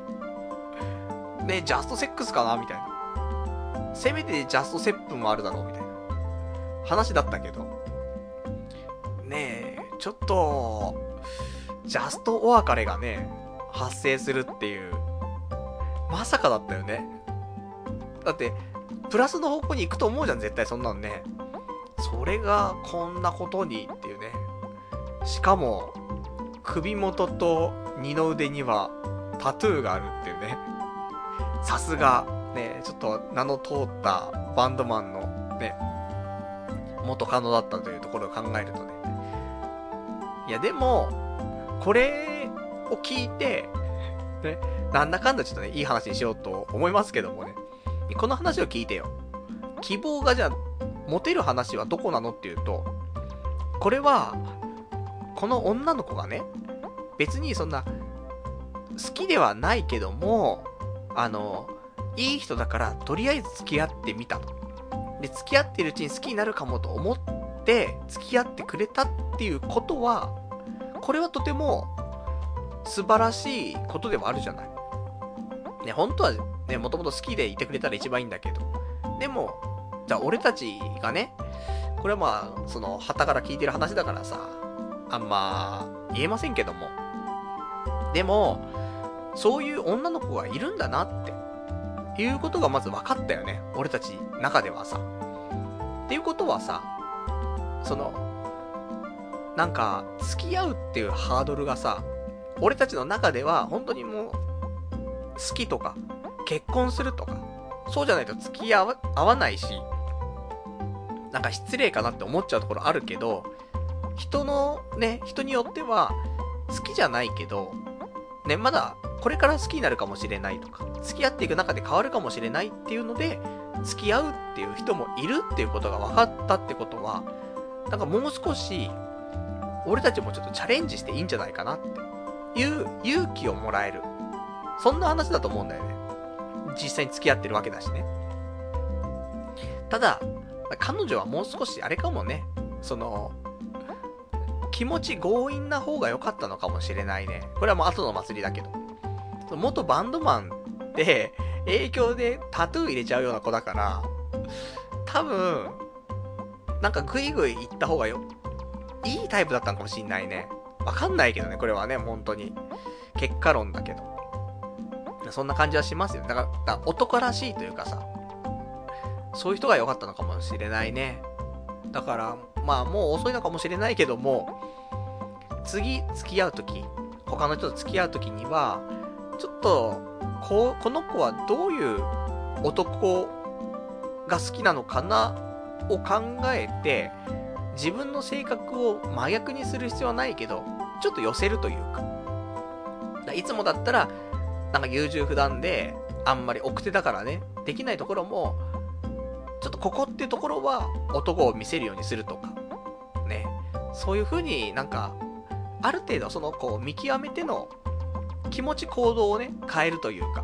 で、ジャストセックスかなみたいな。せめてジャストセップもあるだろうみたいな話だったけど。ねえ、ちょっと、ジャストお別れがね、発生するっていう、まさかだったよね。だって、プラスの方向に行くと思うじゃん、絶対そんなのね。それが、こんなことにっていうね。しかも、首元と二の腕にはタトゥーがあるっていうね。さすが、ね、ちょっと名の通ったバンドマンのね、元カノだったというところを考えるとね。いやでも、これを聞いて、ね、なんだかんだちょっとね、いい話にしようと思いますけどもね。この話を聞いてよ。希望がじゃあ、持てる話はどこなのっていうと、これは、この女の子がね、別にそんな、好きではないけども、いい人だからとりあえず付き合ってみたと。で、付き合ってるうちに好きになるかもと思って付き合ってくれたっていうことは、これはとても素晴らしいことではあるじゃない。ね、本当はね、もともと好きでいてくれたら一番いいんだけど。でも、じゃあ俺たちがね、これはまあ、その、旗から聞いてる話だからさ、あんま言えませんけども。でも、そういう女の子がいるんだなっていうことがまず分かったよね。俺たち中ではさ。っていうことはさ、その、なんか、付き合うっていうハードルがさ、俺たちの中では本当にもう、好きとか、結婚するとか、そうじゃないと付き合わないし、なんか失礼かなって思っちゃうところあるけど、人によっては、好きじゃないけど、ね、まだこれから好きになるかもしれないとか、付き合っていく中で変わるかもしれないっていうので、付き合うっていう人もいるっていうことが分かったってことは、なんかもう少し、俺たちもちょっとチャレンジしていいんじゃないかなっていう勇気をもらえる。そんな話だと思うんだよね。実際に付き合ってるわけだしね。ただ、彼女はもう少しあれかもね、その、気持ち強引な方が良かったのかもしれないね。これはもう後の祭りだけど。元バンドマンって影響でタトゥー入れちゃうような子だから、多分、なんかグイグイ行った方がいいタイプだったのかもしんないね。わかんないけどね、これはね、本当に。結果論だけど。そんな感じはしますよね。だから男らしいというかさ、そういう人が良かったのかもしれないね。だから、まあもう遅いのかもしれないけども、次付き合うとき、他の人と付き合うときには、ちょっと、この子はどういう男が好きなのかなを考えて、自分の性格を真逆にする必要はないけど、ちょっと寄せるというか。いつもだったら、なんか優柔不断で、あんまり奥手だからね、できないところも、ちょっとここっていうところは男を見せるようにするとか、ね。そういう風になんか、ある程度そのこう見極めての気持ち行動をね、変えるというか、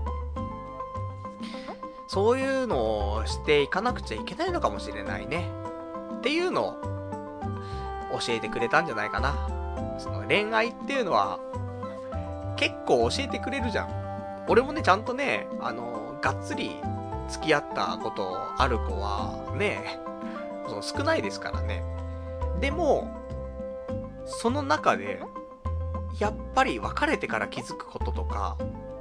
そういうのをしていかなくちゃいけないのかもしれないね。っていうのを教えてくれたんじゃないかな。その恋愛っていうのは結構教えてくれるじゃん。俺もね、ちゃんとね、がっつり付き合ったことある子はね、その少ないですからね。でも、その中で、やっぱり別れてから気づくこととか、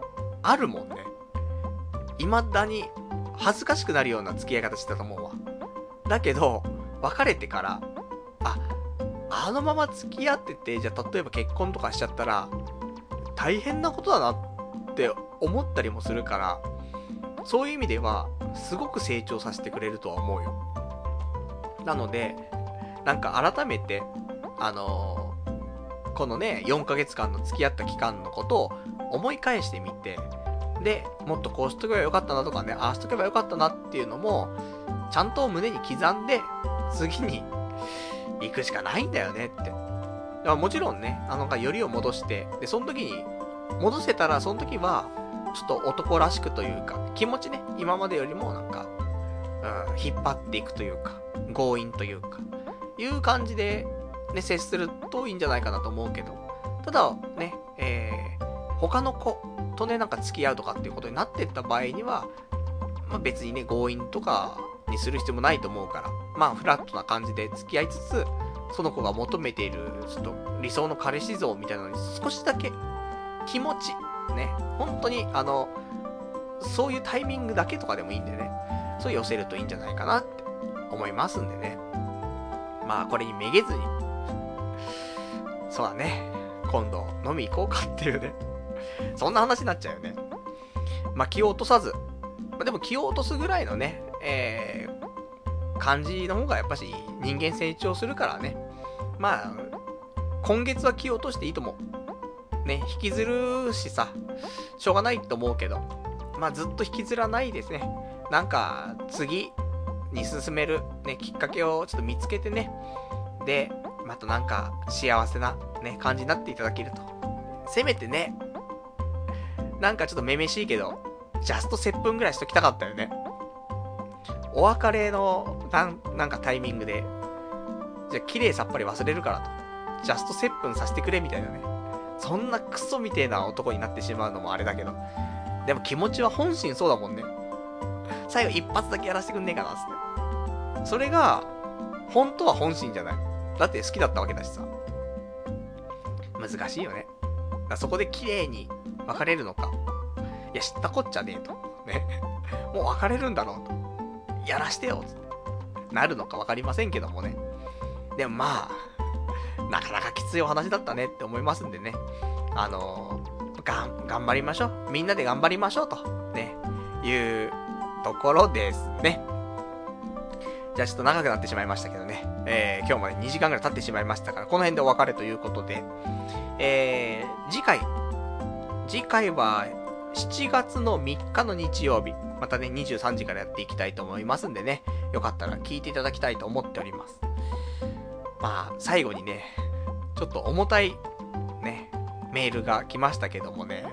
あるもんね。未だに恥ずかしくなるような付き合い方してたと思うわ。だけど、別れてから、あのまま付き合ってて、じゃあ例えば結婚とかしちゃったら、大変なことだなって思ったりもするから、そういう意味では、すごく成長させてくれるとは思うよ。なので、なんか改めて、このね、4ヶ月間の付き合った期間のことを思い返してみて、で、もっとこうしとけばよかったなとかね、ああしとけばよかったなっていうのも、ちゃんと胸に刻んで、次に行くしかないんだよねって。だからもちろんね、よりを戻して、で、その時に、戻せたら、その時は、ちょっと男らしくというか、気持ちね、今までよりも引っ張っていくというか、強引というか、いう感じで、ね、接するといいんじゃないかなと思うけど、ただ、ね、他の子とね、付き合うとかっていうことになっていった場合には、別にね、強引とかにする必要もないと思うから、フラットな感じで付き合いつつ、その子が求めている、ちょっと理想の彼氏像みたいなのに少しだけ気持ち、ね、本当にそういうタイミングだけとかでもいいんでね、そう寄せるといいんじゃないかなって思いますんでね。これにめげずに、そうだね、今度飲み行こうかっていうね、そんな話になっちゃうよね。気を落とさず、でも気を落とすぐらいのね、感じの方がやっぱし人間成長するからね。今月は気を落としていいと思う。ね、引きずるしさ、しょうがないと思うけど、ずっと引きずらないですね。次に進める、ね、きっかけをちょっと見つけてね。で、また幸せな、ね、感じになっていただけると。せめてね、ちょっとめめしいけど、ジャスト接吻ぐらいしときたかったよね。お別れの、タイミングで、じゃあ綺麗さっぱり忘れるからと。ジャスト接吻させてくれみたいなね。そんなクソみてえな男になってしまうのもあれだけど。でも気持ちは本心そうだもんね。最後一発だけやらせてくんねえかなっつって。それが、本当は本心じゃない。だって好きだったわけだしさ。難しいよね。そこで綺麗に別れるのか。いや、知ったこっちゃねえと。ね。もう別れるんだろうと。やらしてよつって。なるのかわかりませんけどもね。でもなかなかきついお話だったねって思いますんでね。頑張りましょう。みんなで頑張りましょうと。ね。いうところですね。じゃあちょっと長くなってしまいましたけどね。今日まで2時間ぐらい経ってしまいましたから、この辺でお別れということで。次回は7月の3日の日曜日。またね、23時からやっていきたいと思いますんでね。よかったら聞いていただきたいと思っております。最後にね、ちょっと重たいね、メールが来ましたけどもね。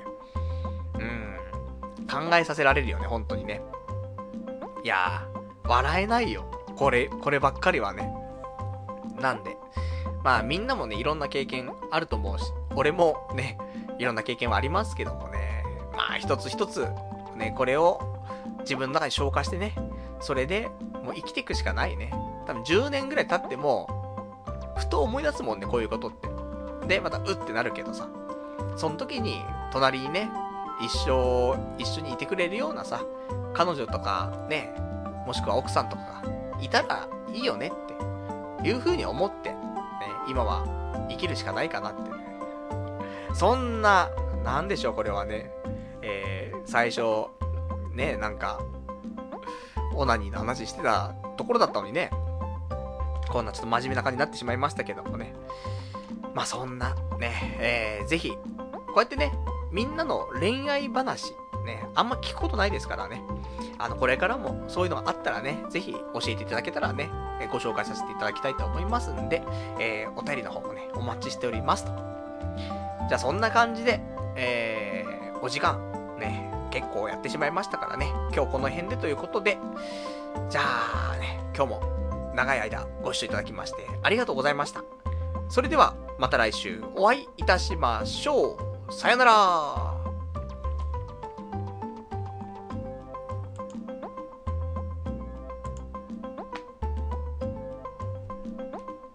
考えさせられるよね、本当にね。いやー、笑えないよ。こればっかりはね。なんで。みんなもね、いろんな経験あると思うし、俺もね、いろんな経験はありますけどもね。一つ一つ、ね、これを自分の中に消化してね、それでもう生きていくしかないね。多分10年ぐらい経っても、ふと思い出すもんね、こういうことって。で、また、うってなるけどさ。その時に、隣にね、一緒にいてくれるようなさ、彼女とかね、もしくは奥さんとかがいたらいいよねっていう風に思って、ね、今は生きるしかないかなって。そんな、なんでしょうこれはね、最初、ね、オナニーの話してたところだったのにね、こんなちょっと真面目な感じになってしまいましたけどもね。そんな、ね、ぜひ、こうやってね、みんなの恋愛話、ね、あんま聞くことないですからね。これからもそういうのがあったらね、ぜひ教えていただけたらね、ご紹介させていただきたいと思いますんで、お便りの方もね、お待ちしておりますと。じゃあそんな感じで、お時間、ね、結構やってしまいましたからね、今日この辺でということで、じゃあね、今日も長い間ご視聴いただきましてありがとうございました。それではまた来週お会いいたしましょう。さよなら。